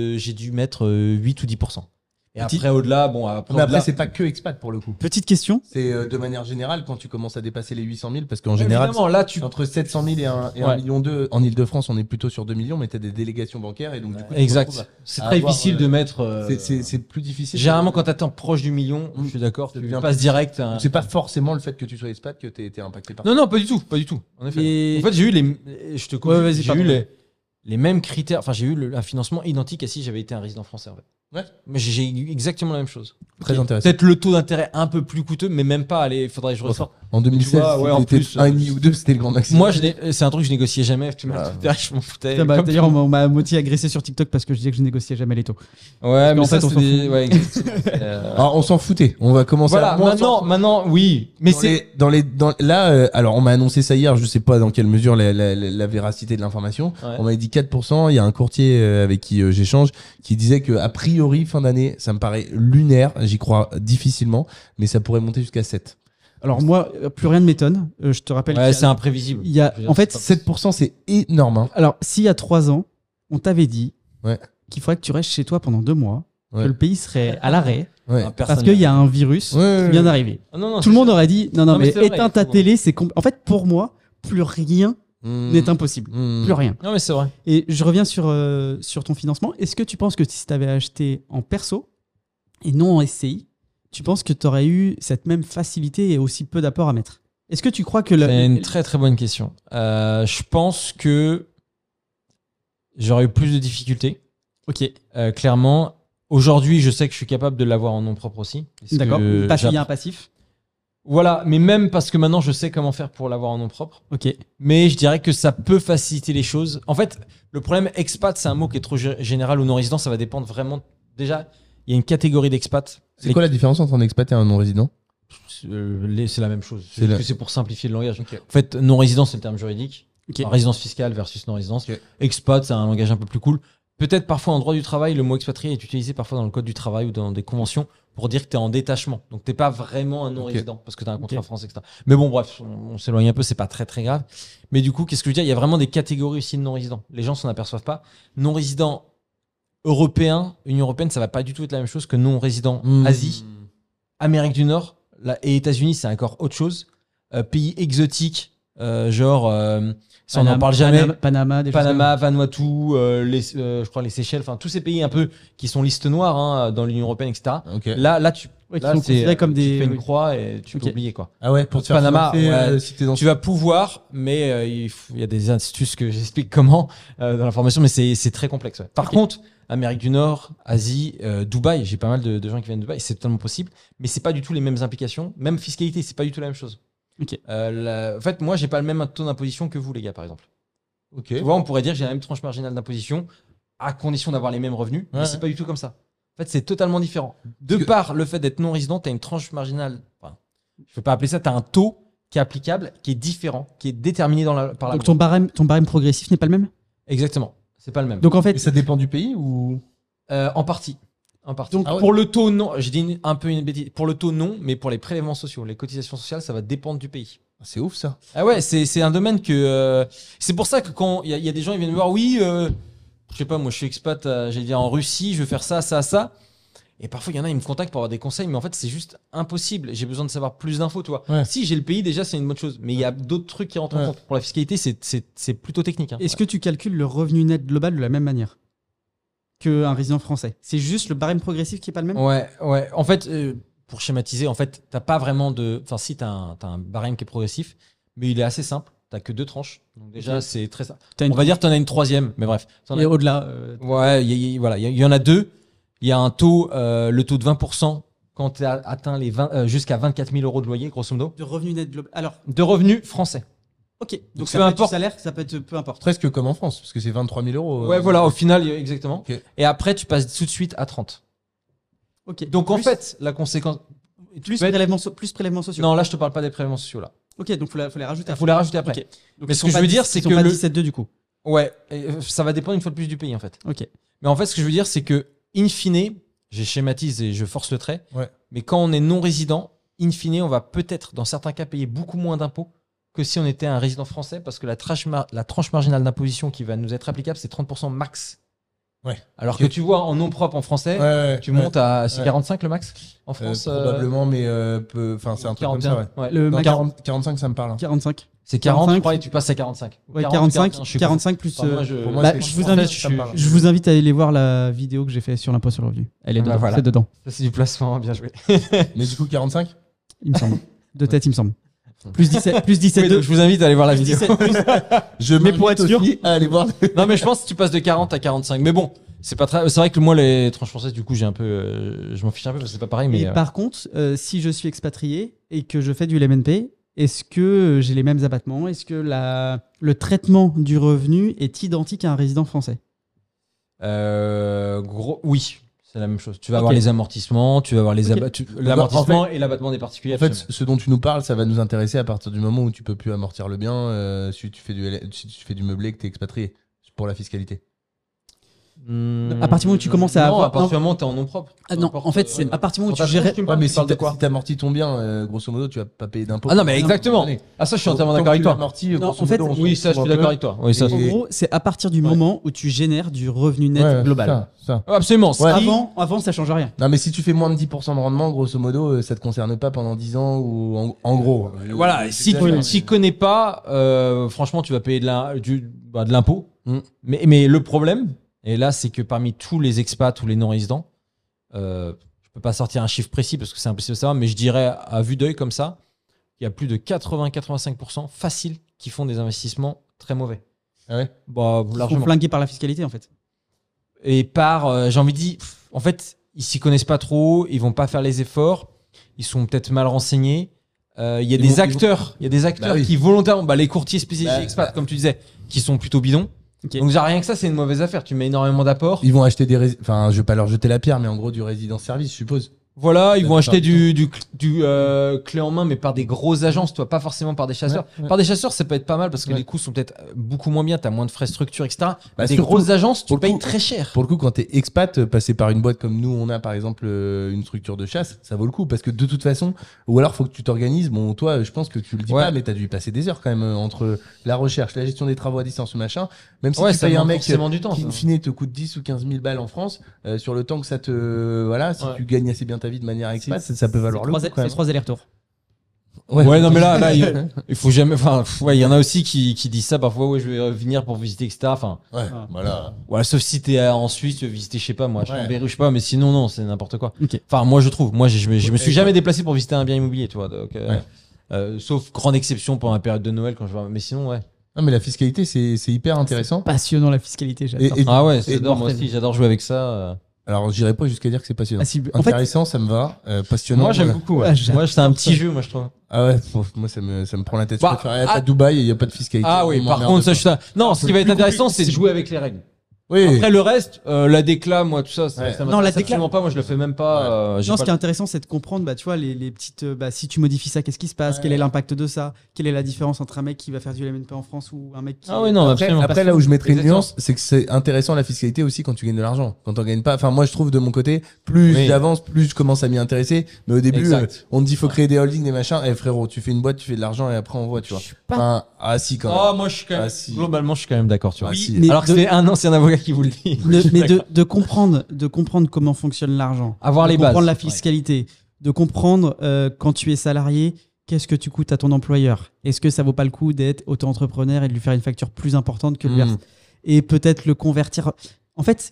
Speaker 3: 8 ou 10%. Et après, au-delà, bon,
Speaker 2: mais après, c'est pas que expat pour le coup.
Speaker 1: Petite question.
Speaker 2: C'est de manière générale quand tu commences à dépasser les 800 000, parce qu'en général,
Speaker 3: là,
Speaker 2: entre 700 000 et 1,2 million en Ile-de-France, on est plutôt sur 2 millions, mais tu as des délégations bancaires et donc du coup,
Speaker 3: exact. C'est très difficile de mettre.
Speaker 2: C'est plus difficile.
Speaker 3: Généralement, quand tu atteins proche du million, je suis d'accord, tu passes direct.
Speaker 2: C'est pas forcément le fait que tu sois expat que tu es impacté par ça.
Speaker 3: Non, pas du tout, pas du tout. En effet. En fait, j'ai eu je te coupe, j'ai eu les mêmes critères. Enfin, j'ai eu un financement identique à si j'avais été un résident français. En fait.
Speaker 2: Ouais.
Speaker 3: Mais j'ai eu exactement la même chose.
Speaker 2: Très intéressant.
Speaker 3: Peut-être le taux d'intérêt un peu plus coûteux, mais même pas. Allez, il faudrait que je ressorte.
Speaker 2: En 2016,
Speaker 3: en plus,
Speaker 2: 1,5 ou 2, c'était le grand maximum.
Speaker 3: Moi, c'est un truc que je négociais jamais. Tu m'as je m'en foutais.
Speaker 1: D'ailleurs, on m'a moitié agressé sur TikTok parce que je disais que je négociais jamais les taux.
Speaker 3: Ouais, mais
Speaker 1: en fait, on s'en fout.
Speaker 2: Alors, on s'en foutait. On va commencer.
Speaker 3: Voilà, maintenant, oui. Mais
Speaker 2: là, alors, on m'a annoncé ça hier. Je sais pas dans quelle mesure la véracité de l'information. Ouais. On m'avait dit 4%. Il y a un courtier avec qui j'échange qui disait que a priori fin d'année, ça me paraît lunaire. J'y crois difficilement, mais ça pourrait monter jusqu'à 7.
Speaker 1: Alors moi, plus rien ne m'étonne. Je te rappelle.
Speaker 3: Ouais, c'est imprévisible.
Speaker 1: En fait,
Speaker 2: 7%, c'est énorme. Hein.
Speaker 1: Alors, s'il y a 3 ans, on t'avait dit qu'il faudrait que tu restes chez toi pendant 2 mois, que le pays serait à l'arrêt, parce qu'il y a un virus qui vient d'arriver. Tout le monde aurait dit non, mais éteins ta télé. En fait, pour moi, plus rien n'est impossible. Plus rien.
Speaker 3: Non, mais c'est vrai.
Speaker 1: Et je reviens sur ton financement. Est-ce que tu penses que si tu avais acheté en perso et non en SCI, tu penses que tu aurais eu cette même facilité et aussi peu d'apport à mettre? Est-ce que tu crois que...
Speaker 3: C'est une très très bonne question. Je pense que j'aurais eu plus de difficultés.
Speaker 1: Ok.
Speaker 3: Clairement, aujourd'hui, je sais que je suis capable de l'avoir en nom propre aussi.
Speaker 1: D'accord. Parce qu'il y a un passif.
Speaker 3: Voilà, mais même parce que maintenant je sais comment faire pour l'avoir en nom propre.
Speaker 1: Ok.
Speaker 3: Mais je dirais que ça peut faciliter les choses. En fait, le problème expat, c'est un mot qui est trop général ou non résident. Ça va dépendre vraiment. Déjà, il y a une catégorie d'expat.
Speaker 2: C'est quoi la différence entre un expat et un non résident?
Speaker 3: C'est la même chose. C'est pour simplifier le langage. Okay. En fait, non résident, c'est le terme juridique. Okay. Résidence fiscale versus non résidence. Okay. Expat, c'est un langage un peu plus cool. Peut-être parfois en droit du travail, le mot expatrié est utilisé parfois dans le code du travail ou dans des conventions pour dire que tu es en détachement. Donc, tu n'es pas vraiment un non-résident parce que tu as un contrat français, etc. Mais bon, bref, on s'éloigne un peu, c'est pas très très grave. Mais du coup, qu'est-ce que je veux dire? Il y a vraiment des catégories aussi de non-résidents. Les gens s'en aperçoivent pas. Non-résident européen, Union européenne, ça va pas du tout être la même chose que non-résident Asie, Amérique du Nord et États-Unis, c'est encore autre chose. Pays exotiques, ça on n'en parle jamais. Panama, Vanuatu, je crois les Seychelles, enfin tous ces pays un peu qui sont liste noire dans l'Union européenne, etc. Okay. Là, tu
Speaker 1: considérés comme
Speaker 3: tu fais une croix et tu peux oublier quoi.
Speaker 2: Ah ouais, pour te faire
Speaker 3: Panama, tu vas pouvoir, mais il y a des astuces que j'explique comment dans la formation, mais c'est très complexe. Ouais. Par contre, Amérique du Nord, Asie, Dubaï, j'ai pas mal de gens qui viennent de Dubaï, c'est totalement possible, mais c'est pas du tout les mêmes implications, même fiscalité, c'est pas du tout la même chose.
Speaker 1: Okay.
Speaker 3: En fait, moi, j'ai pas le même taux d'imposition que vous, les gars, par exemple.
Speaker 2: Okay.
Speaker 3: Tu vois, on pourrait dire que j'ai la même tranche marginale d'imposition à condition d'avoir les mêmes revenus, mais c'est pas du tout comme ça. En fait, c'est totalement différent. Par le fait d'être non résident, tu as une tranche marginale. Enfin, je ne vais pas appeler ça. Tu as un taux qui est applicable, qui est différent, qui est déterminé par la loi.
Speaker 1: Donc ton barème progressif n'est pas le même?
Speaker 3: Exactement. C'est pas le même.
Speaker 1: Donc en fait,
Speaker 2: et ça dépend du pays ou
Speaker 3: en partie. Donc, pour le taux, non. J'ai dit un peu une bêtise. Pour le taux, non, mais pour les prélèvements sociaux, les cotisations sociales, ça va dépendre du pays.
Speaker 2: C'est ouf, ça.
Speaker 3: Ah ouais, c'est un domaine que... c'est pour ça que quand il y a des gens qui viennent me voir, oui, je sais pas, moi, je suis expat, j'allais dire en Russie, je veux faire ça, ça, ça. Et parfois, il y en a, ils me contactent pour avoir des conseils, mais en fait, c'est juste impossible. J'ai besoin de savoir plus d'infos, tu vois. Ouais. Si j'ai le pays, déjà, c'est une bonne chose. Mais il y a d'autres trucs qui rentrent en compte. Pour la fiscalité, c'est plutôt technique. Hein.
Speaker 1: Est-ce que tu calcules le revenu net global de la même manière qu'un résident français? C'est juste le barème progressif qui est pas le même?
Speaker 3: Ouais. En fait, pour schématiser, en fait, t'as pas vraiment de... Enfin, si, t'as un barème qui est progressif, mais il est assez simple. T'as que 2 tranches. Donc déjà,
Speaker 1: Ok.
Speaker 3: c'est très ça.
Speaker 1: T'as une-
Speaker 3: On va dire que t'en as une troisième, mais bref. T'en as-
Speaker 1: Et au-delà.
Speaker 3: Ouais, voilà, il y en a 2. Il y a un taux, le taux de 20% quand tu as atteint les 20, jusqu'à 24 000 euros de loyer, grosso modo,
Speaker 1: De revenus net global. Alors,
Speaker 3: de revenus français.
Speaker 1: ok. Donc,
Speaker 3: peu
Speaker 1: ça peut être
Speaker 3: importe.
Speaker 1: du salaire, ça peut être peu importe.
Speaker 2: Presque comme en France, parce que c'est 23 000 euros.
Speaker 3: Ouais, voilà, au final, exactement.
Speaker 2: Ok.
Speaker 3: Et après, tu passes tout de suite à 30.
Speaker 1: Ok.
Speaker 3: Donc en
Speaker 1: Plus-
Speaker 3: fait, la conséquence.
Speaker 1: plus
Speaker 3: peux être-
Speaker 1: prélèvements sociaux.
Speaker 3: Non, là, je te parle pas des prélèvements sociaux là.
Speaker 1: Ok, donc faut les rajouter.
Speaker 3: Il faut les rajouter après.
Speaker 1: Ok. Donc,
Speaker 3: Mais
Speaker 1: ils
Speaker 3: ce
Speaker 1: sont
Speaker 3: que je
Speaker 1: pas
Speaker 3: veux dire,
Speaker 1: 10,
Speaker 3: c'est
Speaker 1: ils sont
Speaker 3: que
Speaker 1: pas
Speaker 3: le-
Speaker 1: 17,2 du coup.
Speaker 3: Ouais, et, ça va dépendre une fois de plus du pays en fait.
Speaker 1: Ok.
Speaker 3: Mais en fait, ce que je veux dire, c'est que, in fine, j'ai schématisé et je force le trait,
Speaker 2: Ouais.
Speaker 3: mais quand on est non résident, in fine, on va peut-être, dans certains cas, payer beaucoup moins d'impôts que si on était un résident français, parce que la tranche marginale d'imposition qui va nous être applicable, c'est 30% max.
Speaker 2: Ouais.
Speaker 3: Alors
Speaker 2: Ok.
Speaker 3: que tu vois, en nom propre en français,
Speaker 2: Ouais,
Speaker 3: tu montes à c'est
Speaker 2: ouais.
Speaker 3: 45 le max en France.
Speaker 2: Probablement, mais enfin, c'est un truc comme ça. Ouais.
Speaker 3: Ouais.
Speaker 1: Le
Speaker 2: Non,
Speaker 1: max
Speaker 2: 45, ça me parle. Hein.
Speaker 1: 45.
Speaker 3: C'est 40,
Speaker 1: 45.
Speaker 3: je crois, et tu passes à 45.
Speaker 1: Ouais,
Speaker 3: 40,
Speaker 1: 45,
Speaker 3: 41, je sais
Speaker 1: 45 plus.
Speaker 3: pas. Enfin, moi,
Speaker 2: Pour moi,
Speaker 1: Bah,
Speaker 2: c'est-
Speaker 1: je vous
Speaker 2: en fait,
Speaker 1: invite-
Speaker 2: ça me parle.
Speaker 1: Je vous invite à aller voir la vidéo que j'ai fait sur l'impôt sur le revenu. Elle est
Speaker 3: Ah bah
Speaker 1: dedans.
Speaker 3: voilà.
Speaker 1: C'est dedans,
Speaker 3: Ça, c'est du placement, bien joué.
Speaker 2: Mais du coup, 45
Speaker 1: il me semble. De tête, il me semble. Plus 17, plus 17
Speaker 3: Oui, donc, je vous invite à aller voir la vidéo.
Speaker 1: 17 plus-
Speaker 2: Je
Speaker 1: Mais pour être sûr-
Speaker 2: aussi à aller voir.
Speaker 3: Non, mais je pense que tu passes de 40 à 45. Mais bon, c'est pas très. C'est vrai que moi, les tranches françaises, du coup, j'ai un peu. Je m'en fiche un peu parce que c'est pas pareil. Mais
Speaker 1: Et par contre, si je suis expatrié et que je fais du LMNP, est-ce que j'ai les mêmes abattements? Est-ce que le traitement du revenu est identique à un résident français?
Speaker 3: oui, c'est la même chose. Tu vas
Speaker 1: Ok.
Speaker 3: avoir les amortissements, tu vas avoir les
Speaker 1: Ok.
Speaker 3: l'amortissement et l'abattement des particuliers.
Speaker 2: En fait,
Speaker 3: absolument.
Speaker 2: ce dont tu nous parles, ça va nous intéresser à partir du moment où tu peux plus amortir le bien si tu fais du meublé et que tu es expatrié pour la fiscalité.
Speaker 1: À partir du moment où tu commences à
Speaker 3: non,
Speaker 1: avoir-
Speaker 3: à partir du moment où t'es en nom propre.
Speaker 1: Ah
Speaker 3: Peu
Speaker 1: non,
Speaker 3: importe,
Speaker 1: en fait, c'est à partir du moment où tu gérais.
Speaker 2: Ouais, mais si
Speaker 3: parles de quoi
Speaker 2: tu amortis ton bien, grosso modo, tu vas pas payer d'impôts.
Speaker 3: Ah non, mais
Speaker 2: pendant
Speaker 3: exactement.
Speaker 2: une année.
Speaker 3: Ah, ça, je suis entièrement
Speaker 2: Tant
Speaker 3: d'accord
Speaker 2: que
Speaker 3: avec
Speaker 2: tu
Speaker 3: toi.
Speaker 2: l'amortis,
Speaker 1: Non,
Speaker 2: grosso
Speaker 1: en fait,
Speaker 2: modo, on
Speaker 3: Oui,
Speaker 2: s'en
Speaker 3: ça, je
Speaker 2: fout
Speaker 3: suis
Speaker 2: un
Speaker 3: d'accord
Speaker 2: peu.
Speaker 3: avec toi. Oui, ça,
Speaker 2: Et-
Speaker 1: En gros, c'est à partir du moment où tu génères du revenu net
Speaker 2: Ouais,
Speaker 1: global.
Speaker 2: ça.
Speaker 3: Absolument. Ce qui-
Speaker 1: Avant, ça change rien.
Speaker 2: Non, mais si tu fais moins de 10% de rendement, grosso modo, ça te concerne pas pendant 10 ans ou en gros.
Speaker 3: Voilà, si tu
Speaker 2: J'exagère,
Speaker 3: t'y connais pas, franchement, tu vas payer de l'impôt.
Speaker 2: Mm.
Speaker 3: Mais le problème, et là, c'est que parmi tous les expats ou les non-résidents, je peux pas sortir un chiffre précis parce que c'est impossible de savoir, mais je dirais à vue d'œil comme ça, il y a plus de 80-85% faciles qui font des investissements très mauvais.
Speaker 2: Ah ouais.
Speaker 3: Bah,
Speaker 1: Ils sont
Speaker 3: largement.
Speaker 1: flingués par la fiscalité, en fait.
Speaker 3: Et j'ai envie de dire, en fait, ils s'y connaissent pas trop, ils vont pas faire les efforts, ils sont peut-être mal renseignés. Il y a
Speaker 2: Ils
Speaker 3: des
Speaker 2: vont-
Speaker 3: acteurs, il y a des acteurs
Speaker 2: Bah oui.
Speaker 3: qui volontairement, les courtiers spécialisés
Speaker 2: Bah,
Speaker 3: expats, comme tu disais, qui sont plutôt bidons.
Speaker 1: Ok.
Speaker 3: Donc déjà, rien que ça, c'est une mauvaise affaire. Tu mets énormément d'apports.
Speaker 2: Ils vont acheter enfin, je vais pas leur jeter la pierre, mais en gros, du résidence service, je suppose.
Speaker 3: Voilà, ils
Speaker 2: La
Speaker 3: vont acheter
Speaker 2: plupart
Speaker 3: du clé en main, mais par des grosses agences, toi, pas forcément par des chasseurs.
Speaker 2: Ouais, ouais.
Speaker 3: Par des chasseurs, ça peut être pas mal parce que
Speaker 2: Ouais.
Speaker 3: les coûts sont peut-être beaucoup moins bien, t'as moins de frais de structure, etc.
Speaker 2: Bah,
Speaker 3: des
Speaker 2: surtout,
Speaker 3: grosses agences, tu
Speaker 2: pour le
Speaker 3: payes
Speaker 2: coup-
Speaker 3: très cher.
Speaker 2: Pour le coup, quand t'es expat, passer par une boîte comme nous, on a par exemple une structure de chasse, ça vaut le coup parce que de toute façon, ou alors faut que tu t'organises. Bon, toi, je pense que tu le dis
Speaker 3: Ouais.
Speaker 2: pas, mais t'as dû y passer des heures quand même entre la recherche, la gestion des travaux à distance ou machin. Même si
Speaker 3: Ouais,
Speaker 2: tu
Speaker 3: ça
Speaker 2: payes un
Speaker 3: demande
Speaker 2: mec
Speaker 3: forcément du temps.
Speaker 2: qui,
Speaker 3: ça.
Speaker 2: in fine, te coûte 10 ou 15 000 balles en France, sur le temps que ça te. Voilà, si
Speaker 3: Ouais.
Speaker 2: tu gagnes assez bien ta vie de manière expat, ça peut valoir le coup quand
Speaker 1: C'est
Speaker 2: même.
Speaker 1: 3 allers-retours.
Speaker 3: Ouais, non, mais là, il faut jamais. Enfin, ouais, il y en a aussi qui disent ça parfois. Ouais, je vais venir pour visiter, etc. Enfin,
Speaker 2: Ouais,
Speaker 1: Ah.
Speaker 2: voilà.
Speaker 3: ouais, sauf si t'es en Suisse, tu veux visiter, je sais pas, moi,
Speaker 2: Ouais.
Speaker 3: Chambéry, je sais pas, mais sinon, non, c'est n'importe quoi.
Speaker 1: Ok.
Speaker 3: Enfin, moi, je trouve. Moi, je me suis
Speaker 2: Ouais,
Speaker 3: jamais déplacé pour visiter un bien immobilier, tu vois. Donc,
Speaker 2: Ouais.
Speaker 3: sauf grande exception pendant la période de Noël, quand je vois. Mais sinon, ouais.
Speaker 2: Non, mais la fiscalité, c'est hyper intéressant.
Speaker 1: Passionnant la fiscalité, j'adore.
Speaker 2: Et-
Speaker 3: Ah ouais,
Speaker 2: et
Speaker 3: j'adore, moi
Speaker 1: mortel.
Speaker 3: aussi, j'adore jouer avec ça.
Speaker 2: Alors, j'irai pas jusqu'à dire que c'est passionnant.
Speaker 1: Ah, si, en fait,
Speaker 2: Intéressant, ça me va. Passionnant.
Speaker 3: Moi, j'aime
Speaker 2: voilà.
Speaker 3: beaucoup. Ouais.
Speaker 1: Ah, j'adore
Speaker 3: Moi, c'est un petit
Speaker 1: ça.
Speaker 3: jeu, moi, je trouve.
Speaker 2: Ah ouais, moi ça me prend la tête.
Speaker 3: Bah,
Speaker 2: Je préfère être
Speaker 3: ah-
Speaker 2: à Dubaï et il n'y a pas de fiscalité.
Speaker 3: Ah oui,
Speaker 2: On
Speaker 3: par
Speaker 2: m'emmerde
Speaker 3: contre, ça,
Speaker 2: pas.
Speaker 3: je suis ça. Non, ce qui va être
Speaker 2: plus
Speaker 3: intéressant,
Speaker 2: compliqué,
Speaker 3: c'est de jouer avec les règles.
Speaker 2: Oui,
Speaker 3: Après, le reste, la décla, moi, tout ça,
Speaker 2: Ouais.
Speaker 3: ça
Speaker 1: Non, la
Speaker 3: m'intéresse
Speaker 1: décla-
Speaker 3: absolument pas. Moi, je le fais même pas. j'ai
Speaker 1: non,
Speaker 3: pas
Speaker 1: ce qui est intéressant, c'est de comprendre, bah, tu vois, les petites. Bah, si tu modifies ça, qu'est-ce qui se passe?
Speaker 2: Ouais.
Speaker 1: Quel est l'impact de ça? Quelle est la différence entre un mec qui va faire du LMNP en France ou un mec qui.
Speaker 3: Ah oui, non,
Speaker 2: Après,
Speaker 3: absolument.
Speaker 2: après, là où je mettrais une
Speaker 3: Exactement.
Speaker 2: nuance, c'est que c'est intéressant la fiscalité aussi quand tu gagnes de l'argent. Quand on gagne pas, enfin moi je trouve de mon côté, plus
Speaker 3: Oui.
Speaker 2: j'avance, plus je commence à m'y intéresser. Mais au début,
Speaker 3: Exact.
Speaker 2: on te dit faut créer des holdings, des machins. Eh frérot, tu fais une boîte, tu fais de l'argent et après on voit, tu vois.
Speaker 1: Je suis pas.
Speaker 2: Enfin, ah si quand même.
Speaker 3: Oh, moi, je suis quand même.
Speaker 2: Ah, si.
Speaker 3: Globalement, je suis quand même d'accord, tu vois.
Speaker 2: Ah, si.
Speaker 1: mais
Speaker 3: Alors que
Speaker 1: de-
Speaker 3: c'est un ancien avocat qui vous le dit.
Speaker 1: Mais de comprendre comment fonctionne l'argent,
Speaker 3: Avoir
Speaker 1: de
Speaker 3: les
Speaker 1: comprendre
Speaker 3: bases.
Speaker 1: la fiscalité, de comprendre quand tu es salarié, qu'est-ce que tu coûtes à ton employeur. Est-ce que ça vaut pas le coup d'être auto-entrepreneur et de lui faire une facture plus importante que de lui
Speaker 2: Mm.
Speaker 1: et peut-être le convertir. En fait,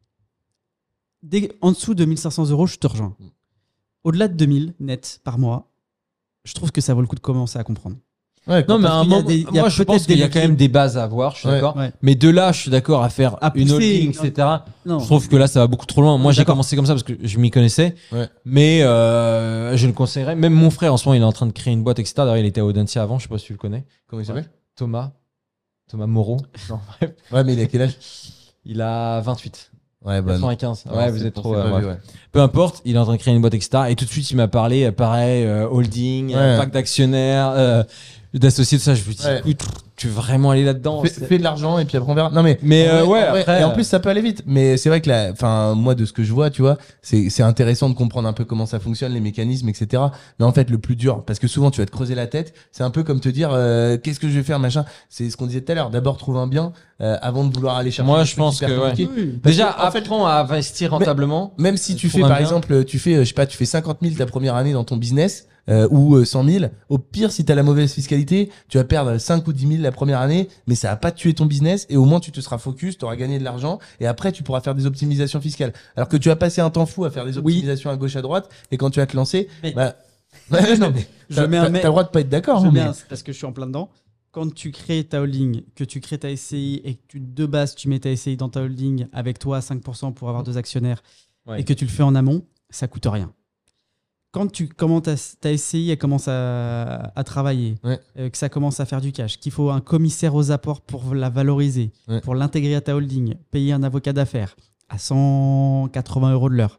Speaker 1: en dessous de 1500 euros, je te rejoins. Au-delà de 2000 net par mois, je trouve que ça vaut le coup de commencer à comprendre.
Speaker 2: Ouais,
Speaker 3: Non, mais
Speaker 1: Parce
Speaker 3: à un
Speaker 1: qu'il y a
Speaker 3: moment,
Speaker 1: des- il y a
Speaker 3: moi je
Speaker 1: peut-être
Speaker 3: pense qu'il y a
Speaker 1: des
Speaker 3: quand même des bases à avoir, je suis
Speaker 2: Ouais.
Speaker 3: d'accord.
Speaker 1: Ouais.
Speaker 3: Mais de là, je suis d'accord à faire
Speaker 1: À
Speaker 3: une
Speaker 1: pousser,
Speaker 3: holding,
Speaker 1: non.
Speaker 3: etc.
Speaker 1: Non.
Speaker 3: Je trouve que là, ça va beaucoup trop loin. Moi, j'ai
Speaker 1: D'accord.
Speaker 3: commencé comme ça parce que je m'y connaissais.
Speaker 2: Ouais.
Speaker 3: Mais je le conseillerais. Même mon frère, en ce moment, il est en train de créer une boîte, etc. D'ailleurs, il était à Audencia avant, je sais pas si tu le connais.
Speaker 2: Comment il s'appelle?
Speaker 3: Thomas Moreau. Non, bref.
Speaker 2: Ouais, mais il a quel âge?
Speaker 3: Il a 28.
Speaker 2: Ouais, bah non.
Speaker 3: 95.
Speaker 2: Non,
Speaker 3: Ouais,
Speaker 2: c'est-
Speaker 3: vous êtes
Speaker 2: on
Speaker 3: trop.
Speaker 2: s'est pas
Speaker 3: bref.
Speaker 2: vu, ouais.
Speaker 3: Peu importe, il est en train de créer une boîte, etc. Et tout de suite, il m'a parlé, pareil, holding,
Speaker 2: Ouais.
Speaker 3: pack d'actionnaires, d'associés, tout ça. Je me dis,
Speaker 2: Ouais.
Speaker 3: écoute, tu veux vraiment aller là-dedans?
Speaker 2: Fais de l'argent et puis après on verra. Non mais
Speaker 3: Mais
Speaker 2: en vrai,
Speaker 3: ouais,
Speaker 2: en vrai,
Speaker 3: après,
Speaker 2: et en plus ça peut aller vite. Mais c'est vrai que enfin moi de ce que je vois, tu vois, c'est intéressant de comprendre un peu comment ça fonctionne, les mécanismes, etc. Mais en fait le plus dur, parce que souvent tu vas te creuser la tête, c'est un peu comme te dire qu'est-ce que je vais faire, machin. C'est ce qu'on disait tout à l'heure. D'abord trouve un bien avant de vouloir aller chercher.
Speaker 3: Moi,
Speaker 2: des
Speaker 3: je
Speaker 2: trucs
Speaker 3: pense
Speaker 2: hyper
Speaker 3: que, ouais.
Speaker 2: compliqués. Parce
Speaker 3: Déjà,
Speaker 2: que, en fait,
Speaker 3: apprends à investir rentablement.
Speaker 2: même si tu
Speaker 3: Trouve
Speaker 2: fais
Speaker 3: un
Speaker 2: par
Speaker 3: bien.
Speaker 2: exemple, tu fais je sais pas, tu fais 50 000 ta première année dans ton business. Ou 100 000. Au pire, si t'as la mauvaise fiscalité, tu vas perdre 5 ou 10 000 la première année, mais ça va pas tuer ton business et au moins tu te seras focus, tu auras gagné de l'argent et après tu pourras faire des optimisations fiscales. Alors que tu vas passer un temps fou à faire des optimisations à gauche à droite et quand tu vas te lancer,
Speaker 1: Mais-
Speaker 2: bah, ouais, non, mais
Speaker 1: Je
Speaker 2: t'as
Speaker 1: mets un
Speaker 2: t'as-
Speaker 1: mais-
Speaker 2: t'as le droit de pas être d'accord.
Speaker 1: Je
Speaker 2: hein,
Speaker 1: mets
Speaker 2: mais-
Speaker 1: un- parce que je suis en plein dedans. Quand tu crées ta holding, que tu crées ta SCI et que de base tu mets ta SCI dans ta holding avec toi à 5% pour avoir 2 actionnaires
Speaker 3: Ouais.
Speaker 1: et que tu le fais en amont, ça coûte rien. Quand tu commences ta SCI, elle commence à travailler,
Speaker 2: Ouais.
Speaker 1: que ça commence à faire du cash, qu'il faut un commissaire aux apports pour la valoriser,
Speaker 2: Ouais.
Speaker 1: pour l'intégrer à ta holding, payer un avocat d'affaires à 180 € de l'heure,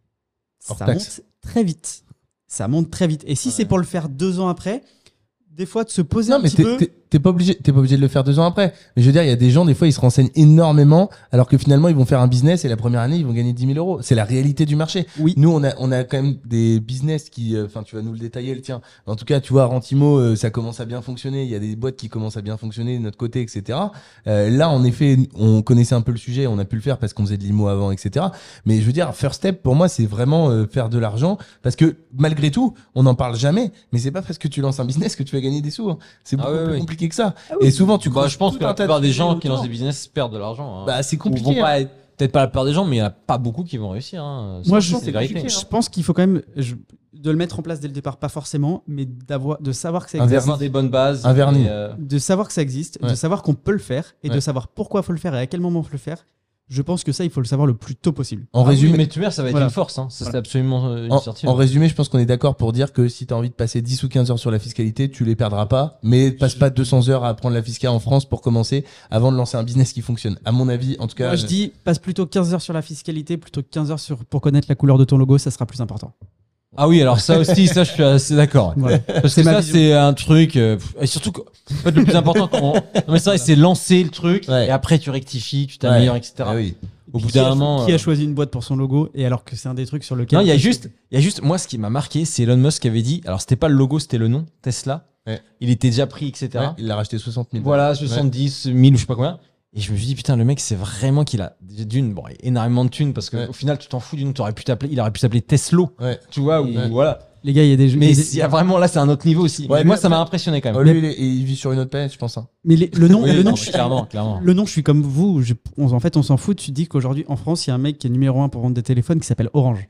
Speaker 2: Hors
Speaker 1: ça
Speaker 2: taxe.
Speaker 1: monte très vite. Ça monte très vite. Et si
Speaker 3: Ouais.
Speaker 1: c'est pour le faire 2 ans après, des fois de se poser
Speaker 2: Non,
Speaker 1: un
Speaker 2: mais
Speaker 1: petit peu.
Speaker 2: t'es pas obligé de le faire 2 ans après. Mais je veux dire, il y a des gens, des fois, ils se renseignent énormément, alors que finalement, ils vont faire un business et la première année, ils vont gagner 10 000 euros. C'est la réalité du marché.
Speaker 1: Oui.
Speaker 2: Nous, on a quand même des business qui, enfin, tu vas nous le détailler, le tien. En tout cas, tu vois, Rentimo, ça commence à bien fonctionner. Il y a des boîtes qui commencent à bien fonctionner de notre côté, etc. Là, en effet, on connaissait un peu le sujet, on a pu le faire parce qu'on faisait de l'IMO avant, etc. Mais je veux dire, first step, pour moi, c'est vraiment faire de l'argent parce que malgré tout, on n'en parle jamais. Mais c'est pas parce que tu lances un business que tu vas gagner des sous. Hein. C'est
Speaker 3: Ah
Speaker 2: beaucoup
Speaker 3: ouais,
Speaker 2: plus
Speaker 3: ouais.
Speaker 2: compliqué que ça. Et souvent, tu
Speaker 3: Bah,
Speaker 2: creuses
Speaker 3: je pense
Speaker 2: tout
Speaker 3: que la
Speaker 2: un tas de
Speaker 3: plupart des
Speaker 2: sujets
Speaker 3: gens qui
Speaker 2: autour.
Speaker 3: lancent des business perdent de l'argent. Hein.
Speaker 2: Bah, c'est
Speaker 3: Ou
Speaker 2: compliqué.
Speaker 3: vont
Speaker 2: hein.
Speaker 3: pas être- peut-être pas la plupart des gens, mais il y en a pas beaucoup qui vont réussir. Hein.
Speaker 1: Moi,
Speaker 3: C'est
Speaker 1: je-
Speaker 3: c'est la vérité.
Speaker 2: compliqué,
Speaker 1: Je pense qu'il faut quand même de le mettre en place dès le départ, pas forcément, mais de savoir que ça
Speaker 2: Un
Speaker 1: existe,
Speaker 2: vernis.
Speaker 3: Avoir des bonnes bases.
Speaker 2: Un vernis.
Speaker 1: de savoir que ça existe,
Speaker 2: Ouais.
Speaker 1: de savoir qu'on peut le faire et de
Speaker 2: Ouais.
Speaker 1: savoir pourquoi il faut le faire et à quel moment il faut le faire. Je pense que ça, il faut le savoir le plus tôt possible.
Speaker 2: En
Speaker 3: Ah oui,
Speaker 2: résumé,
Speaker 3: mais tu vois, ça va être
Speaker 1: Voilà.
Speaker 3: une force. Hein. Ça, c'est
Speaker 1: Voilà.
Speaker 3: absolument une
Speaker 2: En
Speaker 3: certitude.
Speaker 2: résumé, je pense qu'on est d'accord pour dire que si tu as envie de passer 10 ou 15 heures sur la fiscalité, tu les perdras pas, mais passe pas 200 heures à apprendre la fiscalité en France pour commencer avant de lancer un business qui fonctionne. À mon avis, en tout cas.
Speaker 1: Moi, je dis, passe plutôt 15 heures sur la fiscalité plutôt que 15 heures pour connaître la couleur de ton logo, ça sera plus important.
Speaker 3: Ah oui, alors ça aussi, ça, je suis assez d'accord.
Speaker 1: Voilà.
Speaker 3: Parce
Speaker 1: C'est
Speaker 3: que
Speaker 1: ma
Speaker 3: ça,
Speaker 1: vision.
Speaker 3: c'est un truc. Et surtout, en fait, le plus important, non, mais c'est vrai, c'est lancer le truc
Speaker 2: Ouais.
Speaker 3: et après, tu rectifies, tu t'améliores, etc.
Speaker 2: Ah oui.
Speaker 3: Au bout
Speaker 1: Qui
Speaker 3: d'un
Speaker 1: a-
Speaker 3: moment.
Speaker 1: Qui a choisi une boîte pour son logo et alors que c'est un des trucs sur lequel.
Speaker 3: Non, il y a juste, moi, ce qui m'a marqué, c'est Elon Musk qui avait dit, alors c'était pas le logo, c'était le nom, Tesla.
Speaker 2: Ouais.
Speaker 3: Il était déjà pris, etc.
Speaker 2: Ouais, il l'a racheté 60 000.
Speaker 3: Voilà, 70 000 ou je sais pas combien. Et je me suis dit, putain, le mec, c'est vraiment qu'il a bon, énormément de thunes parce qu'au
Speaker 2: Ouais.
Speaker 3: final, tu t'en fous d'une, il aurait pu s'appeler Teslo,
Speaker 2: Ouais.
Speaker 3: tu vois, ou
Speaker 2: Ouais.
Speaker 3: voilà.
Speaker 1: Les gars, il y a des jeux.
Speaker 3: Mais
Speaker 1: il y a des-
Speaker 3: il y a vraiment, là, c'est un autre niveau aussi.
Speaker 2: Ouais,
Speaker 3: Mais
Speaker 2: mais
Speaker 3: moi, ça
Speaker 2: après-
Speaker 3: m'a impressionné quand même.
Speaker 2: Oh, lui, il vit sur une autre planète, je pense. Hein.
Speaker 1: Mais le nom,
Speaker 3: Oui,
Speaker 1: le nom,
Speaker 3: non,
Speaker 1: je suis-
Speaker 3: clairement.
Speaker 1: Le nom, je suis comme vous. En fait, on s'en fout. Tu te dis qu'aujourd'hui, en France, il y a un mec qui est numéro 1 pour vendre des téléphones qui s'appelle Orange.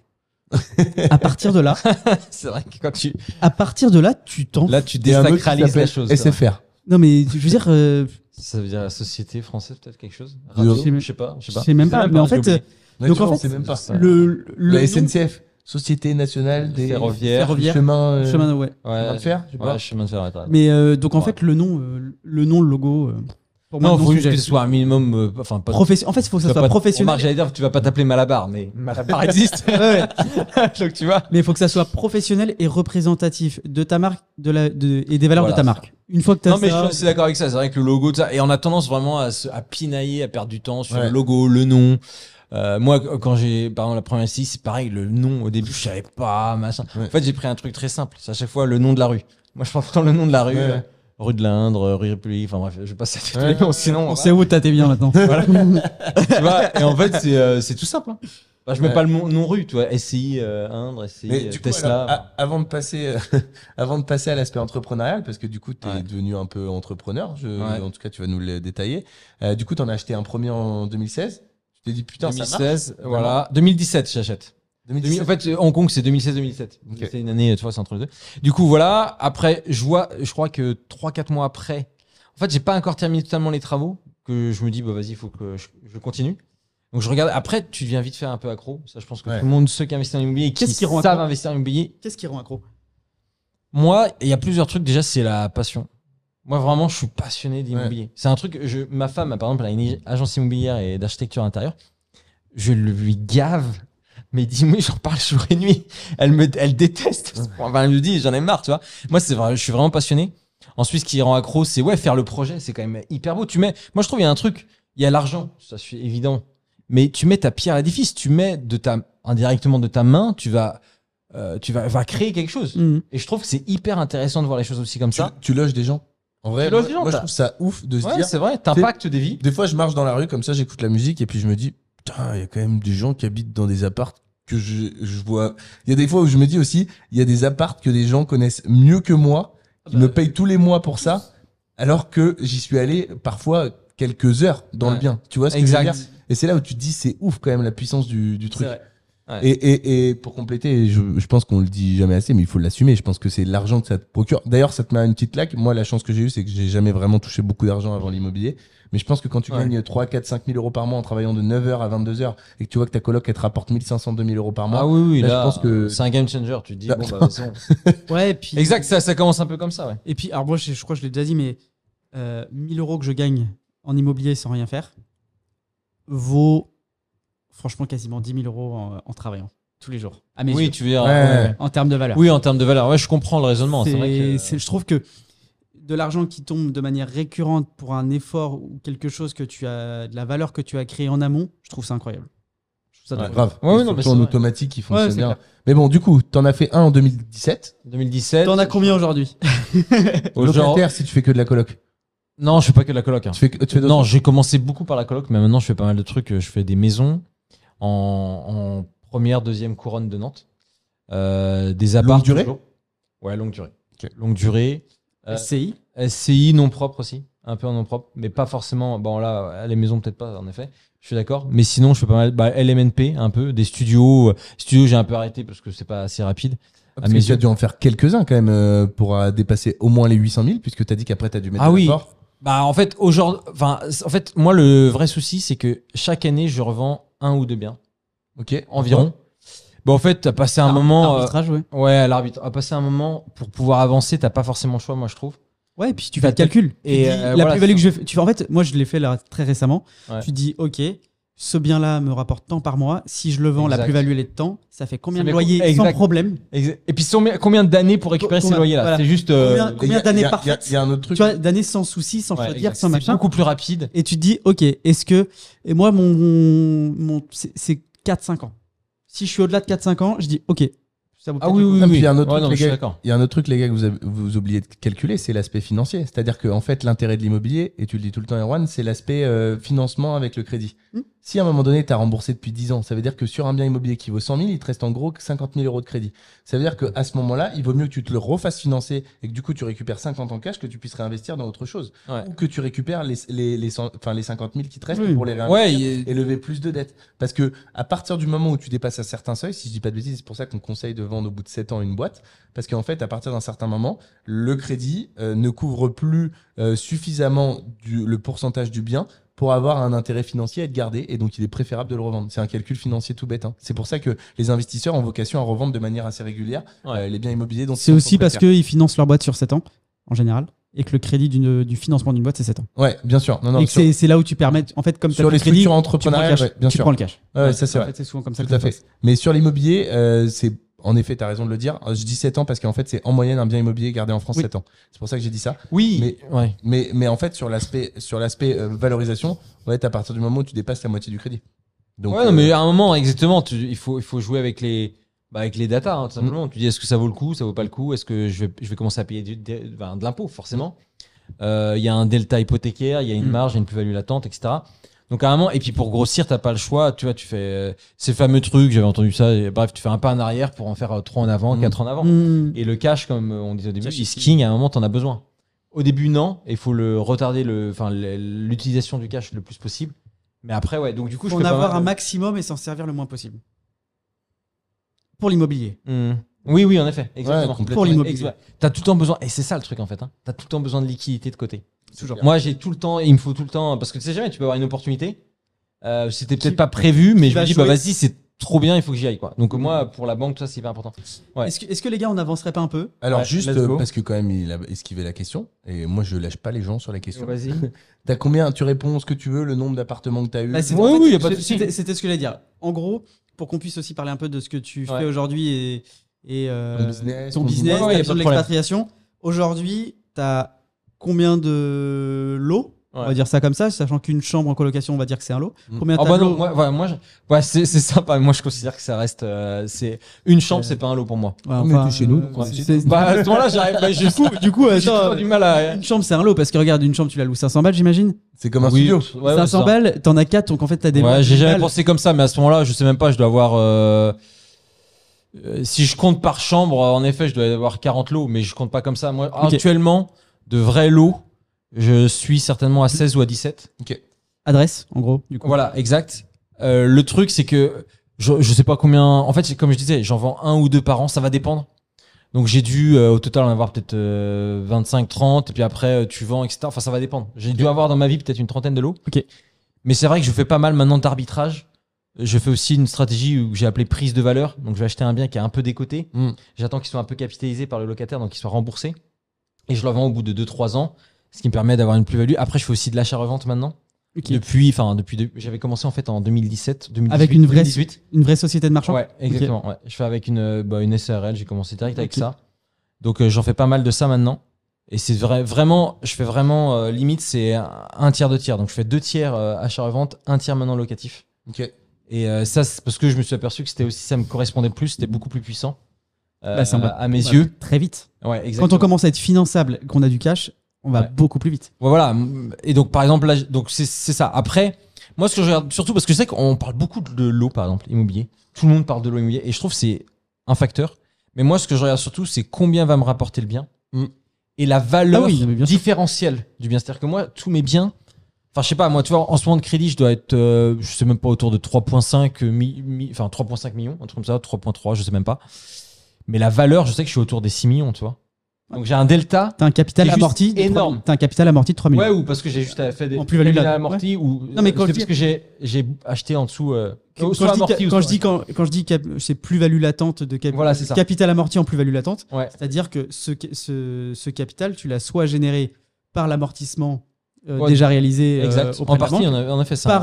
Speaker 1: À partir de là,
Speaker 3: C'est vrai que quand
Speaker 1: tu t'en.
Speaker 3: là, tu
Speaker 2: Et un autre qui
Speaker 3: désacralises la
Speaker 2: s'appelle
Speaker 3: chose. c'est vrai.
Speaker 2: SFR.
Speaker 1: Non, mais je veux dire,
Speaker 3: Ça veut dire la société française, peut-être quelque chose.
Speaker 2: Non.
Speaker 3: Je sais pas.
Speaker 1: je sais même pas. Mais en fait,
Speaker 3: j'ai oublié.
Speaker 2: Ouais,
Speaker 1: Donc,
Speaker 2: tu
Speaker 1: en
Speaker 2: vois, on
Speaker 1: fait,
Speaker 2: sait même pas.
Speaker 1: le
Speaker 2: La
Speaker 1: nom-
Speaker 2: SNCF, Société Nationale des
Speaker 3: Ferroviaire.
Speaker 1: Ferroviaire.
Speaker 2: Chemins.
Speaker 1: chemin, ouais.
Speaker 2: chemin de fer, je sais pas.
Speaker 3: Ouais, chemin de fer. ouais, t'as raison.
Speaker 1: Mais donc en
Speaker 3: Ouais.
Speaker 1: fait, le nom, le logo. Pour moi,
Speaker 3: Non,
Speaker 1: le nom
Speaker 3: faut juste
Speaker 1: sujet.
Speaker 3: que ce soit un minimum. Enfin, pas.
Speaker 1: En fait, il faut que
Speaker 3: tu
Speaker 1: ça
Speaker 3: vas
Speaker 1: soit
Speaker 3: pas-
Speaker 1: professionnel.
Speaker 3: Remarque, j'allais dire, tu vas pas t'appeler Malabar, mais Malabar existe.
Speaker 1: Ouais, ouais.
Speaker 3: Donc tu vois.
Speaker 1: Mais il faut que ça soit professionnel et représentatif de ta marque et des valeurs
Speaker 3: Voilà,
Speaker 1: de ta marque. Une fois que tu as
Speaker 3: Non, mais je
Speaker 1: ça,
Speaker 3: suis assez d'accord avec ça. C'est vrai que le logo, tout ça, et on a tendance vraiment à pinailler, à perdre du temps sur
Speaker 2: Ouais.
Speaker 3: le logo, le nom. Moi, quand j'ai, par exemple, la première SI, c'est pareil, le nom, au début, je savais pas, machin.
Speaker 2: Ouais.
Speaker 3: En fait, j'ai pris un truc très simple. C'est à chaque fois le nom de la rue. Moi, je prends tout le temps le nom de la rue.
Speaker 2: Ouais.
Speaker 3: Rue de l'Indre, rue République, enfin bref, je vais pas citer tous
Speaker 2: Ouais.
Speaker 3: les noms, sinon.
Speaker 1: on sait où t'es bien maintenant.
Speaker 3: Voilà. Tu vois, et en fait, c'est tout simple. Hein. Bah, je mets
Speaker 2: Ouais.
Speaker 3: pas le nom rue, tu vois, SCI, Indre, SCI,
Speaker 2: Mais du coup,
Speaker 3: Tesla.
Speaker 2: alors, avant de passer, avant de passer à l'aspect entrepreneurial, parce que du coup, tu es
Speaker 3: Ouais.
Speaker 2: devenu un peu entrepreneur,
Speaker 3: Ouais.
Speaker 2: en tout cas, tu vas nous le détailler. Du coup, tu en as acheté un premier en 2016. Tu t'es dit, putain, ça marche.
Speaker 3: 2016, voilà. 2017, j'achète.
Speaker 2: 2017.
Speaker 3: En fait, Hong Kong, c'est 2016-2017.
Speaker 2: Ok.
Speaker 3: C'est une année, tu vois, c'est entre les deux. Du coup, voilà. Après, je crois que 3-4 mois après, en fait, j'ai pas encore terminé totalement les travaux, que je me dis, bah, vas-y, il faut que je continue. Donc, je regarde. Après, tu deviens vite fait un peu accro. Ça, je pense que
Speaker 2: Ouais.
Speaker 3: tout le monde, ceux qui investissent en immobilier et qui
Speaker 1: Qu'est-ce qui rend
Speaker 3: savent
Speaker 1: accro
Speaker 3: investir en immobilier,
Speaker 1: Qu'est-ce qui rend accro?
Speaker 3: moi, il y a plusieurs trucs. Déjà, c'est la passion. Moi, vraiment, je suis passionné d'immobilier. C'est un truc. Ma femme, par exemple, elle a une agence immobilière et d'architecture intérieure. Je lui gave. Mais dis-moi, j'en parle jour et nuit. Elle déteste. Enfin, elle me dit, j'en ai marre, tu vois. Moi, c'est vrai, je suis vraiment passionné. Ensuite, ce qui rend accro, c'est faire le projet. C'est quand même hyper beau. Moi, je trouve, il y a un truc. Il y a l'argent. Ça, c'est évident. Mais tu mets ta pierre à l'édifice. Tu mets indirectement de ta main, tu vas créer quelque chose. Et je trouve que c'est hyper intéressant de voir les choses aussi comme ça.
Speaker 2: Tu loges des gens. En vrai,
Speaker 3: Tu loges des gens,
Speaker 2: moi je trouve ça ouf de se
Speaker 3: Ouais,
Speaker 2: dire.
Speaker 3: c'est vrai. T'impactes des vies.
Speaker 2: Des fois, je marche dans la rue comme ça, j'écoute la musique et puis je me dis, putain, il y a quand même des gens qui habitent dans des apparts que je vois. Il y a des fois où je me dis aussi, il y a des apparts que des gens connaissent mieux que moi, qui me payent tous les mois pour ça, alors que j'y suis allé parfois quelques heures dans le bien. Tu vois ce que je veux dire? Et c'est là où tu te dis, c'est ouf quand même la puissance du truc.
Speaker 3: C'est vrai. Ouais.
Speaker 2: Et pour compléter, je pense qu'on le dit jamais assez, mais il faut l'assumer. Je pense que c'est l'argent que ça te procure. D'ailleurs, ça te met une petite claque. Moi, la chance que j'ai eue, c'est que j'ai jamais vraiment touché beaucoup d'argent avant l'immobilier. Mais je pense que quand tu gagnes 3, 4, 5 000 euros par mois en travaillant de 9h à 22h et que tu vois que ta coloc, elle te rapporte 1500, 2000 euros par mois.
Speaker 3: Ah oui,
Speaker 2: là,
Speaker 3: là,
Speaker 2: je pense que
Speaker 3: c'est un game changer. Tu te dis,
Speaker 2: Là-
Speaker 3: bon, bah, c'est bon.
Speaker 1: Ouais, et puis.
Speaker 3: Exact, ça commence un peu comme ça, ouais.
Speaker 1: Et puis, alors moi, je crois que je l'ai déjà dit, mais 1000 euros que je gagne en immobilier sans rien faire vaut franchement quasiment 10 000 euros en travaillant tous les jours. À mes
Speaker 3: Oui,
Speaker 1: yeux,
Speaker 3: tu veux dire.
Speaker 2: Ouais.
Speaker 1: en termes de valeur.
Speaker 3: Oui, en termes de valeur. Ouais, je comprends le raisonnement. C'est vrai que.
Speaker 1: Je trouve que de l'argent qui tombe de manière récurrente pour un effort ou quelque chose que tu as, de la valeur que tu as créée en amont, je trouve ça incroyable. Je trouve ça drôle.
Speaker 2: grave.
Speaker 3: Ouais,
Speaker 2: Et
Speaker 3: non, mais
Speaker 2: surtout
Speaker 3: c'est
Speaker 2: en
Speaker 3: vrai.
Speaker 2: automatique, qui fonctionne
Speaker 1: c'est
Speaker 2: bien.
Speaker 1: clair.
Speaker 2: Mais bon, du coup, t'en as fait un en 2017.
Speaker 3: 2017.
Speaker 1: T'en as combien aujourd'hui?
Speaker 2: Locataire, si tu fais que de la coloc.
Speaker 3: Non, je fais pas que de la coloc. Hein.
Speaker 2: Tu fais d'autres
Speaker 3: Non,
Speaker 2: choses.
Speaker 3: j'ai commencé beaucoup par la coloc, mais maintenant je fais pas mal de trucs. Je fais des maisons en première, deuxième couronne de Nantes. Des apparts.
Speaker 2: Longue durée.
Speaker 3: toujours. Ouais, longue durée.
Speaker 2: Ok.
Speaker 3: Longue durée.
Speaker 1: SCI.
Speaker 3: SCI non propre aussi. Un peu en non propre, mais pas forcément. Bon, là, les maisons, peut-être pas, en effet. Je suis d'accord. Mais sinon, je fais pas mal. LMNP, un peu. Des studios. Studios, j'ai un peu arrêté parce que c'est pas assez rapide.
Speaker 2: Parce
Speaker 3: mes
Speaker 2: que tu as
Speaker 3: yeux.
Speaker 2: dû en faire quelques-uns quand même pour dépasser au moins les 800 000, puisque tu as dit qu'après tu as dû mettre
Speaker 3: Ah
Speaker 2: de
Speaker 3: oui.
Speaker 2: l'apport.
Speaker 3: Bah, en fait, moi, le vrai souci, c'est que chaque année, je revends un ou deux biens.
Speaker 2: Ok.
Speaker 3: Environ. Bon, en fait, t'as passé un moment.
Speaker 1: Arbitrage, ouais.
Speaker 3: Ouais, à l'arbitre. À passer un moment pour pouvoir avancer, t'as pas forcément le choix, moi, je trouve.
Speaker 1: Ouais, et puis tu fais le calcul.
Speaker 3: Et,
Speaker 1: Tu dis, la
Speaker 3: voilà,
Speaker 1: plus-value que je fais. En fait, moi, je l'ai fait là, très récemment.
Speaker 3: Ouais.
Speaker 1: Tu dis, OK, ce bien-là me rapporte tant par mois. Si je le vends,
Speaker 3: Exact.
Speaker 1: la plus-value, elle est de tant. Ça fait combien
Speaker 3: Ça
Speaker 1: de
Speaker 3: fait
Speaker 1: loyers sans
Speaker 3: exact.
Speaker 1: problème?
Speaker 3: Et puis, combien d'années pour récupérer ces
Speaker 1: Combien-
Speaker 3: loyers-là?
Speaker 1: voilà.
Speaker 3: C'est juste.
Speaker 1: Combien d'années parfaites?
Speaker 2: Il y a un autre truc.
Speaker 1: Tu vois, d'années sans soucis, sans
Speaker 3: ouais,
Speaker 1: chaudière,
Speaker 3: exact.
Speaker 1: sans
Speaker 3: C'est
Speaker 1: machin.
Speaker 3: beaucoup plus rapide.
Speaker 1: Et tu te dis, OK, est-ce que. Et moi, c'est 4-5 ans. Si je suis au-delà de 4-5 ans, je dis, OK, ça vaut
Speaker 3: Ah
Speaker 1: peut-être
Speaker 3: oui,
Speaker 1: le coup.
Speaker 3: oui,
Speaker 2: Non,
Speaker 3: oui.
Speaker 2: puis il y a un autre
Speaker 3: Ouais,
Speaker 2: truc,
Speaker 3: non, mais
Speaker 2: les
Speaker 3: je suis
Speaker 2: gars.
Speaker 3: d'accord.
Speaker 2: Il y a un autre truc, les gars, que vous oubliez de calculer, c'est l'aspect financier. C'est-à-dire que en fait, l'intérêt de l'immobilier, et tu le dis tout le temps, Erwan, c'est l'aspect financement avec le crédit. Si à un moment donné, tu as remboursé depuis 10 ans, ça veut dire que sur un bien immobilier qui vaut 100 000, il te reste en gros que 50 000 euros de crédit. Ça veut dire qu'à ce moment-là, il vaut mieux que tu te le refasses financer et que du coup, tu récupères 50 en cash, que tu puisses réinvestir dans autre chose.
Speaker 3: Ouais.
Speaker 2: Ou que tu récupères les 50 000 qui te restent
Speaker 1: Oui.
Speaker 2: pour les réinvestir
Speaker 3: Ouais,
Speaker 2: et lever plus de dettes. Parce que à partir du moment où tu dépasses un certain seuil, si je dis pas de bêtises, c'est pour ça qu'on conseille de vendre au bout de 7 ans une boîte. Parce qu'en fait, à partir d'un certain moment, le crédit ne couvre plus suffisamment le pourcentage du bien pour avoir un intérêt financier à être gardé, et donc il est préférable de le revendre. C'est un calcul financier tout bête. Hein. C'est pour ça que les investisseurs ont vocation à revendre de manière assez régulière les biens immobiliers.
Speaker 1: C'est aussi parce qu'ils financent leur boîte sur 7 ans, en général, et que le crédit du financement d'une boîte, c'est 7 ans.
Speaker 2: Ouais, bien sûr. Non, non,
Speaker 1: Et que c'est là où tu permets, en fait, comme tu as
Speaker 2: sur
Speaker 1: le
Speaker 2: les
Speaker 1: crédit,
Speaker 2: structures
Speaker 1: tu prends le
Speaker 2: entrepreneuriales,
Speaker 1: cash.
Speaker 2: ouais, bien
Speaker 1: Tu
Speaker 2: sûr.
Speaker 1: prends le cash.
Speaker 2: Ouais, ça c'est
Speaker 1: En
Speaker 2: vrai.
Speaker 1: fait, c'est souvent comme ça
Speaker 2: Tout
Speaker 1: que
Speaker 2: à
Speaker 1: ça se
Speaker 2: fait.
Speaker 1: passe.
Speaker 2: Mais sur l'immobilier, c'est en effet, tu as raison de le dire. Je dis 7 ans parce qu'en fait, c'est en moyenne un bien immobilier gardé en France
Speaker 1: Oui.
Speaker 2: 7 ans. C'est pour ça que j'ai dit ça.
Speaker 3: Oui. Ouais.
Speaker 2: Mais en fait, sur l'aspect valorisation, ouais, à partir du moment où tu dépasses la moitié du crédit. Donc,
Speaker 3: Ouais, non, mais à un moment, exactement, il faut jouer avec les datas, hein, tout simplement. Tu dis, est-ce que ça vaut le coup, ça vaut pas le coup, est-ce que je vais commencer à payer de l'impôt, forcément. Il y a un delta hypothécaire, il y a une marge, il y a une plus-value latente, etc. Donc à un moment, et puis pour grossir, t'as pas le choix, tu vois, tu fais ces fameux trucs, j'avais entendu ça, et bref, tu fais un pas en arrière pour en faire 3 en avant, 4 en avant. Et le cash, comme on disait au début, il king, à un moment, t'en as besoin. Au début, non, et il faut le retarder, l'utilisation du cash le plus possible. Mais après, ouais, donc du coup,
Speaker 1: Il
Speaker 3: je
Speaker 1: faut en
Speaker 3: fais pas
Speaker 1: avoir
Speaker 3: mal
Speaker 1: un
Speaker 3: de-
Speaker 1: maximum et s'en servir le moins possible. pour l'immobilier.
Speaker 3: Oui, oui, en effet, exactement.
Speaker 2: complètement.
Speaker 1: Pour l'immobilier.
Speaker 3: T'as tout le temps besoin, et c'est ça le truc en fait, hein. T'as tout le temps besoin de liquidité de côté.
Speaker 1: Toujours.
Speaker 3: Moi, j'ai tout le temps, il me faut tout le temps, parce que tu sais jamais, tu peux avoir une opportunité. C'était peut-être pas prévu, mais je me dis, bah vas-y, c'est trop bien, il faut que j'y aille, quoi. Donc moi, pour la banque, tout ça, c'est hyper important. Ouais.
Speaker 1: Est-ce que les gars, on n'avancerait pas un peu?
Speaker 2: Alors
Speaker 3: Ouais,
Speaker 2: juste,
Speaker 3: let's go.
Speaker 2: parce que quand même, il a esquivé la question, et moi, je lâche pas les gens sur la question.
Speaker 3: Vas-y.
Speaker 2: T'as combien? Tu réponds ce que tu veux, le nombre d'appartements que t'as eu.
Speaker 1: Bah, c'était-
Speaker 3: Oui,
Speaker 1: en fait,
Speaker 3: oui, y a pas de souci.
Speaker 1: C'était ce que j'allais dire. En gros, pour qu'on puisse aussi parler un peu de ce que tu fais
Speaker 3: Ouais.
Speaker 1: aujourd'hui et
Speaker 2: Ton business,
Speaker 1: ton
Speaker 2: ton
Speaker 1: business,
Speaker 3: Ouais,
Speaker 1: ta
Speaker 3: y a
Speaker 1: vision
Speaker 3: pas
Speaker 1: de
Speaker 3: de problème.
Speaker 1: l'expatriation. Aujourd'hui, tu as combien de lots? On va
Speaker 3: Ouais.
Speaker 1: dire ça comme ça, sachant qu'une chambre en colocation, on va dire que c'est un lot. Combien
Speaker 3: Ah
Speaker 1: t'as
Speaker 3: bah
Speaker 1: de
Speaker 3: non,
Speaker 1: lots?
Speaker 3: ouais, c'est sympa. Moi, je considère que ça reste, c'est une chambre, c'est pas un lot pour moi.
Speaker 1: Ouais,
Speaker 2: On est tous chez nous, donc on
Speaker 1: c'est-
Speaker 2: décide.
Speaker 1: c'est-
Speaker 3: Bah à ce moment-là, j'arrive. Bah,
Speaker 1: du coup,
Speaker 3: j'ai toujours du mal à.
Speaker 1: une chambre, c'est un lot parce que regarde, une chambre, tu la loues 500 balles, j'imagine.
Speaker 2: C'est comme un
Speaker 3: Oui,
Speaker 2: studio.
Speaker 3: ouais,
Speaker 1: 500
Speaker 3: c'est ça.
Speaker 1: balles, t'en as 4, donc en fait, t'as des lots.
Speaker 3: Ouais,
Speaker 1: à
Speaker 3: j'ai
Speaker 1: 1000
Speaker 3: jamais
Speaker 1: balles.
Speaker 3: pensé comme ça, mais à ce moment-là, je sais même pas, je dois avoir. Si je compte par chambre, en effet, je dois avoir 40 lots, mais je compte pas comme ça. Moi,
Speaker 1: Ok.
Speaker 3: actuellement, de vrais lots, je suis certainement à 16 ou à 17.
Speaker 2: Ok.
Speaker 1: Adresse, en gros, du coup.
Speaker 3: Voilà, exact. Le truc, c'est que je sais pas combien. En fait, comme je disais, j'en vends un ou deux par an, ça va dépendre. Donc j'ai dû au total en avoir peut-être 25, 30, et puis après tu vends, etc. Enfin, ça va dépendre. J'ai dû avoir dans ma vie peut-être une trentaine de lots.
Speaker 1: Ok.
Speaker 3: Mais c'est vrai que je fais pas mal maintenant d'arbitrage. Je fais aussi une stratégie où j'ai appelé prise de valeur. Donc je vais acheter un bien qui est un peu décoté. J'attends qu'il soit un peu capitalisé par le locataire, donc qu'il soit remboursé. Et je le vends au bout de 2-3 ans, ce qui me permet d'avoir une plus-value. Après, je fais aussi de l'achat-revente maintenant.
Speaker 1: Ok.
Speaker 3: J'avais commencé en fait en 2017, 2018,
Speaker 1: Avec une vraie
Speaker 3: 2018.
Speaker 1: Une vraie société de marchand.
Speaker 3: Ouais, exactement. Ouais. Je fais avec une SARL, j'ai commencé direct avec
Speaker 1: Ok.
Speaker 3: ça. Donc j'en fais pas mal de ça maintenant. Et c'est vraiment, je fais vraiment limite, c'est un tiers, 2 tiers. Donc je fais 2 tiers achat-revente, 1 tiers maintenant locatif.
Speaker 2: Ok.
Speaker 3: Et ça, c'est parce que je me suis aperçu que c'était aussi, ça me correspondait plus, c'était beaucoup plus puissant
Speaker 1: Bah, ça va-
Speaker 3: à mes
Speaker 1: on va
Speaker 3: yeux.
Speaker 1: Très vite.
Speaker 3: Ouais,
Speaker 1: Quand
Speaker 3: exactement.
Speaker 1: on commence à être finançable, qu'on a du cash, on va
Speaker 3: Ouais.
Speaker 1: beaucoup plus vite.
Speaker 3: Ouais, voilà. Et donc, par exemple, là, donc c'est ça. Après, moi, ce que je regarde, surtout parce que je sais qu'on parle beaucoup de l'eau, par exemple, immobilier. Tout le monde parle de l'eau immobilier. Et je trouve que c'est un facteur. Mais moi, ce que je regarde surtout, c'est combien va me rapporter le bien et la valeur
Speaker 1: Ah oui, mais bien sûr.
Speaker 3: différentielle du bien. C'est-à-dire que moi, tous mes biens, enfin, je sais pas, moi, tu vois, en ce moment de crédit, je dois être, je sais même pas, autour de 3,5 millions, un truc comme ça, 3,3, je sais même pas. Mais la valeur, je sais que je suis autour des 6 millions, tu vois. Donc, j'ai un delta.
Speaker 1: T'as un capital
Speaker 3: C'est juste
Speaker 1: amorti. de 3
Speaker 3: énorme.
Speaker 1: 000. T'as un capital amorti de 3 000.
Speaker 3: Ouais, ou parce que j'ai juste fait des
Speaker 1: En plus-value là.
Speaker 3: amortis ou
Speaker 1: Non, mais quand
Speaker 3: c'est
Speaker 1: je
Speaker 3: parce que j'ai acheté en dessous
Speaker 1: Quand
Speaker 3: soit amorti ou
Speaker 1: quand
Speaker 3: soit-
Speaker 1: je dis c'est plus-value latente de
Speaker 3: Voilà, c'est ça.
Speaker 1: capital amorti en plus-value latente,
Speaker 3: Ouais.
Speaker 1: c'est-à-dire que ce capital, tu l'as soit généré par l'amortissement
Speaker 3: Ouais,
Speaker 1: déjà réalisé
Speaker 3: Exact.
Speaker 1: auprès
Speaker 3: En
Speaker 1: de la
Speaker 3: partie,
Speaker 1: banque,
Speaker 3: en effet, ça.
Speaker 1: par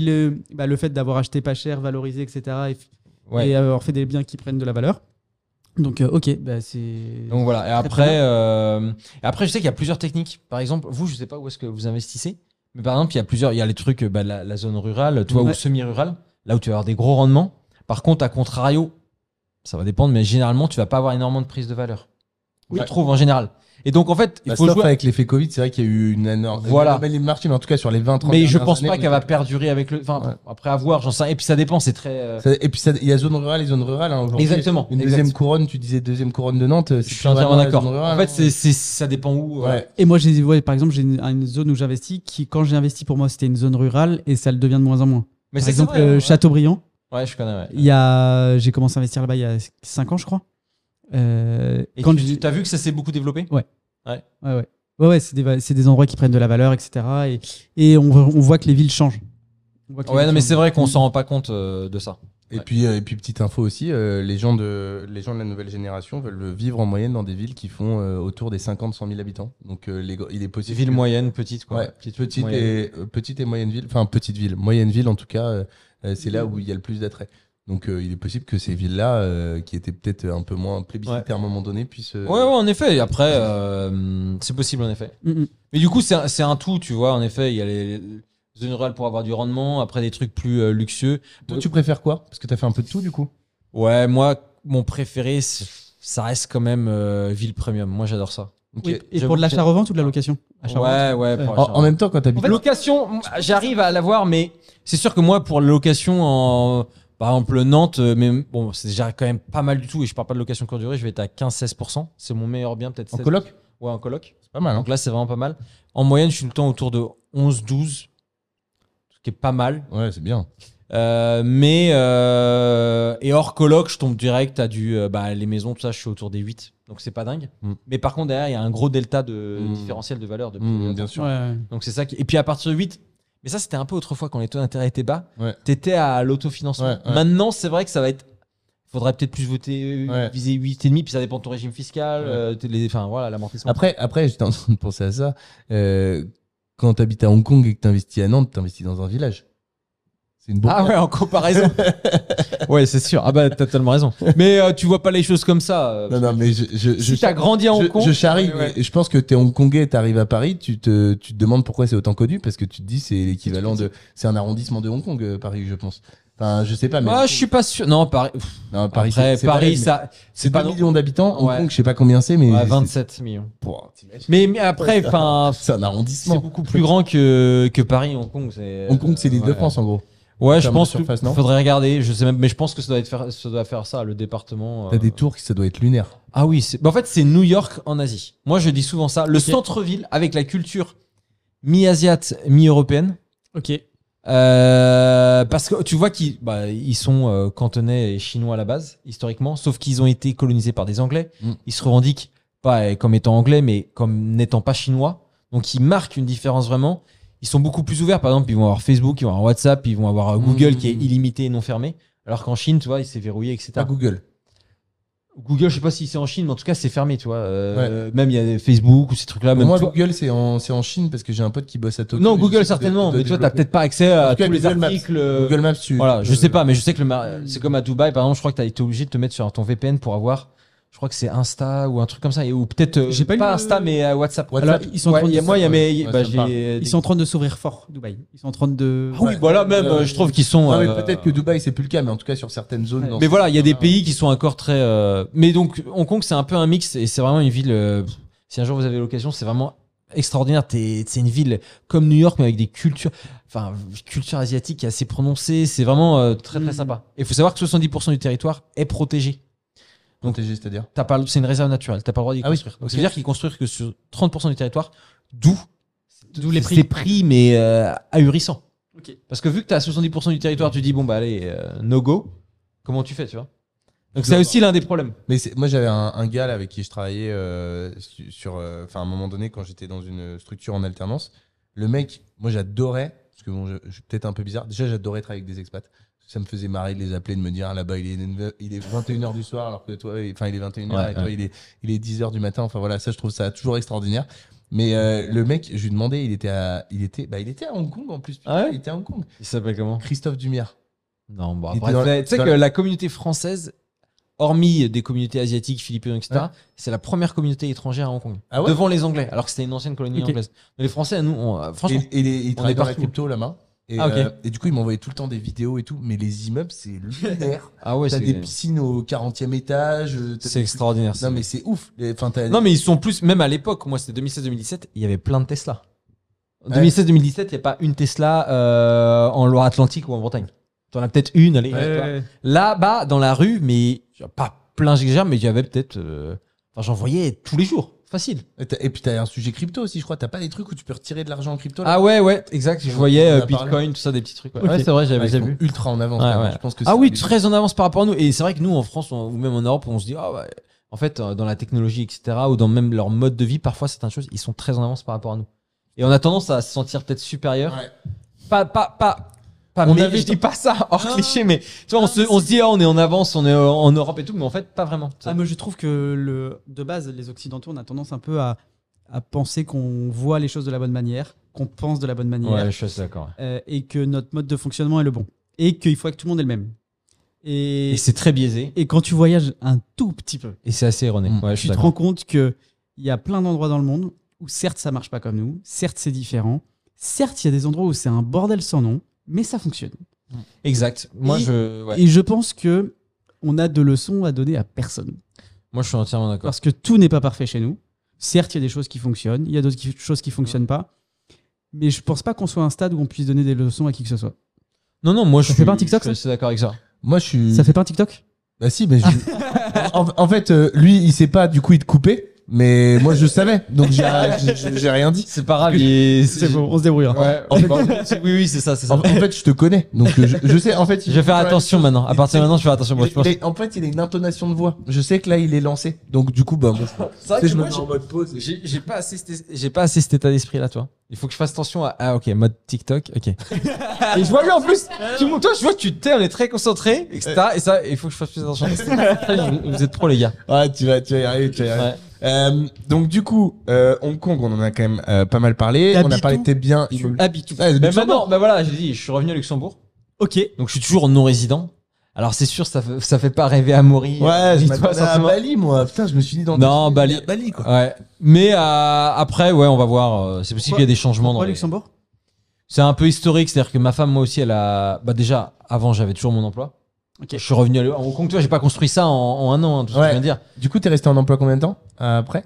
Speaker 1: le fait d'avoir acheté pas cher, valorisé, etc.
Speaker 3: Ouais.
Speaker 1: et avoir fait des biens qui prennent de la valeur. Donc, ok, bah, c'est.
Speaker 3: Donc voilà. Et
Speaker 1: Très,
Speaker 3: après, je sais qu'il y a plusieurs techniques. Par exemple, vous, je sais pas où est-ce que vous investissez, mais par exemple, il y a les trucs, la zone rurale, tu vois,
Speaker 1: Ouais.
Speaker 3: ou semi-rurale, là où tu vas avoir des gros rendements. Par contre, à contrario, ça va dépendre, mais généralement, tu vas pas avoir énormément de prise de valeur. Je trouve en général. Et donc, en fait, il faut
Speaker 2: Sauf
Speaker 3: jouer.
Speaker 2: avec l'effet Covid, c'est vrai qu'il y a eu une énorme.
Speaker 3: Voilà.
Speaker 2: Une marché, mais en tout cas sur les 20-30
Speaker 3: Mais je
Speaker 2: dernières
Speaker 3: pense
Speaker 2: années,
Speaker 3: pas qu'elle va perdurer avec le. Enfin,
Speaker 2: Ouais.
Speaker 3: après avoir, j'en sais rien. Et puis ça dépend, c'est très.
Speaker 2: Et puis il y a zone rurale et zone rurale. Hein, aujourd'hui.
Speaker 3: Exactement,
Speaker 2: Une
Speaker 3: exact.
Speaker 2: deuxième couronne, tu disais deuxième couronne de Nantes.
Speaker 3: Je suis entièrement d'accord. En fait, ça dépend où.
Speaker 2: Ouais.
Speaker 1: Et moi, par exemple, j'ai une zone où j'investis qui, quand j'ai investi pour moi, c'était une zone rurale et ça le devient de moins en moins.
Speaker 3: Mais
Speaker 1: Par
Speaker 3: c'est
Speaker 1: exemple,
Speaker 3: vrai, ouais.
Speaker 1: Châteaubriand,
Speaker 3: Ouais, je connais. Ouais.
Speaker 1: j'ai commencé à investir là-bas il y a 5 ans, je crois.
Speaker 3: Et
Speaker 1: Quand
Speaker 3: t'as vu que ça s'est beaucoup développé?
Speaker 1: Ouais, c'est des endroits qui prennent de la valeur, etc. Et on voit que les villes changent. On voit que les
Speaker 3: Ouais,
Speaker 1: villes
Speaker 3: non, mais
Speaker 1: changent.
Speaker 3: c'est vrai qu'on s'en rend pas compte de ça.
Speaker 2: Et puis petite info aussi, les gens de la nouvelle génération veulent vivre en moyenne dans des villes qui font autour des 50-100 000 habitants. Donc il est possible.
Speaker 3: Ville
Speaker 2: que-
Speaker 3: moyenne, petite, quoi.
Speaker 2: Ouais, petite
Speaker 3: moyenne.
Speaker 2: et moyenne ville. Enfin petite ville, moyenne ville en tout cas, c'est là où il y a le plus d'attrait. Donc il est possible que ces villes-là, qui étaient peut-être un peu moins plébiscitées à un moment donné, puissent.
Speaker 3: Ouais, en effet. Et après, c'est possible, en effet.
Speaker 1: Mhm.
Speaker 3: Mais du coup, c'est un tout, tu vois. En effet, il y a les zones rurales pour avoir du rendement, après des trucs plus luxueux.
Speaker 2: Toi, tu préfères quoi? Parce que tu as fait un peu de tout du coup.
Speaker 3: Ouais, moi, mon préféré, ça reste quand même ville premium. Moi, j'adore ça.
Speaker 2: Ok.
Speaker 1: Oui, et
Speaker 3: J'avoue
Speaker 1: pour de
Speaker 3: que
Speaker 1: l'achat-revente ou de la location? Achat-revente.
Speaker 3: Ouais. pour
Speaker 1: Ouais.
Speaker 3: l'achat.
Speaker 2: En même temps, quand tu
Speaker 3: En
Speaker 2: habites
Speaker 3: fait, location, j'arrive à l'avoir, mais c'est sûr que moi, pour la location par exemple, Nantes, mais bon, c'est déjà quand même pas mal du tout, et je parle pas de location courte durée, je vais être à 15-16%. C'est mon meilleur bien, peut-être
Speaker 2: en
Speaker 3: 16%.
Speaker 2: coloc,
Speaker 3: Ouais, en coloc.
Speaker 2: c'est pas mal. Hein.
Speaker 3: Donc là, c'est vraiment pas mal. En moyenne, je suis tout le temps autour de 11-12. qui est pas mal.
Speaker 2: Ouais, c'est bien.
Speaker 3: Et hors coloc, je tombe direct à les maisons, tout ça, je suis autour des 8. Donc c'est pas dingue. Mais par contre, derrière, il y a un gros delta de différentiel de valeur.
Speaker 2: Bien sûr.
Speaker 1: Ouais.
Speaker 3: Donc c'est ça qui... Et puis à partir de 8, mais ça, c'était un peu autrefois quand les taux d'intérêt étaient bas.
Speaker 2: Ouais.
Speaker 3: T'étais à l'autofinancement.
Speaker 2: Ouais.
Speaker 3: Maintenant, c'est vrai que ça va être. Faudrait peut-être plus voter, viser 8,5, puis ça dépend de ton régime fiscal, l'amortissement.
Speaker 2: Après, j'étais en train de penser à ça. Quand tu habites à Hong Kong et que tu investis à Nantes, tu investis dans un village. C'est une bonne.
Speaker 3: Ah ouais, en comparaison. Ouais, c'est sûr. Ah bah, t'as tellement raison. Mais tu vois pas les choses comme ça.
Speaker 2: Non, mais
Speaker 3: si t'as grandi à Hong Kong.
Speaker 2: Je charrie, mais je pense que t'es Hongkongais, t'arrives à Paris, tu te demandes pourquoi c'est autant connu, parce que tu te dis c'est l'équivalent de. C'est un arrondissement de Hong Kong, Paris, je pense. Enfin, je sais pas. Mais
Speaker 3: je suis pas sûr. Non, Paris.
Speaker 2: Non, Paris,
Speaker 3: après,
Speaker 2: c'est
Speaker 3: Paris,
Speaker 2: pareil,
Speaker 3: ça.
Speaker 2: C'est 2 millions d'habitants. Hong Kong, je sais pas combien c'est, mais.
Speaker 3: 27 millions.
Speaker 2: T'imagines.
Speaker 3: Mais après, enfin.
Speaker 2: C'est un arrondissement.
Speaker 3: C'est beaucoup plus grand que Paris, Hong Kong.
Speaker 2: Hong Kong, c'est l'île de France, en gros.
Speaker 3: Ouais, je pense qu'il faudrait regarder. Je sais même, mais je pense que ça doit faire ça, le département.
Speaker 2: T'as des tours qui ça doit être lunaire.
Speaker 3: Ah oui, en fait, c'est New York en Asie. Moi, je dis souvent ça. Le centre-ville avec la culture mi-asiate, mi-européenne.
Speaker 1: Ok.
Speaker 3: Parce que tu vois qu'ils sont cantonais et chinois à la base, historiquement, sauf qu'ils ont été colonisés par des Anglais. Ils se revendiquent pas comme étant anglais, mais comme n'étant pas chinois. Donc, ils marquent une différence vraiment. Ils sont beaucoup plus ouverts. Par exemple, ils vont avoir Facebook, ils vont avoir WhatsApp, ils vont avoir Google qui est illimité et non fermé. Alors qu'en Chine, tu vois, il s'est verrouillé, etc.
Speaker 2: Pas Google.
Speaker 3: Google, je sais pas si c'est en Chine, mais en tout cas, c'est fermé, tu vois. Même il y a Facebook ou ces trucs-là.
Speaker 2: Pour
Speaker 3: même
Speaker 2: moi, Google, c'est en Chine parce que j'ai un pote qui bosse à Tokyo.
Speaker 3: Non, Google, certainement. Mais tu vois, t'as peut-être pas accès à tous les articles.
Speaker 2: Google Maps,
Speaker 3: Voilà, je sais pas, mais je sais que c'est comme à Dubaï, par exemple, je crois que t'as été obligé de te mettre sur ton VPN pour avoir. Je crois que c'est Insta ou un truc comme ça, ou peut-être
Speaker 1: J'ai pas
Speaker 3: Insta, mais WhatsApp.
Speaker 1: Alors, ils sont en train de
Speaker 3: ils
Speaker 1: sont en train de s'ouvrir fort, Dubaï. Ils sont en train de.
Speaker 3: Ah oui, voilà, même, je trouve qu'ils sont.
Speaker 2: Non, mais peut-être que Dubaï, c'est plus le cas, mais en tout cas, sur certaines zones.
Speaker 3: Mais voilà, il y a des pays qui sont encore très. Mais donc, Hong Kong, c'est un peu un mix et c'est vraiment une ville. Si un jour vous avez l'occasion, c'est vraiment extraordinaire. C'est une ville comme New York, mais avec des cultures. Enfin, culture asiatique assez prononcée. C'est vraiment très, très sympa. Et il faut savoir que 70% du territoire est protégé. Donc,
Speaker 2: c'est-à-dire
Speaker 3: c'est une réserve naturelle, t'as pas le droit d'y construire. Donc, ça veut dire qu'ils construisent que sur 30% du territoire, d'où
Speaker 1: les prix.
Speaker 3: Ces prix, mais ahurissants.
Speaker 1: Okay.
Speaker 3: Parce que vu que t'as 70% du territoire, tu dis, bon, bah allez, no go, comment tu fais, tu vois? Donc, c'est aussi l'un des problèmes.
Speaker 2: Mais moi, j'avais un gars là, avec qui je travaillais à un moment donné, quand j'étais dans une structure en alternance. Le mec, moi, j'adorais, parce que bon, je suis peut-être un peu bizarre, déjà, j'adorais travailler avec des expats. Ça me faisait marrer de les appeler, de me dire, là-bas, il est 21h du soir, alors que toi, il est 21h, et toi, il est 10h du matin. Enfin, voilà, ça, je trouve ça toujours extraordinaire. Mais le mec, je lui demandais, il était à Hong Kong, en plus. Putain, il était à Hong Kong.
Speaker 3: Il s'appelle comment?
Speaker 2: Christophe Dumière.
Speaker 3: Non, bon, après, tu sais que la communauté française, hormis des communautés asiatiques, philippines, etc., c'est la première communauté étrangère à Hong Kong. Ah ouais, devant les Anglais, alors que c'était une ancienne colonie anglaise. Mais les Français, nous, franchement.
Speaker 2: Et il travaille dans la crypto là-bas.
Speaker 3: Et,
Speaker 2: et du coup, il m'envoyait tout le temps des vidéos et tout, mais les immeubles, c'est lunaire.
Speaker 3: Ah ouais,
Speaker 2: t'as des piscines au 40e étage.
Speaker 3: C'est extraordinaire.
Speaker 2: Non, mais c'est ouf.
Speaker 3: Non, mais ils sont plus, même à l'époque, moi c'était 2016-2017, il y avait plein de Tesla. En 2016-2017, il n'y a pas une Tesla en Loire-Atlantique ou en Bretagne. T'en as peut-être une, allez. Là-bas, dans la rue, mais pas plein, j'exagère, mais il y avait peut-être. J'en voyais tous les jours. Facile.
Speaker 2: Et puis t'as un sujet crypto aussi, je crois. T'as pas des trucs où tu peux retirer de l'argent en crypto là?
Speaker 3: Ah ouais, exact. Je voyais Bitcoin, tout ça, des petits trucs. Ouais, c'est vrai, j'avais vu.
Speaker 2: Ultra en avance. Je pense que
Speaker 3: très en avance par rapport à nous. Et c'est vrai que nous, en France ou même en Europe, on se dit, en fait, dans la technologie, etc., ou dans même leur mode de vie, parfois certaines choses, ils sont très en avance par rapport à nous. Et on a tendance à se sentir peut-être supérieur. Je dis pas ça hors cliché, mais tu vois, on se dit, on est en avance, on est en Europe et tout, mais en fait, pas vraiment.
Speaker 1: Moi, je trouve que de base, les Occidentaux, on a tendance un peu à penser qu'on voit les choses de la bonne manière, qu'on pense de la bonne manière.
Speaker 3: Ouais, je suis assez d'accord.
Speaker 1: Et que notre mode de fonctionnement est le bon. Et qu'il faut que tout le monde ait le même.
Speaker 3: Et c'est très biaisé.
Speaker 1: Et quand tu voyages un tout petit peu.
Speaker 3: Et c'est assez erroné.
Speaker 1: Tu te rends compte qu'il y a plein d'endroits dans le monde où certes, ça marche pas comme nous. Certes, c'est différent. Certes, il y a des endroits où c'est un bordel sans nom. Mais ça fonctionne.
Speaker 3: Exact.
Speaker 1: Et je pense que on a de leçons à donner à personne.
Speaker 3: Moi, je suis entièrement d'accord.
Speaker 1: Parce que tout n'est pas parfait chez nous. Certes, il y a des choses qui fonctionnent, il y a d'autres choses qui fonctionnent pas. Mais je pense pas qu'on soit à un stade où on puisse donner des leçons à qui que ce soit.
Speaker 3: Non, moi,
Speaker 1: ça fait pas un TikTok, ça ?
Speaker 3: Je suis d'accord avec ça.
Speaker 2: Moi, je suis.
Speaker 1: Ça fait pas un TikTok ?
Speaker 2: Bah si, mais en fait, lui, il sait pas. Du coup, il te coupait. mais moi je savais, donc j'ai rien dit.
Speaker 3: C'est pas grave,
Speaker 1: C'est bon, on se débrouille.
Speaker 3: Ouais, oui, c'est ça.
Speaker 2: En fait, je te connais, donc je sais. En fait,
Speaker 3: Je vais faire attention maintenant. À partir de maintenant, je vais faire attention. Moi, je pense.
Speaker 2: En fait, il a une intonation de voix. Je sais que là, il est lancé. Donc, du coup, bah, moi,
Speaker 3: C'est vrai
Speaker 2: tu sais,
Speaker 3: que
Speaker 2: je me
Speaker 3: moi,
Speaker 2: mets en mode pause.
Speaker 3: J'ai pas assez cet état d'esprit là, toi. Il faut que je fasse attention à. Ah, ok, mode TikTok, ok. Et je vois lui en plus, toi, je vois que tu t'es, on est très concentré, etc. Et ça, il faut que je fasse plus attention. Vous êtes pro, les gars.
Speaker 2: Ouais, tu vas y arriver, donc, du coup, Hong Kong, on en a quand même pas mal parlé. On a parlé de tes biens.
Speaker 3: Tu
Speaker 2: immobiliers.
Speaker 3: habites.
Speaker 2: Ouais,
Speaker 3: Mais
Speaker 2: Luxembourg.
Speaker 3: maintenant, bah voilà, j'ai dit, je suis revenu à Luxembourg.
Speaker 1: Ok.
Speaker 3: Donc, je suis toujours non-résident. Alors, c'est sûr, ça fait pas rêver à Maury.
Speaker 2: Ouais, je
Speaker 3: Dis-toi,
Speaker 2: m'attendais à
Speaker 3: simplement.
Speaker 2: Bali, moi. Putain, je me suis dit dans
Speaker 3: Non,
Speaker 2: des-
Speaker 3: Bali.
Speaker 2: Bali, quoi.
Speaker 3: Ouais. Mais après, ouais, on va voir. C'est possible qu'il y ait des changements dans
Speaker 1: Pourquoi
Speaker 3: les...
Speaker 1: Luxembourg?
Speaker 3: C'est un peu historique, c'est-à-dire que ma femme, moi aussi, elle a. Bah déjà, avant, j'avais toujours mon emploi.
Speaker 1: Ok.
Speaker 3: Je suis revenu à Hong Kong. Tu vois, j'ai pas construit ça en un an, hein, tout ce que je viens de dire.
Speaker 2: Du coup, t'es resté en emploi combien de temps après?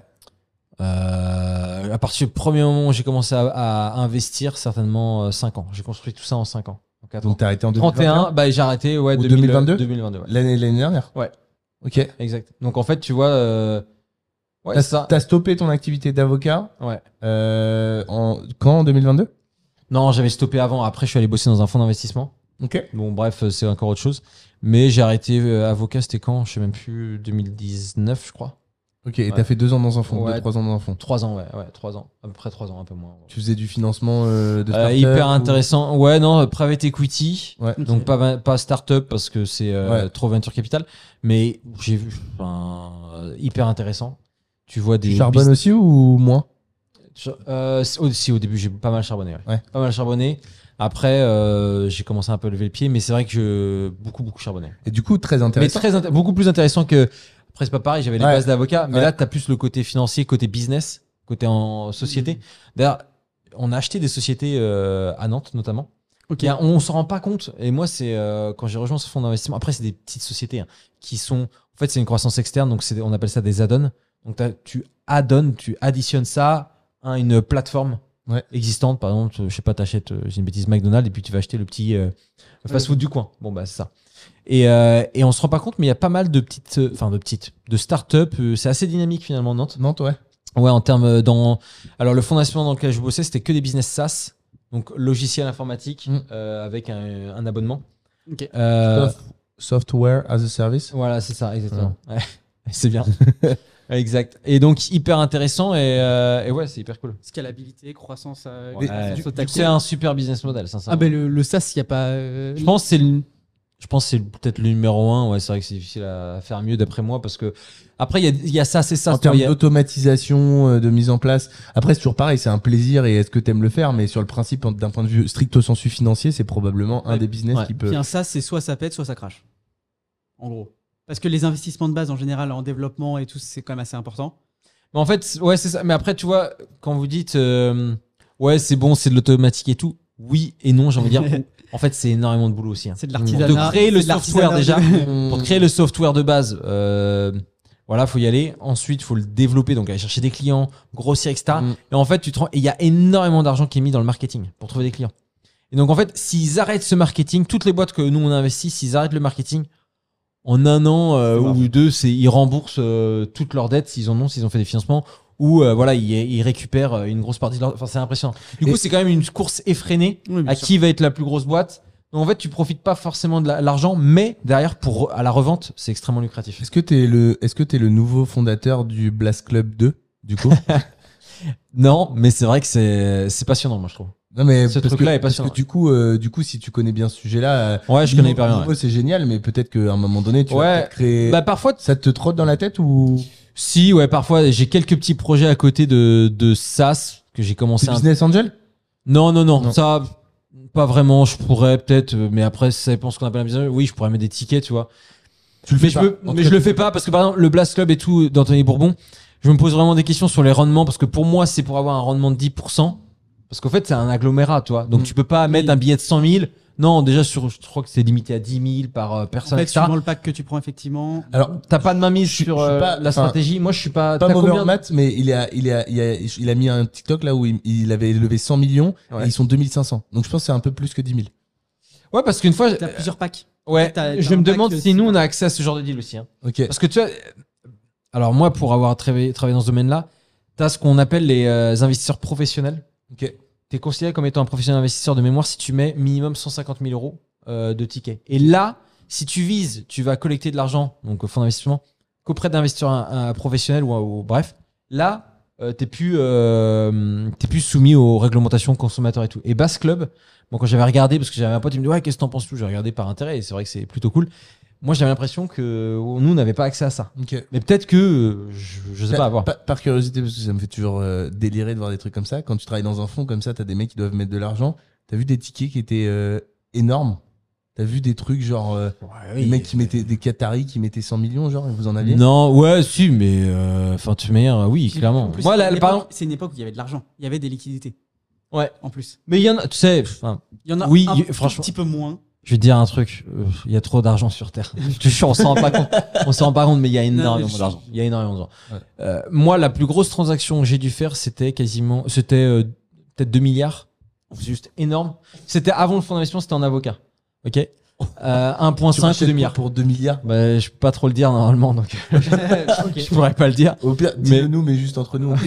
Speaker 3: À partir du premier moment où j'ai commencé à investir, certainement 5 ans. J'ai construit tout ça en 5 ans. En 4 ans.
Speaker 2: Donc, t'as arrêté en 2021.
Speaker 3: 31, bah j'ai arrêté, ouais,
Speaker 2: Ou 2022?
Speaker 3: 2022, ouais.
Speaker 2: L'année dernière?
Speaker 3: Ouais.
Speaker 2: Ok.
Speaker 3: Exact. Donc en fait, tu vois, ouais,
Speaker 2: T'as
Speaker 3: ça.
Speaker 2: t'as stoppé ton activité d'avocat
Speaker 3: Ouais.
Speaker 2: quand en 2022?
Speaker 3: Non, j'avais stoppé avant. Après, je suis allé bosser dans un fonds d'investissement.
Speaker 2: Ok.
Speaker 3: Bon, bref, c'est encore autre chose. Mais j'ai arrêté avocat, c'était quand? Je sais même plus, 2019, je crois.
Speaker 2: Ok, et
Speaker 3: Ouais.
Speaker 2: t'as fait 2 ans dans un fonds,
Speaker 3: Ouais.
Speaker 2: 2-3 ans dans un fonds.
Speaker 3: 3 ans, ouais, 3 ans. À peu près 3 ans, un peu moins.
Speaker 2: Tu faisais du financement de start-up
Speaker 3: Hyper
Speaker 2: ou-
Speaker 3: intéressant. Ouais, non, private equity.
Speaker 2: Ouais.
Speaker 3: Donc pas start-up parce que c'est
Speaker 2: Ouais.
Speaker 3: trop venture capital. Mais j'ai vu, hyper intéressant. Tu vois des.
Speaker 2: Tu charbonnes aussi ou moins?
Speaker 3: Si, au début, j'ai pas mal charbonné. Ouais.
Speaker 2: Ouais.
Speaker 3: Pas mal charbonné. Après, j'ai commencé un peu à lever le pied, mais c'est vrai que beaucoup charbonné.
Speaker 2: Et du coup, très
Speaker 3: Mais
Speaker 2: intéressant.
Speaker 3: beaucoup plus intéressant que. Après, c'est pas pareil, j'avais les
Speaker 2: Ouais.
Speaker 3: bases d'avocat, mais
Speaker 2: Ouais.
Speaker 3: là, tu as plus le côté financier, côté business, côté en société. D'ailleurs, on a acheté des sociétés à Nantes, notamment.
Speaker 1: Ok.
Speaker 3: On s'en rend pas compte. Et moi, c'est quand j'ai rejoint ce fonds d'investissement. Après, c'est des petites sociétés qui sont. En fait, c'est une croissance externe, donc on appelle ça des add-ons. Donc, tu additionnes ça à une plateforme
Speaker 2: Ouais.
Speaker 3: existante. Par exemple, je sais pas, t'achètes, j'ai une bêtise, McDonald's, et puis tu vas acheter le petit fast-food du coin. Bon, bah, c'est ça. Et on se rend pas compte, mais il y a pas mal de de start-up. C'est assez dynamique finalement, Nantes.
Speaker 2: Nantes, ouais.
Speaker 3: Ouais, en termes alors le fonds d'investissement dans lequel je bossais, c'était que des business SaaS, donc logiciel informatique avec un abonnement.
Speaker 1: Ok.
Speaker 2: Software as a service.
Speaker 3: Voilà, c'est ça, exactement. Ouais. C'est bien. Exact. Et donc hyper intéressant et ouais, c'est hyper cool.
Speaker 1: Scalabilité, croissance.
Speaker 3: Ouais.
Speaker 1: croissance au taquet.
Speaker 3: C'est un super business model, sincèrement.
Speaker 1: Ah, ben le SaaS, il n'y a pas.
Speaker 3: Je pense que c'est peut-être le numéro 1. Ouais, c'est vrai que c'est difficile à faire mieux d'après moi parce que après il y a ça, c'est ça.
Speaker 2: En termes d'automatisation, de mise en place. Après, c'est toujours pareil, c'est un plaisir et est-ce que t'aimes le faire, mais sur le principe, d'un point de vue stricto sensu financier, c'est probablement un
Speaker 1: Ouais.
Speaker 2: des business
Speaker 3: Ouais.
Speaker 2: qui peut.
Speaker 1: Puis un SaaS, c'est soit ça pète, soit ça crache. En gros. Parce que les investissements de base, en général, en développement et tout, c'est quand même assez important.
Speaker 3: Mais en fait, ouais, c'est ça. Mais après, tu vois, quand vous dites, ouais, c'est bon, c'est de l'automatique et tout, oui et non, j'ai envie de dire. En fait, c'est énormément de boulot aussi. Hein.
Speaker 1: C'est de
Speaker 3: Pour
Speaker 1: l'artisanat.
Speaker 3: créer le
Speaker 1: c'est de
Speaker 3: software déjà,
Speaker 1: l'artisanat
Speaker 3: pour créer le software de base, voilà, faut y aller. Ensuite, faut le développer, donc aller chercher des clients, grossir, etc. Et en fait, et il y a énormément d'argent qui est mis dans le marketing pour trouver des clients. Et donc, en fait, s'ils arrêtent ce marketing, toutes les boîtes que nous on investit, s'ils arrêtent le marketing, en un an ou deux, ils remboursent toutes leurs dettes s'ils ont fait des financements ou voilà, ils récupèrent une grosse partie de leur. Enfin, c'est impressionnant. Du coup, c'est quand même une course effrénée
Speaker 1: Oui, bien
Speaker 3: à
Speaker 1: sûr.
Speaker 3: qui va être la plus grosse boîte. Donc, en fait, tu profites pas forcément de l'argent, mais derrière, à la revente, c'est extrêmement lucratif.
Speaker 2: Est-ce que t'es le nouveau fondateur du Blast Club 2, du coup?
Speaker 3: Non, mais c'est vrai que c'est passionnant, moi, je trouve.
Speaker 2: Non, mais
Speaker 3: Ce
Speaker 2: parce
Speaker 3: truc-là
Speaker 2: que,
Speaker 3: est passionnant.
Speaker 2: parce que du coup, si tu connais bien ce sujet-là,
Speaker 3: Ouais, je connais hyper bien.
Speaker 2: Limo, c'est génial, mais peut-être qu'à un moment donné, tu vas
Speaker 3: Ouais.
Speaker 2: peut-être créer.
Speaker 3: Bah, parfois,
Speaker 2: Ça te trotte dans la tête ou
Speaker 3: si, ouais, parfois, j'ai quelques petits projets à côté de SaaS que j'ai commencé
Speaker 2: c'est Business Angel?
Speaker 3: Non, ça, pas vraiment. Je pourrais peut-être, mais après, ça dépend ce qu'on appelle un business. Oui, je pourrais mettre des tickets, tu vois.
Speaker 2: Tu le
Speaker 3: Mais
Speaker 2: fais pas.
Speaker 3: je le fais pas parce que par exemple, le Blast Club et tout d'Anthony Bourbon, je me pose vraiment des questions sur les rendements parce que pour moi, c'est pour avoir un rendement de 10%. Parce qu'en fait, c'est un agglomérat, toi. Donc, tu peux pas mettre un billet de 100 000. Non, déjà, je crois que c'est limité à 10 000 par
Speaker 1: En
Speaker 3: personne,
Speaker 1: fait,
Speaker 3: etc.
Speaker 1: suivant le pack que tu prends, effectivement.
Speaker 2: Alors,
Speaker 3: T'as pas de mainmise
Speaker 2: Je
Speaker 3: sur
Speaker 2: suis pas-
Speaker 3: la stratégie. Moi, je suis pas.
Speaker 2: pas
Speaker 3: t'as
Speaker 2: mauvais
Speaker 3: combien
Speaker 2: en maths, mais il a mis un TikTok là où il avait levé 100 millions
Speaker 3: Ouais.
Speaker 2: et ils sont 2500. Donc je pense que c'est un peu plus que 10 000.
Speaker 3: Ouais, parce qu'une fois,
Speaker 1: Tu as plusieurs packs.
Speaker 3: ouais,
Speaker 1: t'as
Speaker 3: je
Speaker 1: un
Speaker 3: me
Speaker 1: pack
Speaker 3: demande
Speaker 1: de
Speaker 3: si nous on a accès à ce genre de deal aussi. Hein.
Speaker 2: Ok.
Speaker 3: Parce que tu vois, Alors moi, pour avoir travaillé dans ce domaine-là, tu as ce qu'on appelle les investisseurs professionnels.
Speaker 2: Ok.
Speaker 3: Tu es considéré comme étant un professionnel investisseur de mémoire si tu mets minimum 150 000 euros de tickets. Et là, si tu vises, tu vas collecter de l'argent, donc au fonds d'investissement, qu'auprès d'investisseurs professionnels ou bref, là, t'es plus soumis aux réglementations consommateurs et tout. Et Bass Club, bon, quand j'avais regardé, parce que j'avais un pote, il me dit ouais, qu'est-ce que t'en penses tout? J'ai regardé par intérêt et c'est vrai que c'est plutôt cool. Moi, j'avais l'impression que nous, on n'avait pas accès à ça.
Speaker 2: Ok.
Speaker 3: Mais peut-être que je sais pas avoir.
Speaker 2: Par curiosité, parce que ça me fait toujours délirer de voir des trucs comme ça. Quand tu travailles dans un fonds comme ça, t'as des mecs qui doivent mettre de l'argent. T'as vu des tickets qui étaient énormes? T'as vu des trucs genre des mecs qui mettaient des Qataris qui mettaient 100 millions, genre, et vous en aviez?
Speaker 3: Non, ouais, si, mais enfin, tu meilleure, oui, clairement.
Speaker 1: En plus,
Speaker 3: Moi, par exemple,
Speaker 1: c'est une époque où il y avait de l'argent, il y avait des liquidités.
Speaker 3: Ouais.
Speaker 1: En plus.
Speaker 3: Mais il y en a, tu sais,
Speaker 1: Il y en a
Speaker 3: oui,
Speaker 1: un
Speaker 3: franchement,
Speaker 1: petit peu moins.
Speaker 3: je vais te dire un truc, il y a trop d'argent sur Terre. Je te jure, on s'en rend pas compte. On s'en rend pas compte, mais il y a énormément d'argent. Il y a énormément d'argent.
Speaker 2: Ouais.
Speaker 3: Moi, la plus grosse transaction que j'ai dû faire, c'était peut-être 2 milliards. C'est juste énorme. C'était avant le fonds d'investissement, c'était en avocat. Ok. 1,5 ou 2 milliards.
Speaker 2: Pour 2 milliards.
Speaker 3: Bah, je peux pas trop le dire normalement, donc je pourrais pas le dire.
Speaker 2: Au pire, dis-le nous, mais juste entre nous.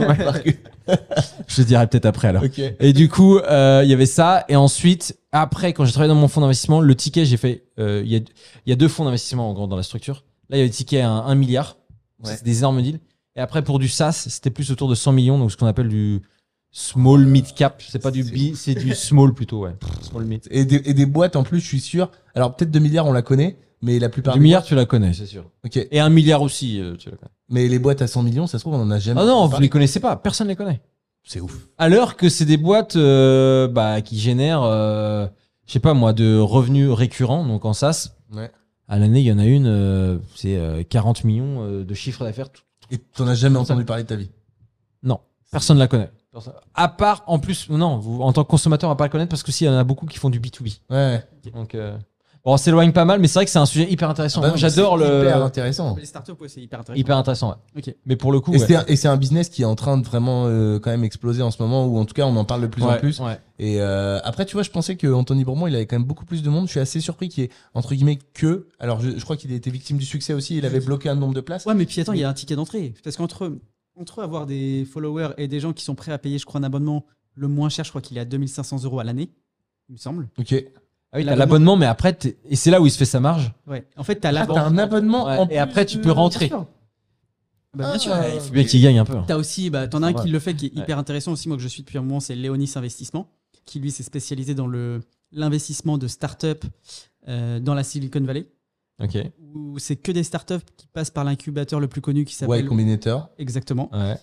Speaker 3: Je le dirai peut-être après alors.
Speaker 2: Ok.
Speaker 3: Et du coup, il y avait ça. Et ensuite, après, quand j'ai travaillé dans mon fonds d'investissement, le ticket, j'ai fait. Il y a 2 fonds d'investissement en gros dans la structure. Là, il y avait le ticket à 1 milliard.
Speaker 2: Ouais.
Speaker 3: C'est des énormes deals. Et après, pour du SaaS, c'était plus autour de 100 millions, donc ce qu'on appelle du small mid cap. C'est pas du B, c'est du small plutôt, ouais. Small mid.
Speaker 2: Et des boîtes en plus, je suis sûr. Alors peut-être 2 milliards, on la connaît, mais la plupart
Speaker 3: 2
Speaker 2: des
Speaker 3: milliards,
Speaker 2: boîtes-
Speaker 3: tu la connais, c'est sûr.
Speaker 2: Ok.
Speaker 3: Et 1 milliard aussi, tu la connais.
Speaker 2: Mais les boîtes à 100 millions, ça se trouve, on en a jamais.
Speaker 3: Ah non, vous
Speaker 2: parlé.
Speaker 3: les connaissez pas. Personne les connaît.
Speaker 2: C'est ouf.
Speaker 3: Alors que c'est des boîtes qui génèrent, je sais pas moi, de revenus récurrents, donc en SaaS.
Speaker 2: Ouais.
Speaker 3: À l'année, il y en a une, c'est 40 millions de chiffre d'affaires.
Speaker 2: Et t'en as jamais entendu parler de ta vie.
Speaker 3: Non, personne ne la connaît. À part, en plus, non, vous, en tant que consommateur, on va pas le connaître parce que si, il y en a beaucoup qui font du B2B.
Speaker 2: Ouais.
Speaker 3: Donc, bon, on s'éloigne pas mal, mais c'est vrai que c'est un sujet hyper intéressant.
Speaker 2: Ah bah
Speaker 3: Moi,
Speaker 2: non,
Speaker 3: j'adore
Speaker 2: c'est
Speaker 3: le.
Speaker 2: hyper intéressant.
Speaker 1: Les startups, ouais, c'est hyper intéressant.
Speaker 3: Hyper intéressant, ouais.
Speaker 1: Ok.
Speaker 3: Mais pour le coup,
Speaker 2: Et
Speaker 3: ouais.
Speaker 2: c'est un business qui est en train de vraiment quand même exploser en ce moment, ou en tout cas on en parle de plus en
Speaker 3: Ouais,
Speaker 2: plus.
Speaker 3: ouais.
Speaker 2: Et après, tu vois, je pensais que Anthony Bourbon, il avait quand même beaucoup plus de monde. Je suis assez surpris qu'il y ait, entre guillemets, que. Alors, je crois qu'il a été victime du succès aussi. Il avait bloqué un nombre de places.
Speaker 1: Ouais, mais puis attends, il y a un ticket d'entrée. Parce qu'entre avoir des followers et des gens qui sont prêts à payer, je crois, un abonnement, le moins cher, je crois qu'il est à 2500 € à l'année, il me semble.
Speaker 2: Ok.
Speaker 3: Ah oui, t'as l'abonnement, mais après, et c'est là où il se fait sa marge.
Speaker 1: Ouais. En fait, t'as
Speaker 2: Ah,
Speaker 1: l'abonnement.
Speaker 2: t'as un abonnement
Speaker 3: Ouais.
Speaker 2: en
Speaker 3: Et après, tu peux rentrer.
Speaker 1: Bah, bien sûr.
Speaker 2: Ah,
Speaker 3: Il faut bien qu'il gagne un peu.
Speaker 1: T'as aussi, t'en as un
Speaker 3: Ouais.
Speaker 1: qui le fait, qui est hyper intéressant aussi, moi que je suis depuis un moment, c'est Léonis Investissement, qui lui s'est spécialisé dans l'investissement de start-up dans la Silicon Valley,
Speaker 3: Ok.
Speaker 1: où c'est que des start-up qui passent par l'incubateur le plus connu qui s'appelle.
Speaker 2: Y Combinator.
Speaker 1: Exactement.
Speaker 3: Ouais.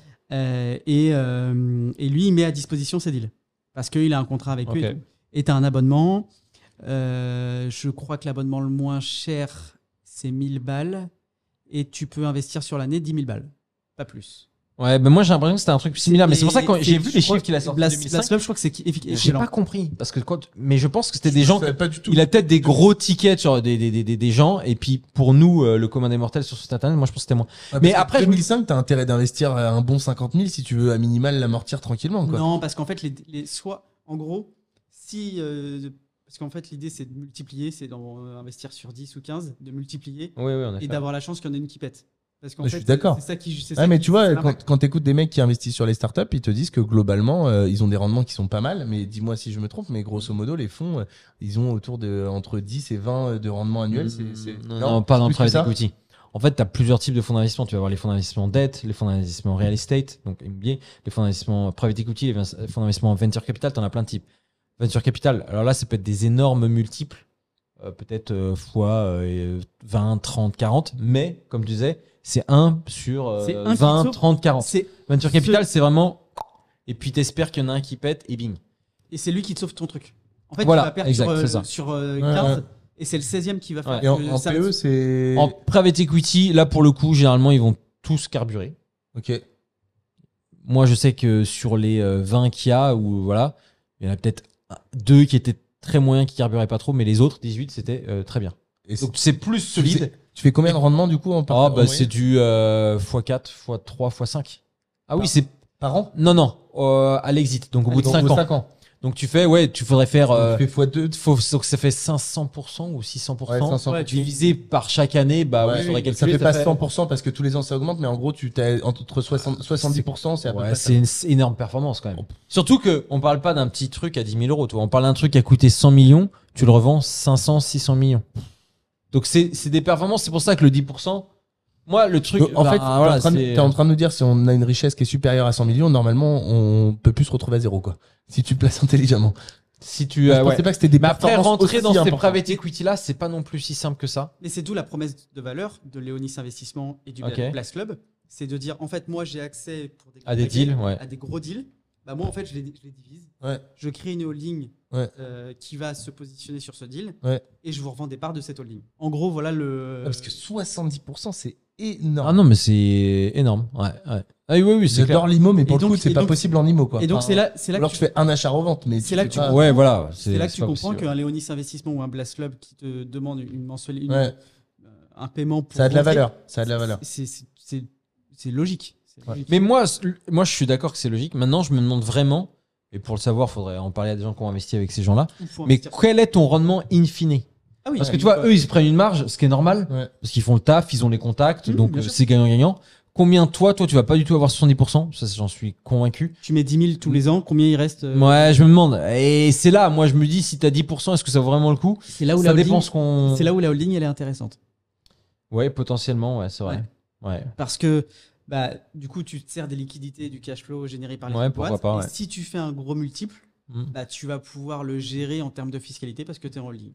Speaker 1: Et lui, il met à disposition ses deals. Parce qu'il a un contrat avec eux.
Speaker 3: Ok.
Speaker 1: Et tout. Et t'as un abonnement. Je crois que l'abonnement le moins cher, c'est 1000 balles. Et tu peux investir sur l'année 10 000 balles. Pas plus.
Speaker 3: Ouais, ben moi j'ai l'impression que c'était un truc similaire, mais c'est pour ça que quand j'ai vu les
Speaker 1: je crois
Speaker 3: chiffres qu'il a sortis en
Speaker 1: Blast
Speaker 3: 2005,
Speaker 1: Club, je crois que c'est
Speaker 3: j'ai
Speaker 1: excellent.
Speaker 3: pas compris. Parce que mais je pense que c'était des gens.
Speaker 2: Je savais pas du tout.
Speaker 3: Il a peut-être des gros tickets sur des gens, et puis pour nous, le commun des mortels sur ce site internet, moi je pense que c'était moins.
Speaker 2: Ouais,
Speaker 3: Mais
Speaker 2: parce que
Speaker 3: après,
Speaker 2: 2005, t'as intérêt d'investir un bon 50 000 si tu veux à minimal l'amortir tranquillement, quoi.
Speaker 1: Non, parce qu'en fait, en gros, si. Parce qu'en fait, l'idée, c'est de multiplier, c'est d'investir sur 10 ou 15, de multiplier
Speaker 3: Oui, oui, on a
Speaker 1: et
Speaker 3: fait.
Speaker 1: d'avoir la chance qu'il y en ait une qui pète. Parce qu'en
Speaker 2: Je
Speaker 1: fait,
Speaker 2: suis d'accord.
Speaker 1: c'est ça qui.
Speaker 2: Ouais, mais tu vois,
Speaker 1: c'est
Speaker 2: quand,
Speaker 1: l'impact.
Speaker 2: quand t'écoutes des mecs qui investissent sur les startups, ils te disent que globalement, ils ont des rendements qui sont pas mal. Mais dis-moi si je me trompe, mais grosso modo, les fonds, ils ont autour de entre 10 et 20 de rendement annuel.
Speaker 3: Non, pas dans le
Speaker 2: plus que
Speaker 3: private
Speaker 2: ça.
Speaker 3: equity. En fait, tu as plusieurs types de fonds d'investissement. Tu vas avoir les fonds d'investissement dette, les fonds d'investissement real estate, donc immobilier, les fonds d'investissement private equity, les fonds d'investissement venture capital, tu en as plein de types. Venture capital, alors là, ça peut être des énormes multiples, peut-être fois 20, 30, 40, mais comme tu disais, c'est 1 sur
Speaker 1: C'est un qui
Speaker 3: 20,
Speaker 1: sauve.
Speaker 3: 30, 40.
Speaker 1: C'est-
Speaker 3: Venture capital, c'est vraiment. Et puis t'espères qu'il y en a un qui pète et bing.
Speaker 1: Et c'est lui qui te sauve ton truc. En fait,
Speaker 3: Voilà,
Speaker 1: tu vas perdre
Speaker 3: exact, c'est ça.
Speaker 1: sur 15,
Speaker 2: ouais.
Speaker 1: et c'est le 16e qui va faire.
Speaker 3: Ouais.
Speaker 2: Et en,
Speaker 1: que
Speaker 2: en
Speaker 1: ça-
Speaker 2: PE, c'est.
Speaker 3: En private equity, là pour le coup, généralement, ils vont tous carburer.
Speaker 2: Ok.
Speaker 3: Moi, je sais que sur les 20 qu'il y a, ou voilà, il y en a peut-être 2 qui étaient très moyens, qui carburaient pas trop, mais les autres, 18, c'était très bien.
Speaker 2: Et
Speaker 3: Donc c'est plus solide.
Speaker 2: tu fais combien de rendement du coup en
Speaker 3: Ah, bah,
Speaker 2: en
Speaker 3: c'est du x4, x3, x5. Ah oui, c'est.
Speaker 2: par an
Speaker 3: Non, non, à l'exit, donc au bout de 5 ans.
Speaker 2: 5 ans.
Speaker 3: Donc tu fais, tu faudrait faire,
Speaker 2: Tu fais x2.
Speaker 3: donc ça fait 500% ou 600%.
Speaker 2: Ouais, 500%.
Speaker 1: Ouais,
Speaker 3: Divisé par chaque année, bah
Speaker 2: Ouais,
Speaker 3: oui, faudrait
Speaker 2: ça
Speaker 3: calculer.
Speaker 2: fait pas 100% parce que tous les ans ça augmente, mais en gros, tu t'es entre 70%, c'est à peu
Speaker 3: Ouais,
Speaker 2: près
Speaker 3: c'est une énorme performance quand même. Surtout que on parle pas d'un petit truc à 10 000 euros, toi. On parle d'un truc qui a coûté 100 millions, tu le revends 500, 600 millions. Donc c'est des performances, c'est pour ça que le 10%, moi, le truc,
Speaker 2: Donc, en fait,
Speaker 3: voilà,
Speaker 2: t'es en train de nous dire si on a une richesse qui est supérieure à 100 millions, normalement, on peut plus se retrouver à zéro, quoi. Si tu places intelligemment.
Speaker 3: si tu,
Speaker 2: Je pensais pas que c'était des
Speaker 3: mais après,
Speaker 2: performances
Speaker 3: rentrer
Speaker 2: aussi
Speaker 3: dans ces
Speaker 2: importantes.
Speaker 3: private equity là, c'est pas non plus si simple que ça.
Speaker 1: Mais c'est d'où la promesse de valeur de Léonis Investissement et du
Speaker 3: Ok.
Speaker 1: Blast Club. C'est de dire, en fait, moi, j'ai accès pour
Speaker 3: À des deals, ouais.
Speaker 1: à des gros deals. Bah, moi, en fait, je les divise.
Speaker 2: Ouais.
Speaker 1: Je crée une holding
Speaker 2: Ouais.
Speaker 1: qui va se positionner sur ce deal.
Speaker 2: Ouais.
Speaker 1: Et je vous revends des parts de cette holding. En gros, voilà le.
Speaker 2: Ah, parce que 70%, c'est énorme.
Speaker 3: Ah non, mais c'est énorme. Ouais. Ah oui, c'est clair.
Speaker 2: J'adore l'IMO, mais pour
Speaker 1: Et
Speaker 2: le coup,
Speaker 1: donc-
Speaker 2: c'est
Speaker 1: et
Speaker 2: pas
Speaker 1: donc-
Speaker 2: possible en IMO, quoi.
Speaker 1: Et donc,
Speaker 2: Enfin,
Speaker 1: c'est là
Speaker 2: alors
Speaker 1: que
Speaker 2: tu fais un achat-revente, mais
Speaker 1: c'est là que tu
Speaker 2: fais pas-
Speaker 3: Ouais, voilà.
Speaker 1: c'est là que tu
Speaker 3: pas
Speaker 1: comprends
Speaker 3: possible.
Speaker 1: qu'un Léonis Investissement ou un Blast Club qui te demande une mensualité,
Speaker 2: Ouais.
Speaker 1: un paiement pour.
Speaker 2: Ça a de la
Speaker 1: rentrer,
Speaker 2: valeur. Ça a de la valeur.
Speaker 1: C'est logique. C'est logique.
Speaker 3: Mais moi, je suis d'accord que c'est logique. Maintenant, je me demande vraiment, et pour le savoir, faudrait en parler à des gens qui ont investi avec ces gens-là.
Speaker 1: Il faut
Speaker 3: Mais
Speaker 1: investir.
Speaker 3: quel est ton rendement in fine?
Speaker 1: Ah oui,
Speaker 3: Parce que tu vois, eux, ils se prennent une marge, ce qui est normal,
Speaker 2: Ouais.
Speaker 3: parce qu'ils font le taf, ils ont les contacts,
Speaker 1: Mmh,
Speaker 3: donc
Speaker 1: bien sûr.
Speaker 3: c'est gagnant-gagnant. Combien toi, tu vas pas du tout avoir 70%, ça j'en suis convaincu.
Speaker 1: tu mets 10 000 tous les ans, combien il reste
Speaker 3: Ouais, je me demande. Et c'est là, moi je me dis, si t'as 10%, est-ce que ça vaut vraiment le coup?
Speaker 1: C'est là où
Speaker 3: Ça
Speaker 1: la
Speaker 3: dépend
Speaker 1: holding,
Speaker 3: ce qu'on.
Speaker 1: c'est là où la holding elle est intéressante.
Speaker 3: Ouais, potentiellement, ouais, c'est vrai. Ouais.
Speaker 1: Parce que bah, du coup, tu te sers des liquidités, du cash flow généré par les
Speaker 3: Ouais,
Speaker 1: boîtes.
Speaker 3: pourquoi pas,
Speaker 1: Et
Speaker 3: ouais.
Speaker 1: si tu fais un gros multiple,
Speaker 3: Mm.
Speaker 1: bah, tu vas pouvoir le gérer en termes de fiscalité parce que tu es en holding.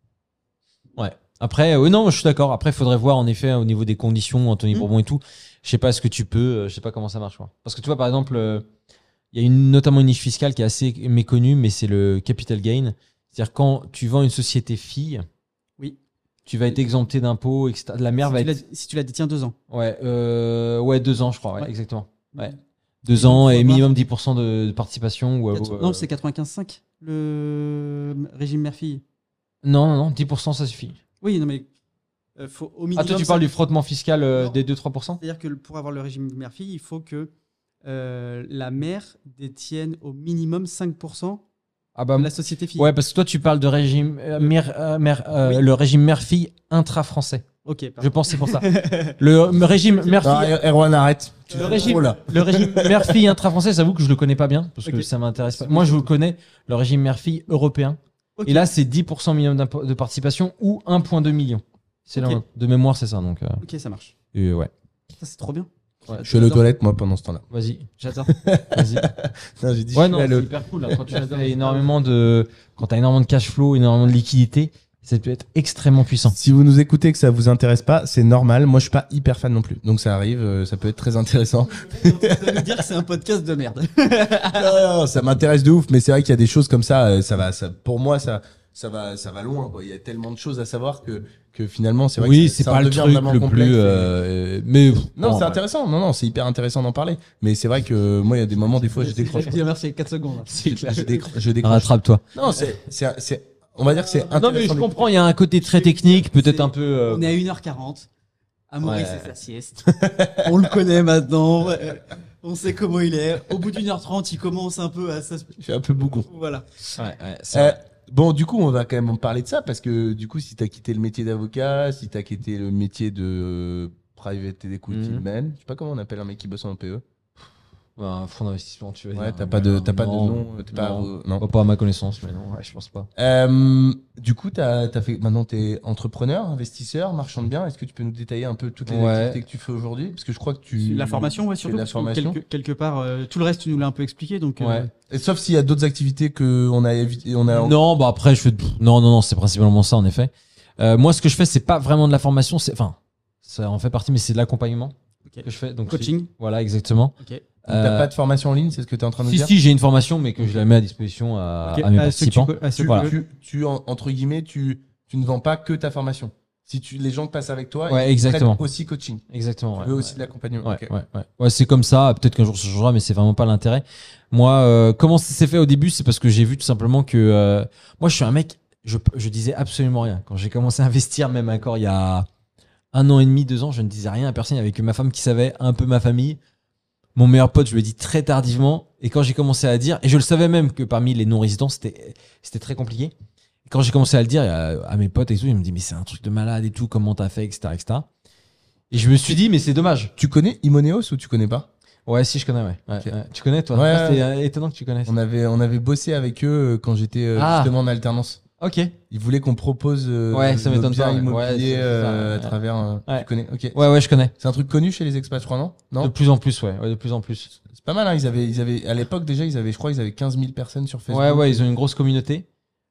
Speaker 3: Ouais. Après, non, moi, je suis d'accord. Après, il faudrait voir en effet au niveau des conditions, Anthony
Speaker 1: Mm.
Speaker 3: Bourbon et tout. Je sais pas ce que tu peux, je sais pas comment ça marche. Quoi. Parce que tu vois, par exemple, il y a notamment une niche fiscale qui est assez méconnue, mais c'est le capital gain. C'est-à-dire quand tu vends une société fille,
Speaker 1: Oui.
Speaker 3: tu vas être exempté d'impôts, etc. La mère
Speaker 1: Si
Speaker 3: va
Speaker 1: tu, la,
Speaker 3: être.
Speaker 1: si tu la détiens 2 ans.
Speaker 3: Ouais, 2 ans, je crois. Ouais,
Speaker 1: Ouais.
Speaker 3: exactement. Ouais.
Speaker 1: Donc,
Speaker 3: 2 ans
Speaker 1: faut
Speaker 3: et
Speaker 1: avoir-
Speaker 3: minimum 10% de participation.
Speaker 1: Non, c'est 95,5 le régime mère-fille.
Speaker 3: Non, 10%, ça suffit.
Speaker 1: Oui, non, mais faut au minimum.
Speaker 3: Ah, toi, tu parles
Speaker 1: ça-
Speaker 3: du frottement fiscal
Speaker 1: Non.
Speaker 3: des 2-3%?
Speaker 1: C'est-à-dire que pour avoir le régime mère-fille, il faut que la mère détienne au minimum 5%
Speaker 3: Ah bah,
Speaker 1: de la société fille.
Speaker 3: ouais, parce que toi, tu parles de régime
Speaker 1: Oui.
Speaker 3: le régime mère-fille intra-français.
Speaker 1: Ok,
Speaker 3: Je
Speaker 1: pardon.
Speaker 3: pense que c'est pour ça. Le régime
Speaker 2: Non,
Speaker 3: mère-fille,
Speaker 2: Erwan, arrête.
Speaker 3: le régime,
Speaker 2: Oh là.
Speaker 3: le régime mère-fille intra-français, j'avoue que je le connais pas bien parce que
Speaker 1: Ok.
Speaker 3: ça m'intéresse pas. Moi, je connais le régime mère-fille européen.
Speaker 1: Ok.
Speaker 3: Et là, c'est 10% minimum de participation ou 1,2 million. C'est
Speaker 1: Ok.
Speaker 3: là, de mémoire, c'est ça. Donc,
Speaker 1: Ok, ça marche.
Speaker 3: ouais.
Speaker 1: Ça, c'est trop bien.
Speaker 3: Ouais,
Speaker 2: Je suis allé aux toilettes, moi, pendant ce temps-là.
Speaker 3: Vas-y.
Speaker 1: J'adore.
Speaker 3: Vas-y.
Speaker 2: Non, j'ai dit,
Speaker 3: Ouais,
Speaker 2: je
Speaker 3: non,
Speaker 2: suis allé
Speaker 3: c'est
Speaker 2: aux-
Speaker 3: hyper cool. Là. Quand tu as énormément de, quand t'as énormément de cash flow, énormément de liquidité, ça peut être extrêmement puissant.
Speaker 2: Si vous nous écoutez et que ça vous intéresse pas, c'est normal. Moi, je suis pas hyper fan non plus. Donc, ça arrive, ça peut être très intéressant.
Speaker 1: Ça veut dire que c'est un podcast de merde.
Speaker 2: Non, ça m'intéresse de ouf, mais c'est vrai qu'il y a des choses comme ça, pour moi, ça va loin, quoi. Il y a tellement de choses à savoir que finalement, c'est vrai
Speaker 3: Oui,
Speaker 2: que
Speaker 3: c'est
Speaker 2: ça
Speaker 3: pas le
Speaker 2: devient
Speaker 3: truc
Speaker 2: vraiment
Speaker 3: le
Speaker 2: complexe
Speaker 3: plus, mais
Speaker 2: Non,
Speaker 3: bon,
Speaker 2: c'est
Speaker 3: ouais.
Speaker 2: intéressant. Non, c'est hyper intéressant d'en parler. Mais c'est vrai que moi, il y a des moments, des fois, je décroche.
Speaker 1: Bien, merci, 4 secondes. là.
Speaker 2: Je décroche.
Speaker 3: Rattrape-toi.
Speaker 2: Non, on va dire que c'est intéressant.
Speaker 3: Non, mais je comprends, il y a un côté très technique, peut-être un peu.
Speaker 1: On est à 1h40. Amaury,
Speaker 3: Ouais.
Speaker 1: c'est sa sieste. On le connaît maintenant. On sait comment il est. Au bout d'1h30, il commence un peu à
Speaker 2: Je suis un peu beaucoup.
Speaker 1: Voilà.
Speaker 3: Ouais, c'est vrai.
Speaker 2: Bon, du coup, on va quand même parler de ça parce que du coup, si t'as quitté le métier d'avocat, si t'as quitté le métier de private equity man, je sais pas comment on appelle un mec qui bosse en PE.
Speaker 3: Un fonds d'investissement, tu veux
Speaker 2: Ouais,
Speaker 3: dire.
Speaker 2: t'as pas de
Speaker 3: Non,
Speaker 2: nom, t'es pas, non.
Speaker 3: Pas à ma connaissance, mais non, ouais, je pense pas.
Speaker 2: Du coup, maintenant, t'es entrepreneur, investisseur, marchand de biens. Est-ce que tu peux nous détailler un peu toutes les
Speaker 3: Ouais.
Speaker 2: activités que tu fais aujourd'hui? Parce que je crois que
Speaker 1: La formation, ouais,
Speaker 2: tu fais
Speaker 1: surtout.
Speaker 2: de la
Speaker 1: parce que
Speaker 2: formation.
Speaker 1: quelque part, tout le reste, tu nous l'as un peu expliqué. Donc,
Speaker 3: Ouais.
Speaker 2: Et sauf s'il y a d'autres activités que on a évité,
Speaker 3: Non, bah après, je fais. Non, c'est principalement ça, en effet. Moi, ce que je fais, c'est pas vraiment de la formation, enfin, ça en fait partie, mais c'est de l'accompagnement
Speaker 1: Ok.
Speaker 3: que je fais. Donc,
Speaker 1: coaching.
Speaker 3: voilà, exactement.
Speaker 1: Ok.
Speaker 2: T'as pas de formation en ligne, c'est ce que tu es en train de nous dire?
Speaker 3: Si, j'ai une formation, mais que je la mets à disposition à
Speaker 1: Ok.
Speaker 3: mes
Speaker 1: À ceux que tu
Speaker 3: participants.
Speaker 1: peux- à ceux que
Speaker 3: Voilà.
Speaker 1: tu veux.
Speaker 2: Entre guillemets, tu ne vends pas que ta formation. Si les gens passent avec toi,
Speaker 3: Ouais,
Speaker 2: ils
Speaker 3: exactement.
Speaker 2: prennent aussi coaching.
Speaker 3: Exactement.
Speaker 2: Tu
Speaker 3: Ouais,
Speaker 2: veux
Speaker 3: ouais.
Speaker 2: aussi de l'accompagnement.
Speaker 3: Ouais,
Speaker 2: Ok.
Speaker 3: ouais, c'est comme ça. Peut-être qu'un jour ça changera, mais c'est vraiment pas l'intérêt. Moi, comment ça s'est fait au début, c'est parce que j'ai vu tout simplement que moi, je suis un mec, je disais absolument rien. Quand j'ai commencé à investir, même encore il y a 1 an et demi, 2 ans, je ne disais rien à personne. Il n'y avait que ma femme qui savait, un peu ma famille. Mon meilleur pote, je lui ai dit très tardivement. Et quand j'ai commencé à dire, et je le savais même que parmi les non-résidents, c'était très compliqué. Et quand j'ai commencé à le dire à mes potes et tout, ils me disent mais c'est un truc de malade et tout, comment t'as fait, etc., etc. Et je me suis dit mais c'est dommage.
Speaker 2: Tu connais Imoneos ou tu connais pas?
Speaker 3: Ouais, si je connais, ouais.
Speaker 2: Ok.
Speaker 3: Ouais. Tu connais toi?
Speaker 2: Ouais,
Speaker 3: C'était étonnant que tu connaisses.
Speaker 2: On avait bossé avec eux quand j'étais justement en alternance.
Speaker 3: Ok.
Speaker 2: Ils voulaient qu'on propose
Speaker 3: Ouais, ça
Speaker 2: nos
Speaker 3: m'étonne
Speaker 2: biens
Speaker 3: pas, ouais.
Speaker 2: immobiliers
Speaker 3: Ouais, c'est ça,
Speaker 2: à travers.
Speaker 3: Ouais.
Speaker 2: Tu connais? Ok.
Speaker 3: Ouais, je connais.
Speaker 2: C'est un truc connu chez les expats, je crois, non?
Speaker 3: De
Speaker 2: Non.
Speaker 3: plus en plus, ouais, de plus en plus.
Speaker 2: C'est pas mal, hein. Ils avaient à l'époque déjà, je crois, ils avaient 15 000 personnes sur Facebook.
Speaker 3: Ouais, ils ont une grosse communauté.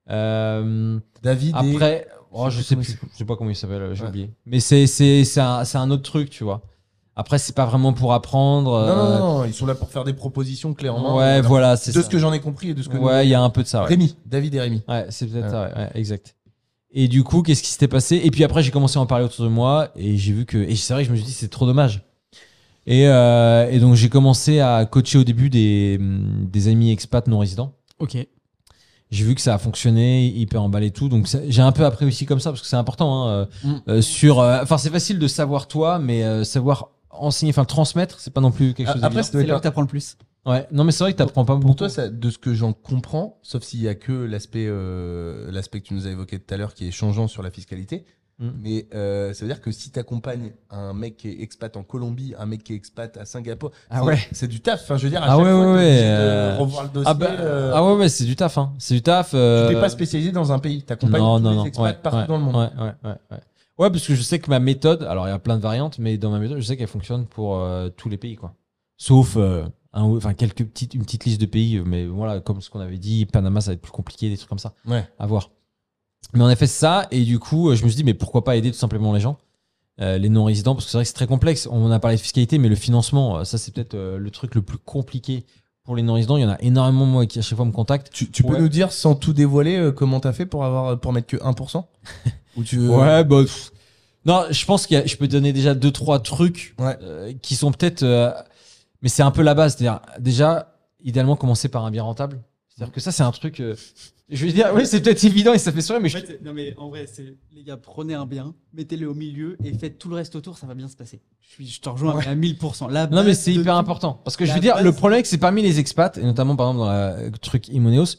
Speaker 2: David.
Speaker 3: Après, je sais plus, je sais pas comment il s'appelle, j'ai oublié. Mais c'est un autre truc, tu vois. Après, c'est pas vraiment pour apprendre.
Speaker 2: Non, ils sont là pour faire des propositions clés en main.
Speaker 3: Ouais, voilà, c'est ça.
Speaker 2: De ce que j'en ai compris et de ce que.
Speaker 3: Ouais, il y a un peu de ça. Ouais.
Speaker 2: Rémi, David et Rémi.
Speaker 3: Ouais, c'est peut-être ça, ouais, exact. Et du coup, qu'est-ce qui s'était passé? Et puis après, j'ai commencé à en parler autour de moi et j'ai vu que. Et c'est vrai que je me suis dit, c'est trop dommage. Et donc, j'ai commencé à coacher au début des amis expats non résidents.
Speaker 1: Ok.
Speaker 3: J'ai vu que ça a fonctionné, hyper emballé et tout. Donc, j'ai un peu appris aussi comme ça parce que c'est important. Hein, enfin, c'est facile de savoir toi, mais savoir enseigner, enfin, transmettre, c'est pas non plus quelque chose
Speaker 2: Après,
Speaker 3: d'évident.
Speaker 1: C'est là où t'apprends le plus.
Speaker 3: Ouais, non, mais c'est vrai que t'apprends pas beaucoup.
Speaker 2: Pour toi, de ce que j'en comprends, sauf s'il y a que l'aspect que tu nous as évoqué tout à l'heure qui est changeant sur la fiscalité, mais ça veut dire que si tu accompagnes un mec qui est expat en Colombie, un mec qui est expat à Singapour, c'est du taf. Enfin, je veux dire, à chaque fois, t'es obligé de revoir le dossier.
Speaker 3: Ouais, c'est du taf, hein. C'est du taf.
Speaker 2: Tu t'es pas spécialisé dans un pays, tu accompagnes tous les expats partout dans le monde.
Speaker 3: Ouais, parce que je sais que ma méthode, alors il y a plein de variantes, mais dans ma méthode, je sais qu'elle fonctionne pour tous les pays, quoi. Sauf une petite liste de pays, mais voilà, comme ce qu'on avait dit, Panama, ça va être plus compliqué, des trucs comme ça.
Speaker 2: Ouais.
Speaker 3: À voir. Mais en effet, c'est ça. Et du coup, je me suis dit, mais pourquoi pas aider tout simplement les gens, les non-résidents, parce que c'est vrai que c'est très complexe. On a parlé de fiscalité, mais le financement, ça, c'est peut-être le truc le plus compliqué pour les non-résidents. Il y en a énormément, moi, qui à chaque fois me contactent.
Speaker 2: Tu peux nous dire, sans tout dévoiler, comment t'as fait pour mettre que 1%? Ou tu...
Speaker 3: Ouais, bah. Non, je pense que je peux donner déjà 2-3 trucs qui sont peut-être. Mais c'est un peu la base. C'est-à-dire, déjà, idéalement, commencer par un bien rentable. C'est-à-dire que ça, c'est un truc. Je vais dire, oui, c'est peut-être évident et ça fait sourire, mais
Speaker 1: Non, mais en vrai, les gars, prenez un bien, mettez-le au milieu et faites tout le reste autour, ça va bien se passer. Je te rejoins à 1000%. Non,
Speaker 3: mais c'est hyper important. Parce que je veux dire, le problème, c'est que c'est parmi les expats, et notamment, par exemple, dans le truc Imoneos,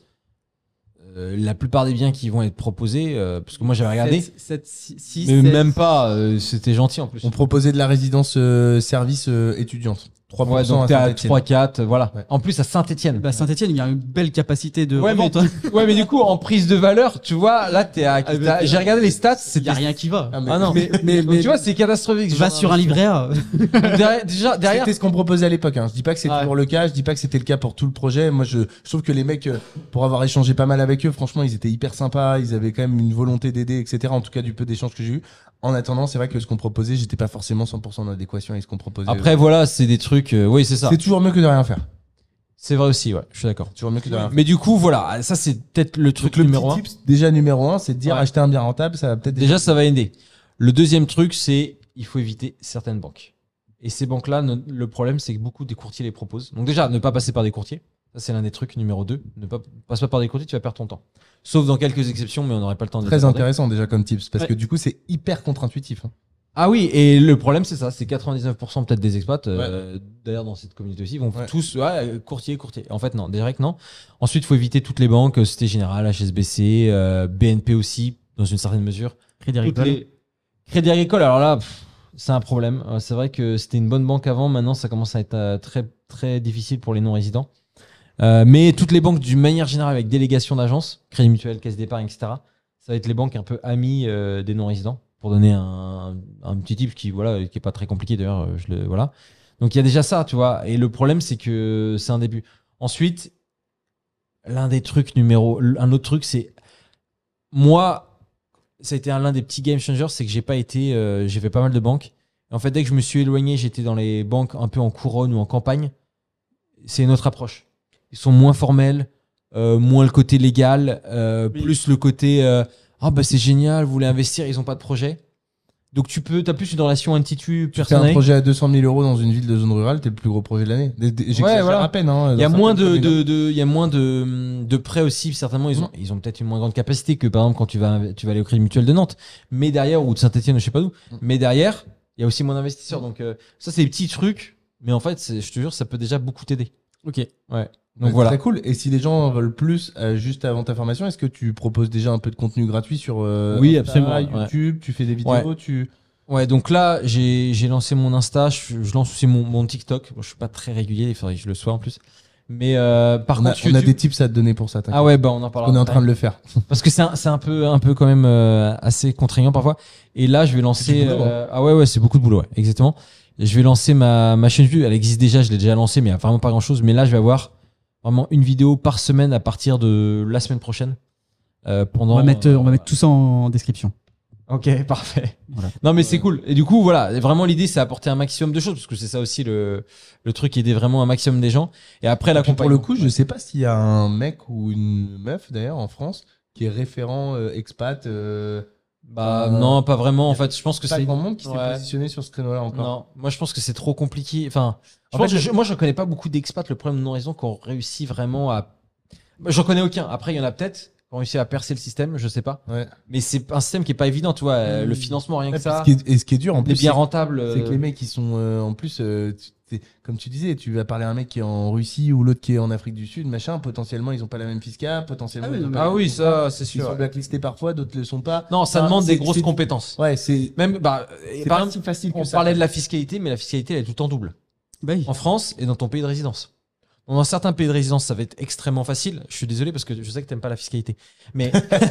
Speaker 3: la plupart des biens qui vont être proposés, parce que moi j'avais regardé,
Speaker 1: 6,
Speaker 3: mais même pas, c'était gentil en plus.
Speaker 2: On proposait de la résidence service étudiante. 3%
Speaker 3: Ouais, donc
Speaker 2: à
Speaker 3: t'es à
Speaker 2: Saint-Étienne.
Speaker 3: 3-4, voilà.
Speaker 2: Ouais.
Speaker 3: En plus à Saint-Étienne.
Speaker 1: Bah, Saint-Etienne, il y a une belle capacité de
Speaker 3: Ouais,
Speaker 1: revente.
Speaker 3: ouais, mais du coup, en prise de valeur, tu vois, là, j'ai regardé les stats,
Speaker 1: Il n'y a rien qui va.
Speaker 3: Ah non, mais tu vois, c'est catastrophique.
Speaker 1: Va sur un livret A.
Speaker 3: Derrière.
Speaker 2: C'était ce qu'on proposait à l'époque. Hein. Je dis pas que c'est toujours le cas. Je dis pas que c'était le cas pour tout le projet. Moi, je trouve que les mecs, pour avoir échangé pas mal avec eux, franchement, ils étaient hyper sympas. Ils avaient quand même une volonté d'aider, etc. En tout cas, du peu d'échanges que j'ai eu. En attendant, c'est vrai que ce qu'on proposait, j'étais pas forcément 100% en adéquation avec ce qu'on proposait.
Speaker 3: Après, voilà, c'est des trucs. Oui, c'est ça.
Speaker 2: C'est toujours mieux que de rien faire.
Speaker 3: C'est vrai aussi, ouais. Je suis d'accord.
Speaker 2: Toujours mieux que de rien faire.
Speaker 3: Mais du coup, voilà, ça c'est peut-être le truc
Speaker 2: Donc,
Speaker 3: numéro
Speaker 2: le
Speaker 3: 1.
Speaker 2: petit tips, déjà numéro 1, c'est de dire acheter un bien rentable. Ça va peut-être
Speaker 3: Déjà, ça va aider. Le deuxième truc, c'est il faut éviter certaines banques. Et ces banques-là, le problème, c'est que beaucoup des courtiers les proposent. Donc déjà, ne pas passer par des courtiers. Ça, c'est l'un des trucs numéro 2. Passe pas par des courtiers, tu vas perdre ton temps. Sauf dans quelques exceptions, mais on n'aurait pas le temps de les
Speaker 2: très
Speaker 3: aborder.
Speaker 2: intéressant déjà comme tips parce que du coup, c'est hyper contre-intuitif. Hein.
Speaker 3: Ah oui, et le problème, c'est ça. C'est 99% peut-être des expats, d'ailleurs dans cette communauté aussi, vont tous courtier. En fait, non. Direct, non. Ensuite, il faut éviter toutes les banques, Société Générale, HSBC, BNP aussi, dans une certaine mesure.
Speaker 1: Crédit Agricole.
Speaker 3: Crédit Agricole, alors là, c'est un problème. C'est vrai que c'était une bonne banque avant. Maintenant, ça commence à être très, très difficile pour les non-résidents. Mais toutes les banques, d'une manière générale, avec délégation d'agence, Crédit Mutuel, Caisse d'Épargne, etc., ça va être les banques un peu amies des non-résidents. Pour donner un petit tip qui est pas très compliqué d'ailleurs, voilà. Donc il y a déjà ça, tu vois. Et le problème, c'est que c'est un début. Ensuite, un autre truc, c'est moi, ça a été l'un des petits game changers, c'est que j'ai fait pas mal de banques. Et en fait, dès que je me suis éloigné, j'étais dans les banques un peu en couronne ou en campagne. C'est une autre approche. Ils sont moins formels, moins le côté légal, plus le côté c'est génial, vous voulez investir, ils n'ont pas de projet. Donc t'as plus une relation institut personnelle.
Speaker 2: Tu fais un projet à 200 000 euros dans une ville de zone rurale, t'es le plus gros projet de l'année. J'exagère à peine. Hein,
Speaker 3: il y a moins de prêts aussi, certainement. Ils ont peut-être une moins grande capacité que par exemple quand tu vas aller au Crédit Mutuel de Nantes, mais derrière, ou de Saint-Etienne, je sais pas d'où. Mais derrière, il y a aussi moins d'investisseurs. Donc ça, c'est des petits trucs. Mais en fait, je te jure, ça peut déjà beaucoup t'aider.
Speaker 1: Ok.
Speaker 3: Ouais. Donc voilà.
Speaker 2: Très cool. Et si les gens veulent plus, juste avant ta formation, est-ce que tu proposes déjà un peu de contenu gratuit sur
Speaker 3: Oui,
Speaker 2: Insta,
Speaker 3: absolument,
Speaker 2: YouTube, tu fais des vidéos,
Speaker 3: Ouais. Ouais, donc là, j'ai lancé mon Insta, je lance aussi mon TikTok. Bon, je suis pas très régulier, il faudrait que je le sois en plus. Mais par contre,
Speaker 2: on a des tips à te donner pour ça.
Speaker 3: Ah ouais, bah on en parlera.
Speaker 2: On est en train de le faire.
Speaker 3: Parce que c'est un peu quand même assez contraignant parfois. Et là, je vais lancer.
Speaker 2: C'est du boulot, hein.
Speaker 3: Ah ouais, c'est beaucoup de boulot, ouais, exactement. Et je vais lancer ma chaîne YouTube. Elle existe déjà, je l'ai déjà lancée, mais il n'y a vraiment pas grand chose. Mais là, je vais avoir vraiment une vidéo par semaine à partir de la semaine prochaine.
Speaker 1: On va mettre tout ça en description.
Speaker 3: Ok, parfait.
Speaker 1: Voilà.
Speaker 3: Non, mais c'est cool. Et du coup, voilà, vraiment l'idée, c'est apporter un maximum de choses, parce que c'est ça aussi le truc, aider vraiment un maximum des gens. Et après,
Speaker 2: Pour le coup, je sais pas s'il y a un mec ou une meuf d'ailleurs en France qui est référent expat.
Speaker 3: Non, pas vraiment. En fait, je pense que
Speaker 2: pas
Speaker 3: c'est
Speaker 2: grand monde qui s'est
Speaker 3: Ouais.
Speaker 2: positionné sur ce créneau-là encore.
Speaker 3: Non, moi je pense que c'est trop compliqué. Enfin, moi je connais pas beaucoup d'expats. Le problème de non-résidents qui ont réussi vraiment à. J'en connais aucun. Après, il y en a peut-être qui ont réussi à percer le système, je sais pas.
Speaker 2: Ouais.
Speaker 3: Mais c'est un système qui est pas évident, tu vois. Le financement, rien que ça.
Speaker 2: Ce qui est dur en
Speaker 3: est
Speaker 2: plus,
Speaker 3: bien rentable.
Speaker 2: c'est que les mecs qui sont en plus, comme tu disais, tu vas parler à un mec qui est en Russie ou l'autre qui est en Afrique du Sud, machin. Potentiellement, ils ont pas la même fiscale. Potentiellement, ils ont pas la même
Speaker 3: ça, c'est
Speaker 2: Ils
Speaker 3: sûr.
Speaker 2: sont blacklistés parfois, d'autres le sont pas.
Speaker 3: Non, ça
Speaker 2: Enfin,
Speaker 3: demande des
Speaker 2: c'est-
Speaker 3: grosses
Speaker 2: c'est-
Speaker 3: compétences.
Speaker 2: Ouais, c'est
Speaker 3: Même, par
Speaker 2: pas
Speaker 3: exemple,
Speaker 2: si facile que
Speaker 3: on
Speaker 2: ça.
Speaker 3: parlait de la fiscalité, mais la fiscalité, elle est tout le temps double.
Speaker 1: Bah oui.
Speaker 3: En France et dans ton pays de résidence. Dans certains pays de résidence, ça va être extrêmement facile. Je suis désolé parce que je sais que t'aimes pas la fiscalité. Mais,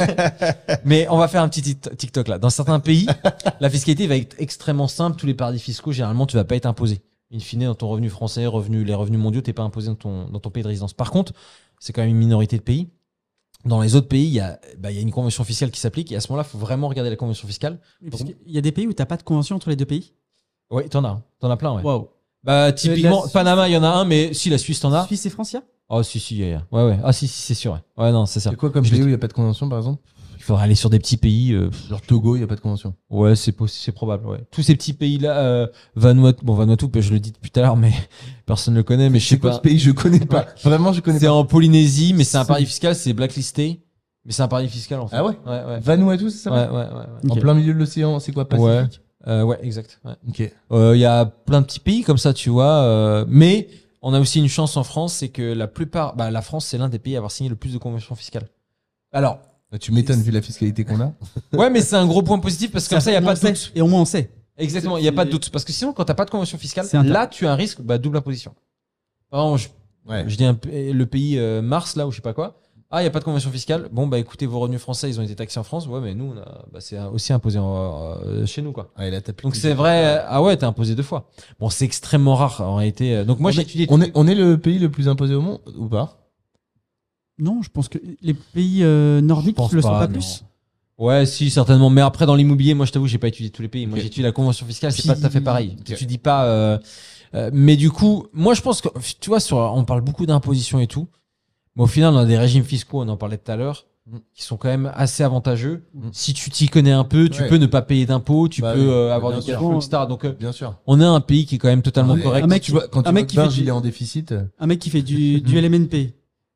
Speaker 3: mais on va faire un petit TikTok là. Dans certains pays, la fiscalité va être extrêmement simple. Tous les paradis fiscaux, généralement, tu vas pas être imposé. In fine, dans ton revenu français, les revenus mondiaux, t'es pas imposé dans ton pays de résidence. Par contre, c'est quand même une minorité de pays. Dans les autres pays, il y a une convention fiscale qui s'applique. Et à ce moment-là, il faut vraiment regarder la convention fiscale.
Speaker 1: Oui, parce qu'il y a des pays où t'as pas de convention entre les deux pays.
Speaker 3: Oui, t'en as plein, ouais.
Speaker 1: Waouh.
Speaker 3: Bah, typiquement,
Speaker 1: Suisse-
Speaker 3: Panama, il y en a un, mais si, la Suisse, t'en as.
Speaker 1: Suisse et France, il y a
Speaker 3: Oh, si, y a. Ouais. Ah, si, c'est sûr, ouais. Ouais, non, c'est ça.
Speaker 2: C'est quoi comme
Speaker 3: Je
Speaker 2: pays
Speaker 3: l'ai-
Speaker 2: où il n'y a pas de convention, par exemple?
Speaker 3: Il faudrait aller sur des petits pays.
Speaker 2: Genre Togo, il n'y a pas de convention.
Speaker 3: Ouais, c'est probable, ouais. Tous ces petits pays-là, Vanuatu, je le dis depuis tout à l'heure, mais personne ne le connaît, mais je sais
Speaker 2: C'est quoi
Speaker 3: pas.
Speaker 2: ce pays? Je connais pas. Vraiment, je connais
Speaker 3: C'est
Speaker 2: pas.
Speaker 3: en Polynésie, mais c'est un paradis fiscal, c'est blacklisté, mais c'est un paradis fiscal, en fait.
Speaker 2: Ah ouais?
Speaker 3: Ouais.
Speaker 2: Vanuatu, c'est ça?
Speaker 3: Ouais.
Speaker 1: Ok.
Speaker 2: En plein milieu de l'océan, c'est quoi, Pacifique?
Speaker 3: Ouais, exact. Ouais.
Speaker 2: Ok.
Speaker 3: Il y a plein de petits pays comme ça, tu vois. Mais on a aussi une chance en France, c'est que la plupart, la France, c'est l'un des pays à avoir signé le plus de conventions fiscales. Alors,
Speaker 2: Tu m'étonnes vu la fiscalité qu'on a.
Speaker 3: ouais, mais c'est un gros point positif parce que comme ça, il n'y a pas de doute.
Speaker 1: Et au moins, on sait.
Speaker 3: Exactement, il n'y a pas de doute. Parce que sinon, quand tu n'as pas de convention fiscale,
Speaker 1: C'est intéressant.
Speaker 3: là, tu as un risque, double imposition. Par exemple,
Speaker 2: Ouais.
Speaker 3: je dis le pays Mars, là, ou je sais pas quoi. Ah, il n'y a pas de convention fiscale. Bon, écoutez, vos revenus français, ils ont été taxés en France. Ouais, mais nous, c'est aussi imposé chez nous, quoi.
Speaker 2: Ouais, là, t'as plus
Speaker 3: Donc
Speaker 2: de-
Speaker 3: c'est vrai. Ah ouais, t'es imposé 2 fois. Bon, c'est extrêmement rare en réalité. Donc moi, j'ai étudié.
Speaker 2: On est le pays le plus imposé au monde ou pas?
Speaker 1: Non, je pense que les pays nordiques
Speaker 3: pense
Speaker 1: le sont
Speaker 3: pas,
Speaker 1: pas
Speaker 3: non.
Speaker 1: plus.
Speaker 3: Ouais, si, certainement. Mais après, dans l'immobilier, moi, je t'avoue, j'ai pas étudié tous les pays. Moi, j'ai étudié la convention fiscale, c'est pas tout à fait pareil.
Speaker 2: Ok.
Speaker 3: Tu dis pas. Mais du coup, moi, je pense que, tu vois, on parle beaucoup d'imposition et tout. Mais au final, on a des régimes fiscaux, on en parlait tout à l'heure, qui sont quand même assez avantageux. Si tu t'y connais un peu, tu
Speaker 2: Ouais.
Speaker 3: peux ne pas payer d'impôts, tu
Speaker 2: Bah
Speaker 3: peux
Speaker 2: oui,
Speaker 3: avoir
Speaker 2: bien
Speaker 3: du
Speaker 2: sûr.
Speaker 3: cash flow, etc. Donc,
Speaker 2: Bien sûr.
Speaker 3: on a un pays qui est quand même totalement correct.
Speaker 1: un mec-
Speaker 2: tu vois, quand tu
Speaker 1: un
Speaker 2: vois
Speaker 1: mec
Speaker 2: que
Speaker 1: qui fait
Speaker 2: Binge,
Speaker 1: du-
Speaker 2: il est en déficit.
Speaker 1: Un mec qui fait du LMNP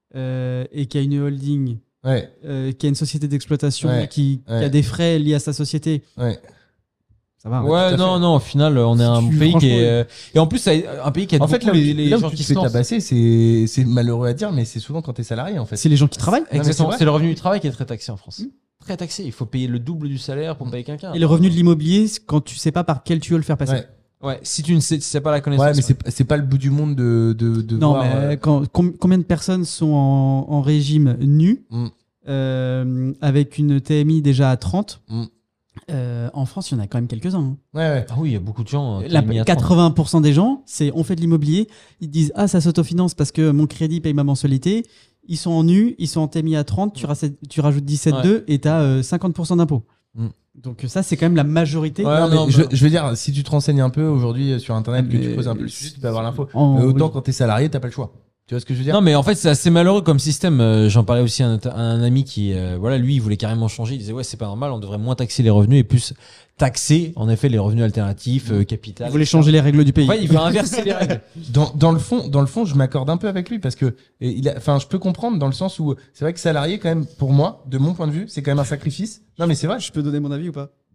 Speaker 1: et qui a une holding,
Speaker 2: Ouais,
Speaker 1: qui a une société d'exploitation,
Speaker 2: Ouais,
Speaker 1: qui
Speaker 2: ouais.
Speaker 1: a des frais liés à sa société,
Speaker 2: ouais.
Speaker 1: ça va.
Speaker 2: tout à
Speaker 3: Ouais,
Speaker 2: fait.
Speaker 3: non, au final, on est un
Speaker 1: Tu-
Speaker 3: pays qui
Speaker 1: franchement,
Speaker 3: est. Et en plus, un pays qui a
Speaker 2: En fait,
Speaker 3: beaucoup les
Speaker 2: là où
Speaker 3: gens
Speaker 2: tu
Speaker 3: qui
Speaker 2: te fais
Speaker 3: se lancent.
Speaker 2: tabasser, c'est malheureux à dire, mais c'est souvent quand t'es salarié, en fait.
Speaker 1: C'est les gens qui travaillent.
Speaker 2: mais
Speaker 3: Exactement,
Speaker 2: c'est vrai.
Speaker 3: c'est le revenu du travail qui est très taxé en France. Très taxé. Il faut payer le double du salaire pour payer quelqu'un.
Speaker 1: Et le revenu de l'immobilier, c'est quand tu sais pas par quel tu veux le faire passer.
Speaker 2: Ouais.
Speaker 3: Ouais, si tu ne sais pas la connaissance.
Speaker 2: Ouais, mais c'est pas le bout du monde de
Speaker 1: Non,
Speaker 2: voir.
Speaker 1: mais combien de personnes sont en régime nu
Speaker 2: Mm.
Speaker 1: avec une TMI déjà à 30
Speaker 2: Mm.
Speaker 1: En France, il y en a quand même quelques-uns. hein.
Speaker 2: Ouais.
Speaker 3: Ah oui, il y a beaucoup de gens.
Speaker 1: La- 80% des gens, on fait de l'immobilier, ils disent ah ça s'autofinance parce que mon crédit paye ma mensualité. Ils sont en nu, ils sont en TMI à 30, tu rajoutes 17,2 et tu as 50% d'impôts.
Speaker 2: Mm.
Speaker 1: Donc ça, c'est quand même la majorité.
Speaker 3: Ouais,
Speaker 2: Non, mais
Speaker 3: non,
Speaker 2: je veux dire, si tu te renseignes un peu aujourd'hui sur Internet, que tu
Speaker 1: Mais
Speaker 2: creuses un peu le sujet, tu peux avoir l'info.
Speaker 1: En-
Speaker 2: Autant
Speaker 1: oui.
Speaker 2: quand t'es salarié, t'as pas le choix. Tu vois ce que je veux dire?
Speaker 3: Non, mais en fait, c'est assez malheureux comme système. J'en parlais aussi à un ami qui, voilà, lui, il voulait carrément changer. Il disait, ouais, c'est pas normal, on devrait moins taxer les revenus et plus taxer, en effet, les revenus alternatifs, capital.
Speaker 1: Ils voulaient changer les règles du pays.
Speaker 3: Ouais, il veut inverser les règles.
Speaker 2: Dans le fond, je m'accorde un peu avec lui parce que enfin, je peux comprendre dans le sens où c'est vrai que salarié quand même, pour moi, de mon point de vue, c'est quand même un sacrifice. Non, mais c'est vrai.
Speaker 1: Je peux donner mon avis ou pas?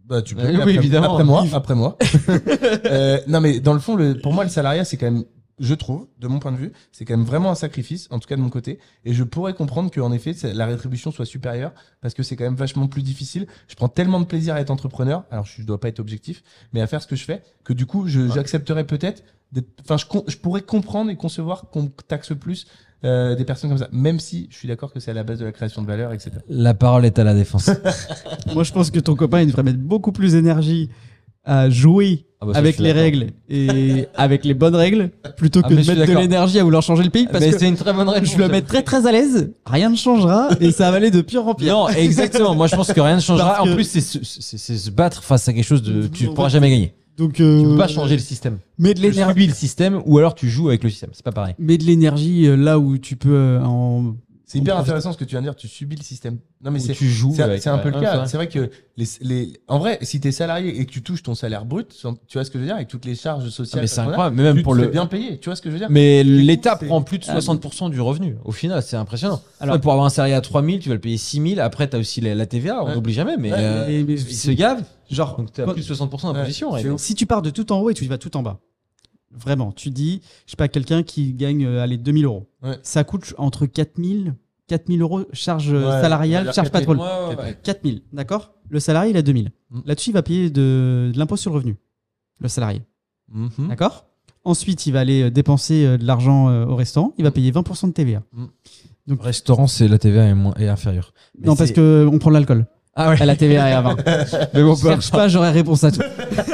Speaker 2: Bah, tu peux.
Speaker 3: Oui,
Speaker 2: après,
Speaker 3: évidemment.
Speaker 2: Après moi. Non, mais dans le fond, pour moi, le salariat, c'est quand même, je trouve, de mon point de vue, c'est quand même vraiment un sacrifice, en tout cas de mon côté. Et je pourrais comprendre qu'en effet, la rétribution soit supérieure parce que c'est quand même vachement plus difficile. Je prends tellement de plaisir à être entrepreneur. Alors, je dois pas être objectif, mais à faire ce que je fais, que du coup, j'accepterais peut-être enfin, je pourrais comprendre et concevoir qu'on taxe plus des personnes comme ça, même si je suis d'accord que c'est à la base de la création de valeur, etc.
Speaker 3: La parole est à la défense.
Speaker 1: Moi, je pense que ton copain, il devrait mettre beaucoup plus d'énergie à jouer avec les règles et avec les bonnes règles plutôt que de mettre de l'énergie à vouloir changer le pays. Parce que
Speaker 3: c'est une très bonne réponse.
Speaker 1: je vais le mettre très très à l'aise, rien ne changera et ça va aller de pire en pire.
Speaker 3: Non, exactement. Moi, je pense que rien ne changera.
Speaker 1: Parce que-
Speaker 3: En plus, c'est se battre face à quelque chose de. Tu ne pourras jamais gagner.
Speaker 1: Donc,
Speaker 3: Tu peux pas changer le système.
Speaker 1: mets de
Speaker 3: Tu
Speaker 1: l'énergie.
Speaker 3: subis le système ou alors tu joues avec le système. C'est pas pareil.
Speaker 1: Mets de l'énergie là où tu peux en.
Speaker 2: C'est hyper intéressant ce que tu viens de dire, tu subis le système. Non, mais
Speaker 3: Ou tu joues avec.
Speaker 2: c'est un peu le
Speaker 3: Ouais,
Speaker 2: cas.
Speaker 3: c'est
Speaker 2: C'est vrai que en vrai, si t'es salarié et que tu touches ton salaire brut, tu vois ce que je veux dire, avec toutes les charges sociales,
Speaker 3: mais c'est
Speaker 2: patronales,
Speaker 3: incroyable. Mais même
Speaker 2: tu
Speaker 3: pour
Speaker 2: te
Speaker 3: le.
Speaker 2: fais bien payé. Tu vois ce que je veux dire?
Speaker 3: Mais
Speaker 2: coup,
Speaker 3: l'État
Speaker 2: c'est-
Speaker 3: prend plus de 60% du revenu. Au final, c'est impressionnant.
Speaker 1: Alors-
Speaker 3: Alors, pour avoir un salarié à 3 000, tu vas le payer 6 000. Après, tu as aussi la TVA. On
Speaker 2: Ouais.
Speaker 3: n'oublie jamais. Mais,
Speaker 2: Ouais,
Speaker 1: mais-
Speaker 3: il se gave.
Speaker 1: Genre,
Speaker 3: Donc, tu as
Speaker 1: quand-
Speaker 3: plus de 60% d'imposition.
Speaker 2: Ouais,
Speaker 3: ouais.
Speaker 2: c'est
Speaker 1: si tu pars de tout en haut et tu vas tout en bas, vraiment, tu dis, je sais pas, quelqu'un qui gagne allez, 2000 euros,
Speaker 2: Ouais.
Speaker 1: ça coûte entre 4000 euros charge
Speaker 2: Ouais, on va
Speaker 1: salariale,
Speaker 2: dire
Speaker 1: charge
Speaker 2: 4000.
Speaker 1: patronale.
Speaker 3: Ouais, ouais, ouais.
Speaker 1: 4000, d'accord? Le salarié, il a 2000.
Speaker 2: Mm.
Speaker 1: Là-dessus, il va payer de l'impôt sur le revenu, le salarié,
Speaker 2: Mhm.
Speaker 1: d'accord? Ensuite, il va aller dépenser de l'argent au restaurant, il va payer 20% de TVA.
Speaker 3: Restaurant, c'est la TVA est inférieure. Mais
Speaker 1: non, parce
Speaker 3: c'est-
Speaker 1: que on prend de l'alcool.
Speaker 3: Ah ouais.
Speaker 1: La TVA est à 20.
Speaker 3: Mais bon,
Speaker 1: Cherche pas, j'aurai réponse à tout.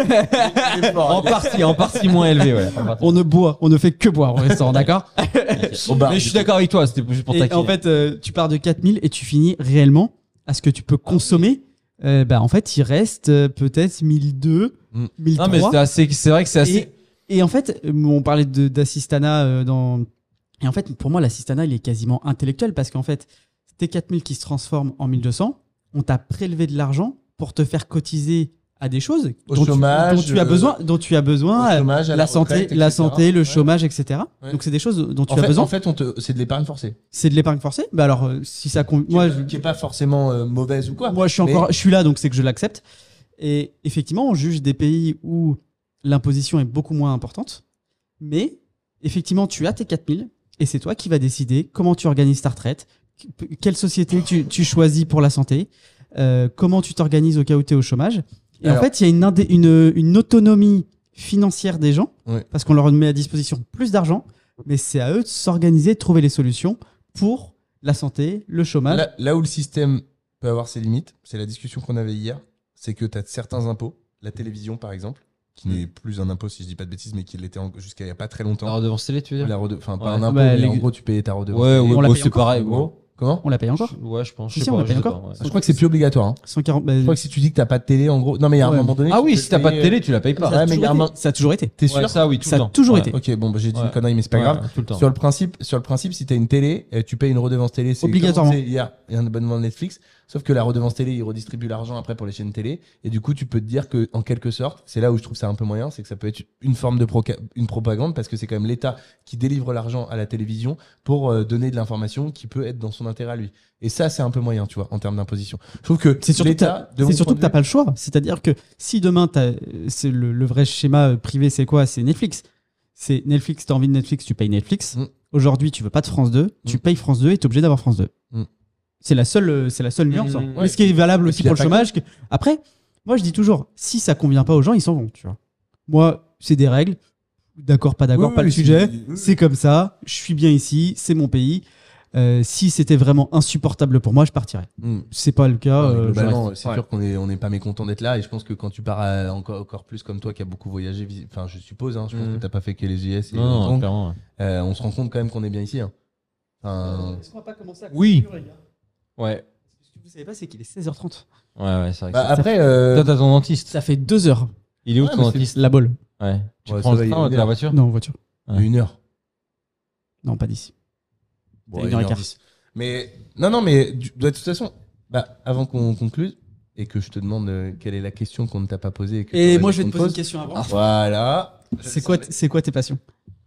Speaker 3: en partie moins élevé, ouais.
Speaker 1: On ne boit, on ne fait que boire au restaurant, d'accord?
Speaker 2: Au bar,
Speaker 3: Mais je suis d'accord avec toi, c'était juste pour
Speaker 1: Et
Speaker 3: taquiner.
Speaker 1: en fait, tu pars de 4000 et tu finis réellement à ce que tu peux consommer. Bah, en fait, il reste peut-être 1002,
Speaker 2: Mm.
Speaker 1: 1003.
Speaker 3: non, mais c'est vrai que c'est assez.
Speaker 1: Et en fait, on parlait d'assistanat dans. Et en fait, pour moi, l'assistanat, il est quasiment intellectuel parce qu'en fait, tes 4000 qui se transforment en 1200, on t'a prélevé de l'argent pour te faire cotiser à des choses
Speaker 2: Au
Speaker 1: dont,
Speaker 2: chômage,
Speaker 1: dont tu as besoin,
Speaker 2: au chômage, à
Speaker 1: la santé,
Speaker 2: retraite,
Speaker 1: la
Speaker 2: etc.
Speaker 1: santé, le
Speaker 2: Ouais.
Speaker 1: chômage, etc.
Speaker 2: Ouais.
Speaker 1: Donc c'est des choses dont tu
Speaker 2: En
Speaker 1: as
Speaker 2: fait,
Speaker 1: besoin.
Speaker 2: en fait, c'est de l'épargne forcée.
Speaker 1: C'est de l'épargne forcée. Bah alors, si ça compte, moi,
Speaker 2: Qui est pas forcément mauvaise ou quoi.
Speaker 1: moi, je suis là, donc c'est que je l'accepte. Et effectivement, on juge des pays où l'imposition est beaucoup moins importante, mais effectivement, tu as tes 4000 et c'est toi qui vas décider comment tu organises ta retraite, quelle société tu choisis pour la santé, comment tu t'organises au cas où tu es au chômage. Et
Speaker 2: Alors-
Speaker 1: en fait, il y a une autonomie financière des gens
Speaker 2: Ouais.
Speaker 1: parce qu'on leur met à disposition plus d'argent, mais c'est à eux de s'organiser, de trouver les solutions pour la santé, le chômage.
Speaker 2: Là où le système peut avoir ses limites, c'est la discussion qu'on avait hier, c'est que tu as certains impôts, la télévision par exemple, qui n'est plus un impôt si je dis pas de bêtises, mais qui l'était jusqu'à il y a pas très longtemps.
Speaker 3: La redevance télé, tu veux dire?
Speaker 2: Enfin, pas
Speaker 3: Ouais.
Speaker 2: un impôt,
Speaker 1: Bah,
Speaker 2: mais
Speaker 1: les-
Speaker 2: en gros, tu payais ta redevance.
Speaker 3: Ouais,
Speaker 1: on
Speaker 3: ouais,
Speaker 1: la
Speaker 3: bon,
Speaker 1: paye
Speaker 3: c'est
Speaker 1: encore,
Speaker 3: pareil.
Speaker 2: En gros. Comment?
Speaker 1: On la paye encore
Speaker 3: Ouais, je pense.
Speaker 1: Si,
Speaker 3: je sais
Speaker 1: on
Speaker 3: pas,
Speaker 1: la paye
Speaker 3: je sais
Speaker 1: encore.
Speaker 3: pas, ouais.
Speaker 2: Je crois que c'est plus obligatoire. Hein.
Speaker 1: 140.
Speaker 2: Je crois que si tu dis que t'as pas de télé, en gros. Non, mais il y a un
Speaker 1: Ouais.
Speaker 2: moment donné.
Speaker 3: Ah
Speaker 2: tu
Speaker 3: oui,
Speaker 2: peux
Speaker 3: si t'as pas de
Speaker 2: payer-
Speaker 3: télé, tu la payes pas.
Speaker 2: Ouais, mais il y a un moment.
Speaker 1: Ça a toujours été.
Speaker 2: T'es sûr?
Speaker 3: Ouais, ça, oui, tout
Speaker 1: Ça
Speaker 3: le
Speaker 1: a
Speaker 3: temps.
Speaker 1: toujours
Speaker 3: Ouais.
Speaker 1: été.
Speaker 2: Ok, bon, bah, j'ai dit une
Speaker 3: Ouais.
Speaker 2: connerie, mais c'est pas
Speaker 3: Ouais,
Speaker 2: grave.
Speaker 3: tout le temps.
Speaker 2: Sur le principe, si t'as une télé, tu payes une redevance télé, c'est
Speaker 1: Obligatoirement.
Speaker 2: comme on disait hier, il y a un abonnement Netflix. Sauf que la redevance télé, il redistribue l'argent après pour les chaînes télé. Et du coup, tu peux te dire que, en quelque sorte, c'est là où je trouve ça un peu moyen, c'est que ça peut être une forme de une propagande parce que c'est quand même l'État qui délivre l'argent à la télévision pour donner de l'information qui peut être dans son intérêt à lui. Et ça, c'est un peu moyen, tu vois, en termes d'imposition. Je trouve que
Speaker 1: C'est surtout
Speaker 2: l'État, de mon
Speaker 1: c'est surtout
Speaker 2: point
Speaker 1: que
Speaker 2: de
Speaker 1: t'as
Speaker 2: vue-
Speaker 1: pas le choix. C'est-à-dire que si demain, c'est le vrai schéma privé, c'est quoi? C'est Netflix. C'est Netflix, t'as envie de Netflix, tu payes Netflix.
Speaker 2: Mm.
Speaker 1: Aujourd'hui, tu veux pas de France 2, tu
Speaker 2: Mm.
Speaker 1: payes France 2 et t'es obligé d'avoir France 2.
Speaker 2: Mm.
Speaker 1: C'est la seule nuance. hein.
Speaker 3: Ouais.
Speaker 1: Mais ce qui est valable aussi
Speaker 2: puis, y a
Speaker 1: pour le
Speaker 2: pas
Speaker 1: chômage. Après, moi, je dis toujours, si ça convient pas aux gens, ils s'en vont, tu vois. Moi, c'est des règles. D'accord, pas d'accord,
Speaker 2: Oui,
Speaker 1: pas
Speaker 2: oui,
Speaker 1: le sujet.
Speaker 2: oui.
Speaker 1: C'est comme ça. Je suis bien ici, c'est mon pays. Si c'était vraiment insupportable pour moi, je partirais.
Speaker 2: Mm.
Speaker 1: C'est pas le cas.
Speaker 2: Ouais, mais
Speaker 1: je
Speaker 2: globalement,
Speaker 1: reste.
Speaker 2: c'est sûr qu'on n'est pas mécontent d'être là. Et je pense que quand tu pars encore plus comme toi, qui a beaucoup voyagé, enfin, je suppose, hein, je pense que t'as pas fait que les US et
Speaker 3: Non,
Speaker 2: Hong
Speaker 3: non,
Speaker 2: Kong,
Speaker 3: clairement. ouais.
Speaker 2: on se rend compte quand même qu'on est bien ici. Hein. Enfin,
Speaker 1: Est-ce qu'on va pas commencer à
Speaker 3: Oui.
Speaker 1: conclure, les gars
Speaker 3: Ouais,
Speaker 1: Ce que vous savez pas, c'est qu'il est 16h30.
Speaker 3: ouais, c'est vrai. que
Speaker 2: bah, après,
Speaker 3: Toi, t'as ton dentiste.
Speaker 1: Ça fait 2 heures,
Speaker 3: Il est où
Speaker 2: Ouais,
Speaker 3: ton
Speaker 2: mais c'est-
Speaker 3: dentiste?
Speaker 1: la bolle.
Speaker 3: Ouais. Tu
Speaker 2: Ouais,
Speaker 3: prends
Speaker 2: ça
Speaker 3: le
Speaker 2: va,
Speaker 3: train
Speaker 2: il
Speaker 3: avec
Speaker 2: est
Speaker 3: la
Speaker 2: bien.
Speaker 3: voiture?
Speaker 1: Non, en voiture.
Speaker 2: il y a 1 heure.
Speaker 1: Non, pas d'ici.
Speaker 2: Bon,
Speaker 1: C'est 1h15.
Speaker 2: 1h10. Mais non, mais de toute façon, avant qu'on conclue et que je te demande quelle est la question qu'on ne t'a pas posée. Que
Speaker 1: Et
Speaker 2: t'aurais
Speaker 1: moi,
Speaker 2: aimé
Speaker 1: je vais te
Speaker 2: qu'on
Speaker 1: poser une
Speaker 2: pose.
Speaker 1: question avant.
Speaker 2: Voilà.
Speaker 1: C'est quoi tes passions?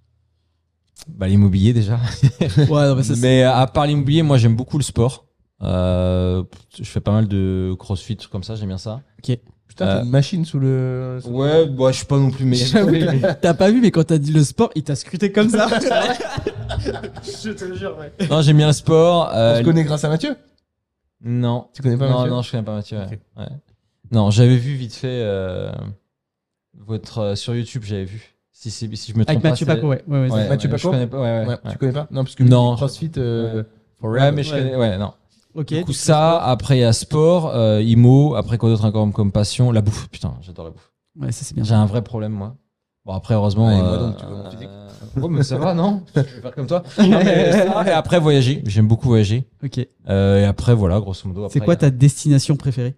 Speaker 3: Bah, l'immobilier déjà.
Speaker 1: Ouais, non, mais ça, c'est-
Speaker 3: Mais à part l'immobilier, moi j'aime beaucoup le sport. Je fais pas mal de crossfit comme ça, j'aime bien ça.
Speaker 1: Ok.
Speaker 2: Putain, t'as une machine sous le.
Speaker 3: Ouais, bah, je suis pas non plus meilleur.
Speaker 1: T'as pas vu, mais quand t'as dit le sport, il t'a scruté comme ça. Je te jure, ouais.
Speaker 3: Non, j'aime bien le sport.
Speaker 2: On se connaît grâce à Mathieu.
Speaker 3: Non.
Speaker 2: Tu connais pas
Speaker 3: Non,
Speaker 2: Mathieu?
Speaker 3: non, je connais pas Mathieu. Ouais.
Speaker 2: Ok.
Speaker 3: Ouais. Non, j'avais vu vite fait votre sur YouTube, j'avais vu. Si je me trompe
Speaker 1: Avec
Speaker 3: pas.
Speaker 1: Mathieu Paco, ouais. Ouais,
Speaker 3: Ouais,
Speaker 2: Mathieu
Speaker 3: ouais,
Speaker 2: Paco.
Speaker 3: je connais pas. Ouais,
Speaker 2: Ouais,
Speaker 3: ouais.
Speaker 2: tu connais pas? Non, parce que
Speaker 3: Non.
Speaker 2: CrossFit.
Speaker 3: Ouais,
Speaker 2: Forever.
Speaker 3: mais je
Speaker 1: Ouais.
Speaker 3: connais. Ouais, non.
Speaker 1: Ok.
Speaker 3: Du coup, ça, après, il y a sport, IMO, après, quoi d'autre encore comme passion? La bouffe. Putain, j'adore la bouffe.
Speaker 1: Ouais, ça c'est bien.
Speaker 3: J'ai un vrai problème, moi. Bon, après, heureusement.
Speaker 2: Ouais, et moi donc, tu vois mon physique.
Speaker 3: Ouais, mais ça va, non? Je vais faire comme toi. Non, mais ça, et après, voyager. J'aime beaucoup voyager.
Speaker 1: Ok.
Speaker 3: Et après, voilà, grosso modo.
Speaker 1: C'est
Speaker 3: après,
Speaker 1: quoi
Speaker 3: il y a-
Speaker 1: ta destination préférée?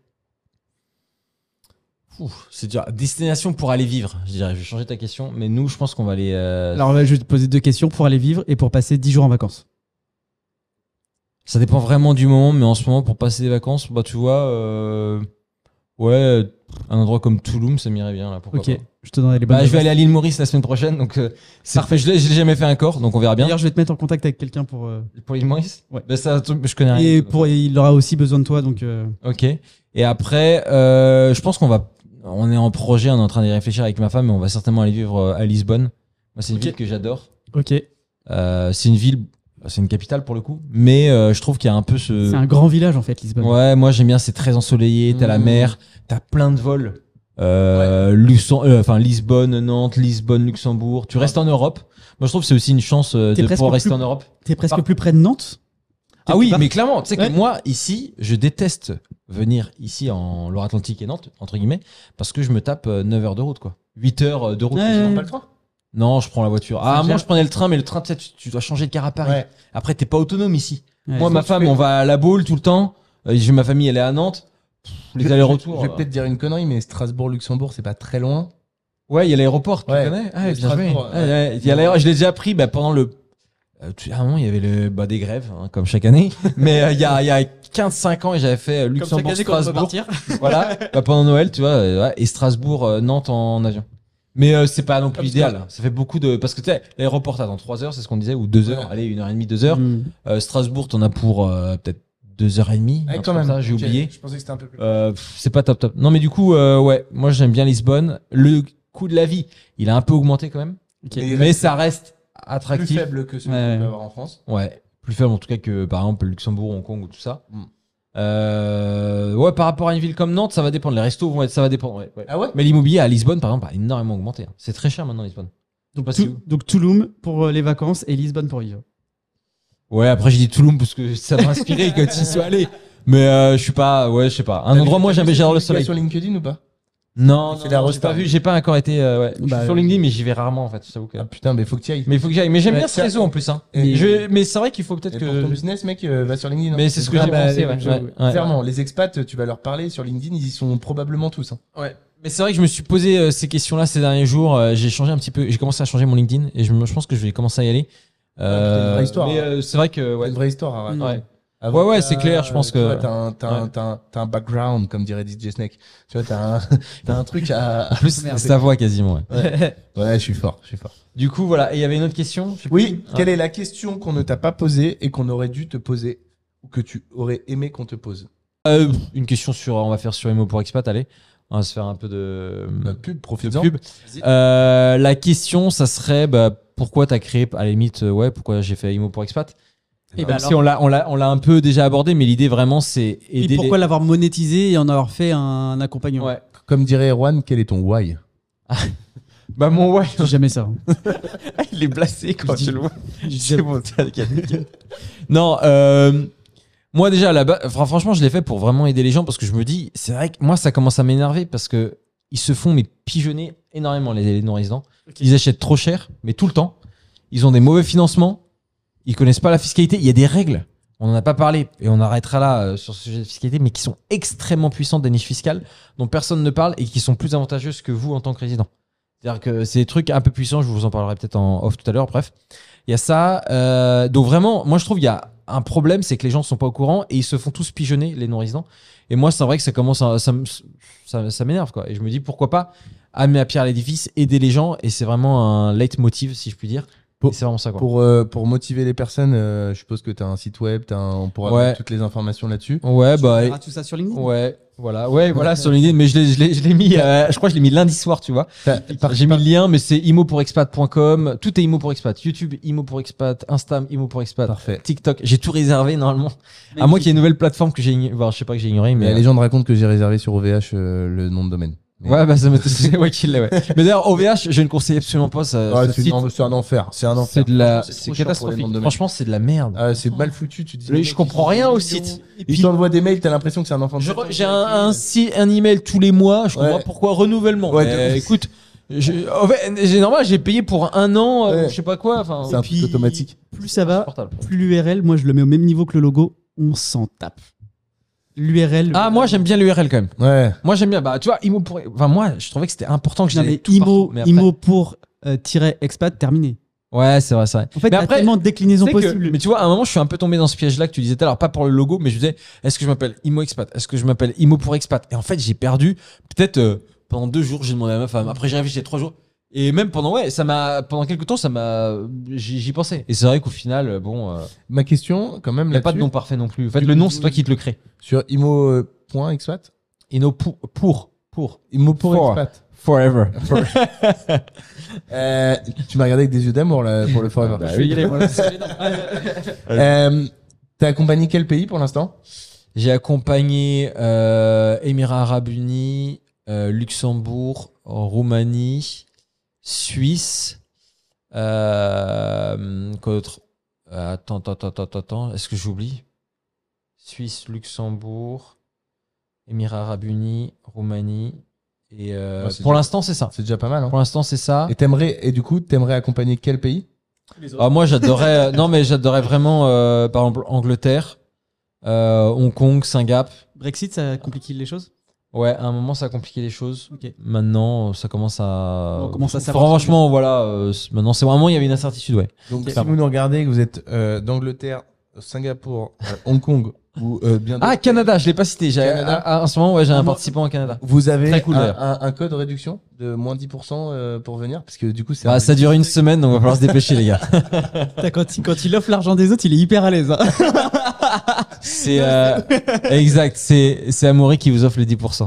Speaker 3: C'est dur. Destination pour aller vivre, je dirais. Je vais changer ta question. Mais nous, je pense qu'on va aller.
Speaker 1: Alors, je vais te poser 2 questions pour aller vivre et pour passer 10 jours en vacances.
Speaker 3: Ça dépend vraiment du moment, mais en ce moment, pour passer des vacances, bah, tu vois, ouais, un endroit comme Tulum, ça m'irait bien, là. Pourquoi
Speaker 1: Ok.
Speaker 3: pas.
Speaker 1: Je te donnerai les bonnes
Speaker 3: Bah, je vais
Speaker 1: adresses.
Speaker 3: aller à l'île Maurice la semaine prochaine, donc c'est parfait. Je l'ai jamais fait encore, donc on verra bien.
Speaker 1: D'ailleurs, je vais te mettre en contact avec quelqu'un pour.
Speaker 3: Pour l'île Maurice.
Speaker 1: Ouais.
Speaker 3: Bah, ça, je connais rien.
Speaker 1: Et pour, il aura aussi besoin de toi, donc.
Speaker 3: Ok. Et après, je pense on est en projet, on est en train d'y réfléchir avec ma femme, mais on va certainement aller vivre à Lisbonne. Moi, c'est une
Speaker 1: Ok.
Speaker 3: ville que j'adore.
Speaker 1: Ok.
Speaker 3: C'est une ville, c'est une capitale pour le coup, mais je trouve qu'il y a un peu ce.
Speaker 1: C'est un grand village en fait, Lisbonne.
Speaker 3: Ouais, moi j'aime bien, c'est très ensoleillé, t'as la mer, t'as plein de vols. Lisbonne, Nantes, Lisbonne, Luxembourg. Tu restes en Europe. Moi je trouve que c'est aussi une chance de
Speaker 1: presque
Speaker 3: pouvoir rester
Speaker 1: plus-
Speaker 3: en Europe.
Speaker 1: T'es presque plus près de Nantes.
Speaker 3: Ah oui,
Speaker 1: pas-
Speaker 3: mais clairement, tu sais
Speaker 1: Ouais.
Speaker 3: que moi ici, je déteste venir ici en Loire-Atlantique et Nantes, entre guillemets, parce que je me tape 9 heures de route, quoi. 8 heures de route.
Speaker 1: Ouais,
Speaker 3: quasiment.
Speaker 1: ouais.
Speaker 2: Pas le train?
Speaker 3: Non, je prends la voiture. Ah,
Speaker 2: C'est
Speaker 3: moi
Speaker 2: cher.
Speaker 3: je prenais le train, mais le train, tu sais, tu dois changer de car à Paris.
Speaker 2: Ouais.
Speaker 3: Après, t'es pas autonome ici.
Speaker 1: Ouais.
Speaker 3: Moi, ma
Speaker 2: tu
Speaker 3: femme,
Speaker 2: fais-
Speaker 3: on va à La Baule tout le temps. Ma famille, elle est à Nantes. Les allers-retours.
Speaker 2: Je vais peut-être dire une connerie, mais Strasbourg-Luxembourg, c'est pas très loin.
Speaker 3: Ouais, il y a l'aéroport, tu
Speaker 2: Ouais.
Speaker 3: connais? Ah,
Speaker 2: Le
Speaker 3: bien joué.
Speaker 2: Strasbourg,
Speaker 3: Ouais, ouais. Il y a l'aéroport, je l'ai déjà pris pendant le. À un moment, il y avait des grèves, hein, comme chaque année. Mais il y a 15-5 ans, et j'avais fait Luxembourg-Strasbourg. Voilà, pendant Noël, tu vois. Ouais, et Strasbourg-Nantes en avion. Mais c'est pas non plus
Speaker 2: Parce que-
Speaker 3: idéal. Ça fait beaucoup de. Parce que tu sais, l'aéroport, t'as dans 3 heures, c'est ce qu'on disait, ou 2 heures.
Speaker 2: Ouais.
Speaker 3: Allez, 1h30, 2 heures.
Speaker 1: Mm.
Speaker 3: Strasbourg, t'en as pour peut-être 2h30.
Speaker 2: Ouais,
Speaker 3: un truc
Speaker 2: quand
Speaker 3: comme
Speaker 2: même.
Speaker 3: ça, j'ai
Speaker 2: Ok.
Speaker 3: oublié.
Speaker 2: Je pensais que c'était un peu plus.
Speaker 3: C'est pas top. Non, mais du coup, ouais, moi j'aime bien Lisbonne. Le coût de la vie, il a un peu augmenté quand même.
Speaker 1: Ok.
Speaker 2: Mais il
Speaker 3: Mais
Speaker 2: reste
Speaker 3: ça reste
Speaker 2: plus
Speaker 3: attractif.
Speaker 2: faible que celui
Speaker 1: Ouais.
Speaker 2: qu'on peut avoir en France.
Speaker 3: Ouais, plus faible en tout cas que par exemple Luxembourg, Hong Kong ou tout ça.
Speaker 2: Mm.
Speaker 3: Ouais, par rapport à une ville comme Nantes, ça va dépendre. Les restos vont être, ça va dépendre. Ouais, ouais.
Speaker 2: Ah ouais?
Speaker 3: Mais l'immobilier à Lisbonne, par exemple, a énormément augmenté. Hein. C'est très cher maintenant Lisbonne.
Speaker 1: Donc,
Speaker 3: Je sais pas si
Speaker 1: donc Tulum pour les vacances et Lisbonne pour vivre.
Speaker 3: Ouais, après j'ai dit Tulum parce que ça m'a inspiré quand j'y suis allé. Mais je suis pas, ouais, je sais pas. Un endroit, moi j'adore le soleil.
Speaker 2: Sur LinkedIn ou pas?
Speaker 3: Non,
Speaker 2: C'est la
Speaker 3: j'ai
Speaker 2: Rostar.
Speaker 3: pas vu, j'ai pas encore été. Ouais. Je
Speaker 1: Bah,
Speaker 3: suis sur LinkedIn, mais j'y vais rarement en fait. Je t'avoue que.
Speaker 2: Ah putain, mais faut que tu y ailles.
Speaker 3: Mais il faut que j'aille. Mais j'aime
Speaker 2: Ouais,
Speaker 3: bien ce
Speaker 2: tiens.
Speaker 3: réseau en plus. Hein.
Speaker 2: Et-
Speaker 3: Mais c'est vrai qu'il faut peut-être
Speaker 2: Et pour ton
Speaker 3: que.
Speaker 2: business, mec, va sur LinkedIn. hein.
Speaker 3: Mais c'est ce que
Speaker 2: Vraiment,
Speaker 3: j'ai
Speaker 1: bah,
Speaker 3: pensé. Ouais.
Speaker 1: j'avoue,
Speaker 3: Ouais.
Speaker 1: ouais.
Speaker 3: Ouais.
Speaker 2: Clairement, les expats, tu vas leur parler sur LinkedIn, ils y sont probablement tous. Hein.
Speaker 3: Ouais. Mais c'est vrai que je me suis posé ces questions-là ces derniers jours. J'ai changé un petit peu. J'ai commencé à changer mon LinkedIn et je pense que je vais commencer à y aller.
Speaker 2: t'as une vraie histoire,
Speaker 3: Mais
Speaker 2: hein.
Speaker 3: c'est vrai que
Speaker 2: C'est
Speaker 3: ouais.
Speaker 2: une vraie histoire. Arrête.
Speaker 3: Ouais.
Speaker 2: Avocat,
Speaker 3: Ouais, c'est clair, je pense
Speaker 2: tu
Speaker 3: que-
Speaker 2: vois, t'as un background, comme dirait DJ Snake. Tu vois, t'as un truc à.
Speaker 3: En plus, c'est ta voix quasiment. Ouais.
Speaker 2: Ouais, je suis fort, je suis fort.
Speaker 3: Du coup, voilà. Et il y avait une autre question. je sais
Speaker 2: Oui,
Speaker 3: plus.
Speaker 2: quelle est la question qu'on ne t'a pas posée et qu'on aurait dû te poser ou que tu aurais aimé qu'on te pose?
Speaker 3: Une question on va faire sur Imo pour expat. Allez, on va se faire un peu de
Speaker 2: Pub,
Speaker 3: de
Speaker 2: profites-en.
Speaker 3: pub. La question, ça serait pourquoi t'as créé, à la limite, ouais, pourquoi j'ai fait Imo pour expat.
Speaker 1: Et
Speaker 3: Même si on l'a un peu déjà abordé, mais l'idée vraiment c'est aider.
Speaker 1: Et pourquoi l'avoir monétisé et en avoir fait un accompagnement?
Speaker 3: Ouais.
Speaker 2: Comme dirait Erwan, quel est ton why?
Speaker 3: Bah mon ouais,
Speaker 1: Je dis jamais ça.
Speaker 3: il est blasé quand
Speaker 1: Je dis-
Speaker 3: tu le vois.
Speaker 1: Je dis
Speaker 3: C'est
Speaker 1: jamais-
Speaker 3: bon, non, moi déjà là-bas, franchement, je l'ai fait pour vraiment aider les gens parce que je me dis, c'est vrai que moi ça commence à m'énerver parce que ils se font mais pigeonner énormément les non-résidents.
Speaker 1: Ok.
Speaker 3: Ils achètent trop cher, mais tout le temps. Ils ont des mauvais financements. Ils connaissent pas la fiscalité. Il y a des règles. On n'en a pas parlé et on arrêtera là sur ce sujet de fiscalité, mais qui sont extrêmement puissantes des niches fiscales dont personne ne parle et qui sont plus avantageuses que vous en tant que résident. C'est-à-dire que c'est des trucs un peu puissants. Je vous en parlerai peut-être en off tout à l'heure. Bref, il y a ça. Donc vraiment, moi je trouve il y a un problème, c'est que les gens ne sont pas au courant et ils se font tous pigeonner, les non-résidents. Et moi, c'est vrai que ça commence ça m'énerve quoi. Et je me dis pourquoi pas amener à pierre à l'édifice, aider les gens. Et c'est vraiment un leitmotiv, si je puis dire.
Speaker 2: Pour-
Speaker 3: Et c'est vraiment ça quoi.
Speaker 2: Pour motiver les personnes, je suppose que tu as un site web, on pourra
Speaker 3: Ouais.
Speaker 2: mettre toutes les informations là-dessus.
Speaker 3: Ouais,
Speaker 1: Tu
Speaker 3: bah
Speaker 1: verras tout ça sur LinkedIn.
Speaker 3: ouais. Voilà, ouais, voilà, sur LinkedIn, mais je l'ai mis, je crois que je l'ai mis lundi soir, tu vois. J'ai mis le lien, mais c'est imopourexpat.com. Tout est Imo pour expat. YouTube, Imo pour expat. Insta, Imo pour expat.
Speaker 2: Parfait.
Speaker 3: TikTok. J'ai tout réservé, normalement. À moins qu'il y ait une nouvelle plateforme que j'ai ignorée. Enfin, je sais pas que j'ai ignoré, mais.
Speaker 2: Les gens racontent que j'ai réservé sur OVH le nom de domaine. Mais...
Speaker 3: Ouais, bah, c'est ouais qu'il l'est, ouais. Mais d'ailleurs, OVH, je ne conseille absolument pas ça.
Speaker 2: Ouais,
Speaker 3: ce
Speaker 2: c'est
Speaker 3: site.
Speaker 2: un enfer. C'est un enfer.
Speaker 3: C'est de la,
Speaker 2: C'est
Speaker 3: c'est
Speaker 2: trop cher pour les
Speaker 3: catastrophique.
Speaker 2: noms de domaine.
Speaker 3: Franchement, c'est de la merde.
Speaker 2: C'est mal foutu. Tu te dis.
Speaker 3: Mais je comprends rien au site.
Speaker 2: Ils t'envoient des mails, t'as l'impression que c'est un enfant de
Speaker 3: J'ai un email tous les mois. Je comprends
Speaker 2: Ouais.
Speaker 3: pourquoi renouvellement.
Speaker 2: Ouais,
Speaker 3: Mais écoute, en fait, c'est normal, j'ai payé pour un an,
Speaker 2: Ouais.
Speaker 3: je sais pas quoi. Enfin,
Speaker 2: C'est un truc automatique.
Speaker 1: Plus ça va,
Speaker 3: insupportable.
Speaker 1: plus l'URL, moi je le mets au même niveau que le logo, on s'en tape. L'URL.
Speaker 3: Ah, moi j'aime bien l'URL quand même.
Speaker 2: Ouais.
Speaker 3: Moi j'aime bien. Bah, tu vois, Imo pour. Enfin, moi, je trouvais que c'était important que je
Speaker 1: Non,
Speaker 3: l'avais
Speaker 1: mais
Speaker 3: tout
Speaker 1: Imo,
Speaker 3: partout. Mais après-
Speaker 1: Imo pour tiret expat terminé.
Speaker 3: Ouais, c'est vrai, c'est vrai.
Speaker 1: En fait,
Speaker 3: Mais
Speaker 1: t'as
Speaker 3: après,
Speaker 1: tellement de déclinaisons
Speaker 3: Tu sais que-
Speaker 1: possibles.
Speaker 3: mais tu vois, à un moment, je suis un peu tombé dans ce piège-là que tu disais tout à l'heure, pas pour le logo, mais je disais, est-ce que je m'appelle Imo Expat? Est-ce que je m'appelle Imo pour Expat? Et en fait, j'ai perdu, peut-être pendant 2 jours, j'ai demandé à ma femme. Après, j'ai réfléchi 3 jours. Et même pendant, pendant quelques temps, j'y pensais. Et c'est vrai qu'au final, bon,
Speaker 2: Ma question, quand même,
Speaker 3: il n'y a pas de
Speaker 2: là-dessus,
Speaker 3: nom parfait non plus. En fait, le nom, c'est toi qui te le crée.
Speaker 2: sur imo.expat.
Speaker 3: Imo pour.
Speaker 2: Imo pour
Speaker 3: For.
Speaker 2: expat.
Speaker 3: Forever.
Speaker 2: Tu m'as regardé avec des yeux d'amour là pour le forever.
Speaker 3: Bah oui.
Speaker 2: T'as accompagné quel pays pour l'instant?
Speaker 3: J'ai accompagné Émirats Arabes Unis, Luxembourg, Roumanie, Suisse. Quoi d'autre? Attends. Est-ce que j'oublie? Suisse, Luxembourg, Émirats Arabes Unis, Roumanie. Et
Speaker 2: c'est
Speaker 3: pour
Speaker 2: déjà-
Speaker 3: l'instant, c'est ça.
Speaker 2: C'est déjà pas mal. Hein.
Speaker 3: Pour l'instant, c'est ça.
Speaker 2: Et du coup, t'aimerais accompagner quel pays?
Speaker 3: Ah, moi, j'adorais. Non, mais j'adorais vraiment, par exemple, Angleterre, Hong Kong, Singapour.
Speaker 1: Brexit, ça complique les choses.
Speaker 3: Ouais, à un moment, ça a compliqué les choses.
Speaker 1: Ok.
Speaker 3: Maintenant, ça commence à.
Speaker 1: On commence à savoir.
Speaker 3: Franchement, voilà. Maintenant, c'est vraiment, il y avait une incertitude, ouais.
Speaker 2: Donc, si
Speaker 3: Clairement.
Speaker 2: vous nous regardez, que vous êtes d'Angleterre, Singapour, Hong Kong ou bien
Speaker 3: Ah,
Speaker 2: d'autres
Speaker 3: Canada, je l'ai pas cité.
Speaker 2: Canada.
Speaker 3: En ce moment, ouais, j'ai un
Speaker 2: moi-
Speaker 3: participant au Canada.
Speaker 2: vous avez
Speaker 3: Très cool, d'ailleurs.
Speaker 2: un code de réduction de moins 10% pour venir parce que du coup, c'est
Speaker 3: Bah, ça dure une semaine, donc va falloir se dépêcher, les gars.
Speaker 1: Putain, quand il offre l'argent des autres, il est hyper à l'aise. Hein.
Speaker 3: C'est exact. C'est Amaury qui vous offre les 10%.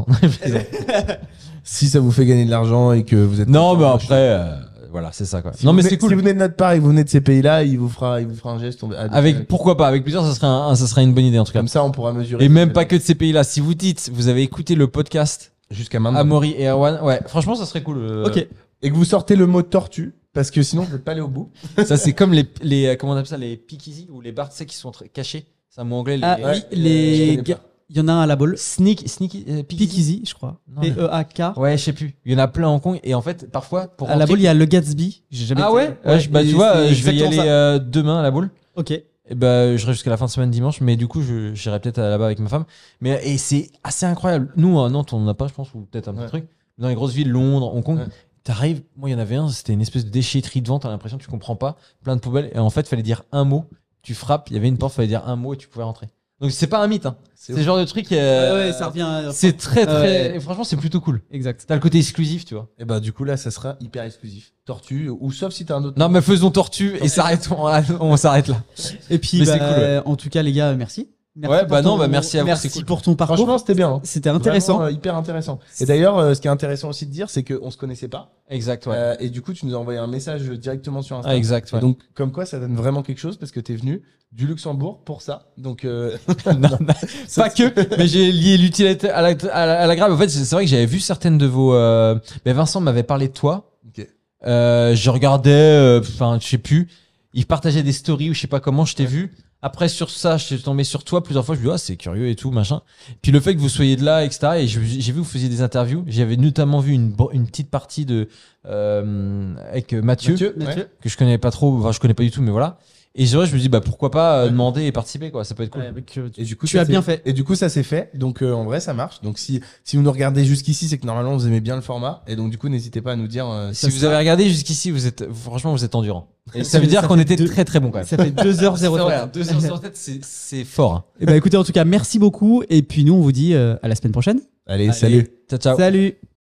Speaker 2: si ça vous fait gagner de l'argent et que vous êtes
Speaker 3: Non, mais après, voilà, c'est ça, quoi.
Speaker 2: Si
Speaker 3: Non,
Speaker 2: vous
Speaker 3: mais
Speaker 2: venez-
Speaker 3: c'est cool.
Speaker 2: Si vous venez de notre part et que vous venez de ces pays-là, il vous fera un geste.
Speaker 3: Avec, pourquoi pas? Avec plaisir, ça serait une bonne idée, en tout cas.
Speaker 2: Comme ça, on pourra mesurer.
Speaker 3: Et même pas que de ces pays-là. Si vous dites, vous avez écouté le podcast
Speaker 2: jusqu'à maintenant.
Speaker 3: Amaury et Erwan, ouais, franchement, ça serait cool.
Speaker 1: Ok.
Speaker 2: Et que vous sortez le mot tortue parce que sinon, vous n'êtes pas allé au bout.
Speaker 3: Ça, c'est comme les comment on appelle ça, les speakeasy ou les bars, tu sais, qui sont cachés. C'est un mot anglais.
Speaker 1: Ah,
Speaker 2: Ouais,
Speaker 1: oui,
Speaker 2: je
Speaker 1: les
Speaker 2: connais
Speaker 1: gars,
Speaker 2: pas.
Speaker 1: il y en a un à la bolle.
Speaker 3: Sneaky,
Speaker 1: Peak Easy, je crois.
Speaker 3: Non, mais-
Speaker 1: P-E-A-K.
Speaker 3: Ouais, je sais plus. Il y en a plein à Hong Kong et en fait, parfois, pour
Speaker 1: À la
Speaker 3: rentrer-
Speaker 1: boule, il y a le Gatsby. J'ai jamais
Speaker 3: Ah
Speaker 1: été.
Speaker 3: ouais, bah
Speaker 1: et
Speaker 3: tu vois,
Speaker 1: c'est
Speaker 3: je vais y
Speaker 1: exactement
Speaker 3: aller
Speaker 1: ça.
Speaker 3: demain à la boule.
Speaker 1: Ok.
Speaker 3: Et bah, je reste jusqu'à la fin de semaine dimanche, mais du coup, j'irai peut-être là-bas avec ma femme. Et c'est assez incroyable. Nous, à Nantes, on n'en a pas, je pense, ou peut-être un petit
Speaker 2: Ouais.
Speaker 3: truc. Dans les grosses villes, Londres, Hong Kong,
Speaker 2: Ouais.
Speaker 3: t'arrives. Moi, il y en avait un, c'était une espèce de déchetterie de vente. T'as l'impression que tu comprends pas, plein de poubelles. Et en fait, fallait dire un mot. Tu frappes, il y avait une porte, fallait dire un mot et tu pouvais rentrer. Donc c'est pas un mythe, hein. C'est le genre de truc.
Speaker 1: Ouais, ça revient.
Speaker 3: C'est très très.
Speaker 1: Ouais.
Speaker 3: Et franchement, c'est plutôt cool.
Speaker 1: Exact.
Speaker 3: T'as le côté exclusif, tu vois.
Speaker 2: Et bah, du coup, là, ça sera hyper exclusif. Tortue, ou sauf si t'as un autre.
Speaker 3: Non, mais faisons tortue et on s'arrête là.
Speaker 1: Et puis,
Speaker 3: Mais c'est
Speaker 1: bah,
Speaker 3: cool, ouais.
Speaker 1: en tout cas, les gars, merci. Merci
Speaker 3: Ouais,
Speaker 1: pour
Speaker 3: bah non,
Speaker 1: ton-
Speaker 3: bah merci à vous,
Speaker 1: Merci
Speaker 3: c'est cool.
Speaker 1: pour ton parcours.
Speaker 2: Franchement, c'était bien. Hein.
Speaker 1: C'était intéressant.
Speaker 2: Vraiment, hyper intéressant. Et d'ailleurs, ce qui est intéressant aussi de dire, c'est qu'on se connaissait pas.
Speaker 3: Exact, ouais.
Speaker 2: Et du coup, tu nous as envoyé un message directement sur Insta.
Speaker 3: Ah, exact, ouais.
Speaker 2: Et donc, comme quoi, ça donne vraiment quelque chose parce que t'es venu du Luxembourg pour ça. Donc,
Speaker 3: Non, pas que, mais j'ai lié l'utilité à l'agréable. En fait, c'est vrai que j'avais vu certaines de vos. Mais Vincent m'avait parlé de toi.
Speaker 2: Ok.
Speaker 3: Je regardais, enfin, je sais plus. Il partageait des stories ou je sais pas comment. Je t'ai vu. Après, sur ça, je suis tombé sur toi plusieurs fois. Je me dis, ah, c'est curieux et tout, machin. Puis le fait que vous soyez de là, etc. Et j'ai vu que vous faisiez des interviews. J'avais notamment vu une petite partie de avec Mathieu,
Speaker 2: ouais.
Speaker 3: que je connais pas trop. Enfin, je connais pas du tout, mais voilà. Et c'est vrai, je me dis, bah pourquoi pas demander et participer, quoi. Ça peut être cool.
Speaker 1: Ouais, avec,
Speaker 2: Et du coup,
Speaker 1: tu
Speaker 2: ça
Speaker 1: as
Speaker 2: s'est-
Speaker 1: bien fait.
Speaker 2: Et du coup, ça s'est fait. Donc, en vrai, ça marche. Donc, si vous nous regardez jusqu'ici, c'est que normalement, vous aimez bien le format. Et donc, du coup, n'hésitez pas à nous dire.
Speaker 3: Si vous avez regardé jusqu'ici, franchement, vous êtes endurant. Et ça veut
Speaker 1: Ça
Speaker 3: dire
Speaker 1: fait
Speaker 3: qu'on était
Speaker 1: deux-
Speaker 3: très très bon quand même.
Speaker 1: Ça fait 2h07.
Speaker 3: C'est vrai, 2 heures sur tête, c'est fort. Hein.
Speaker 1: Et bah écoutez, en tout cas, merci beaucoup. Et puis nous, on vous dit à la semaine prochaine.
Speaker 2: Allez, salut.
Speaker 3: Ciao, ciao.
Speaker 1: Salut.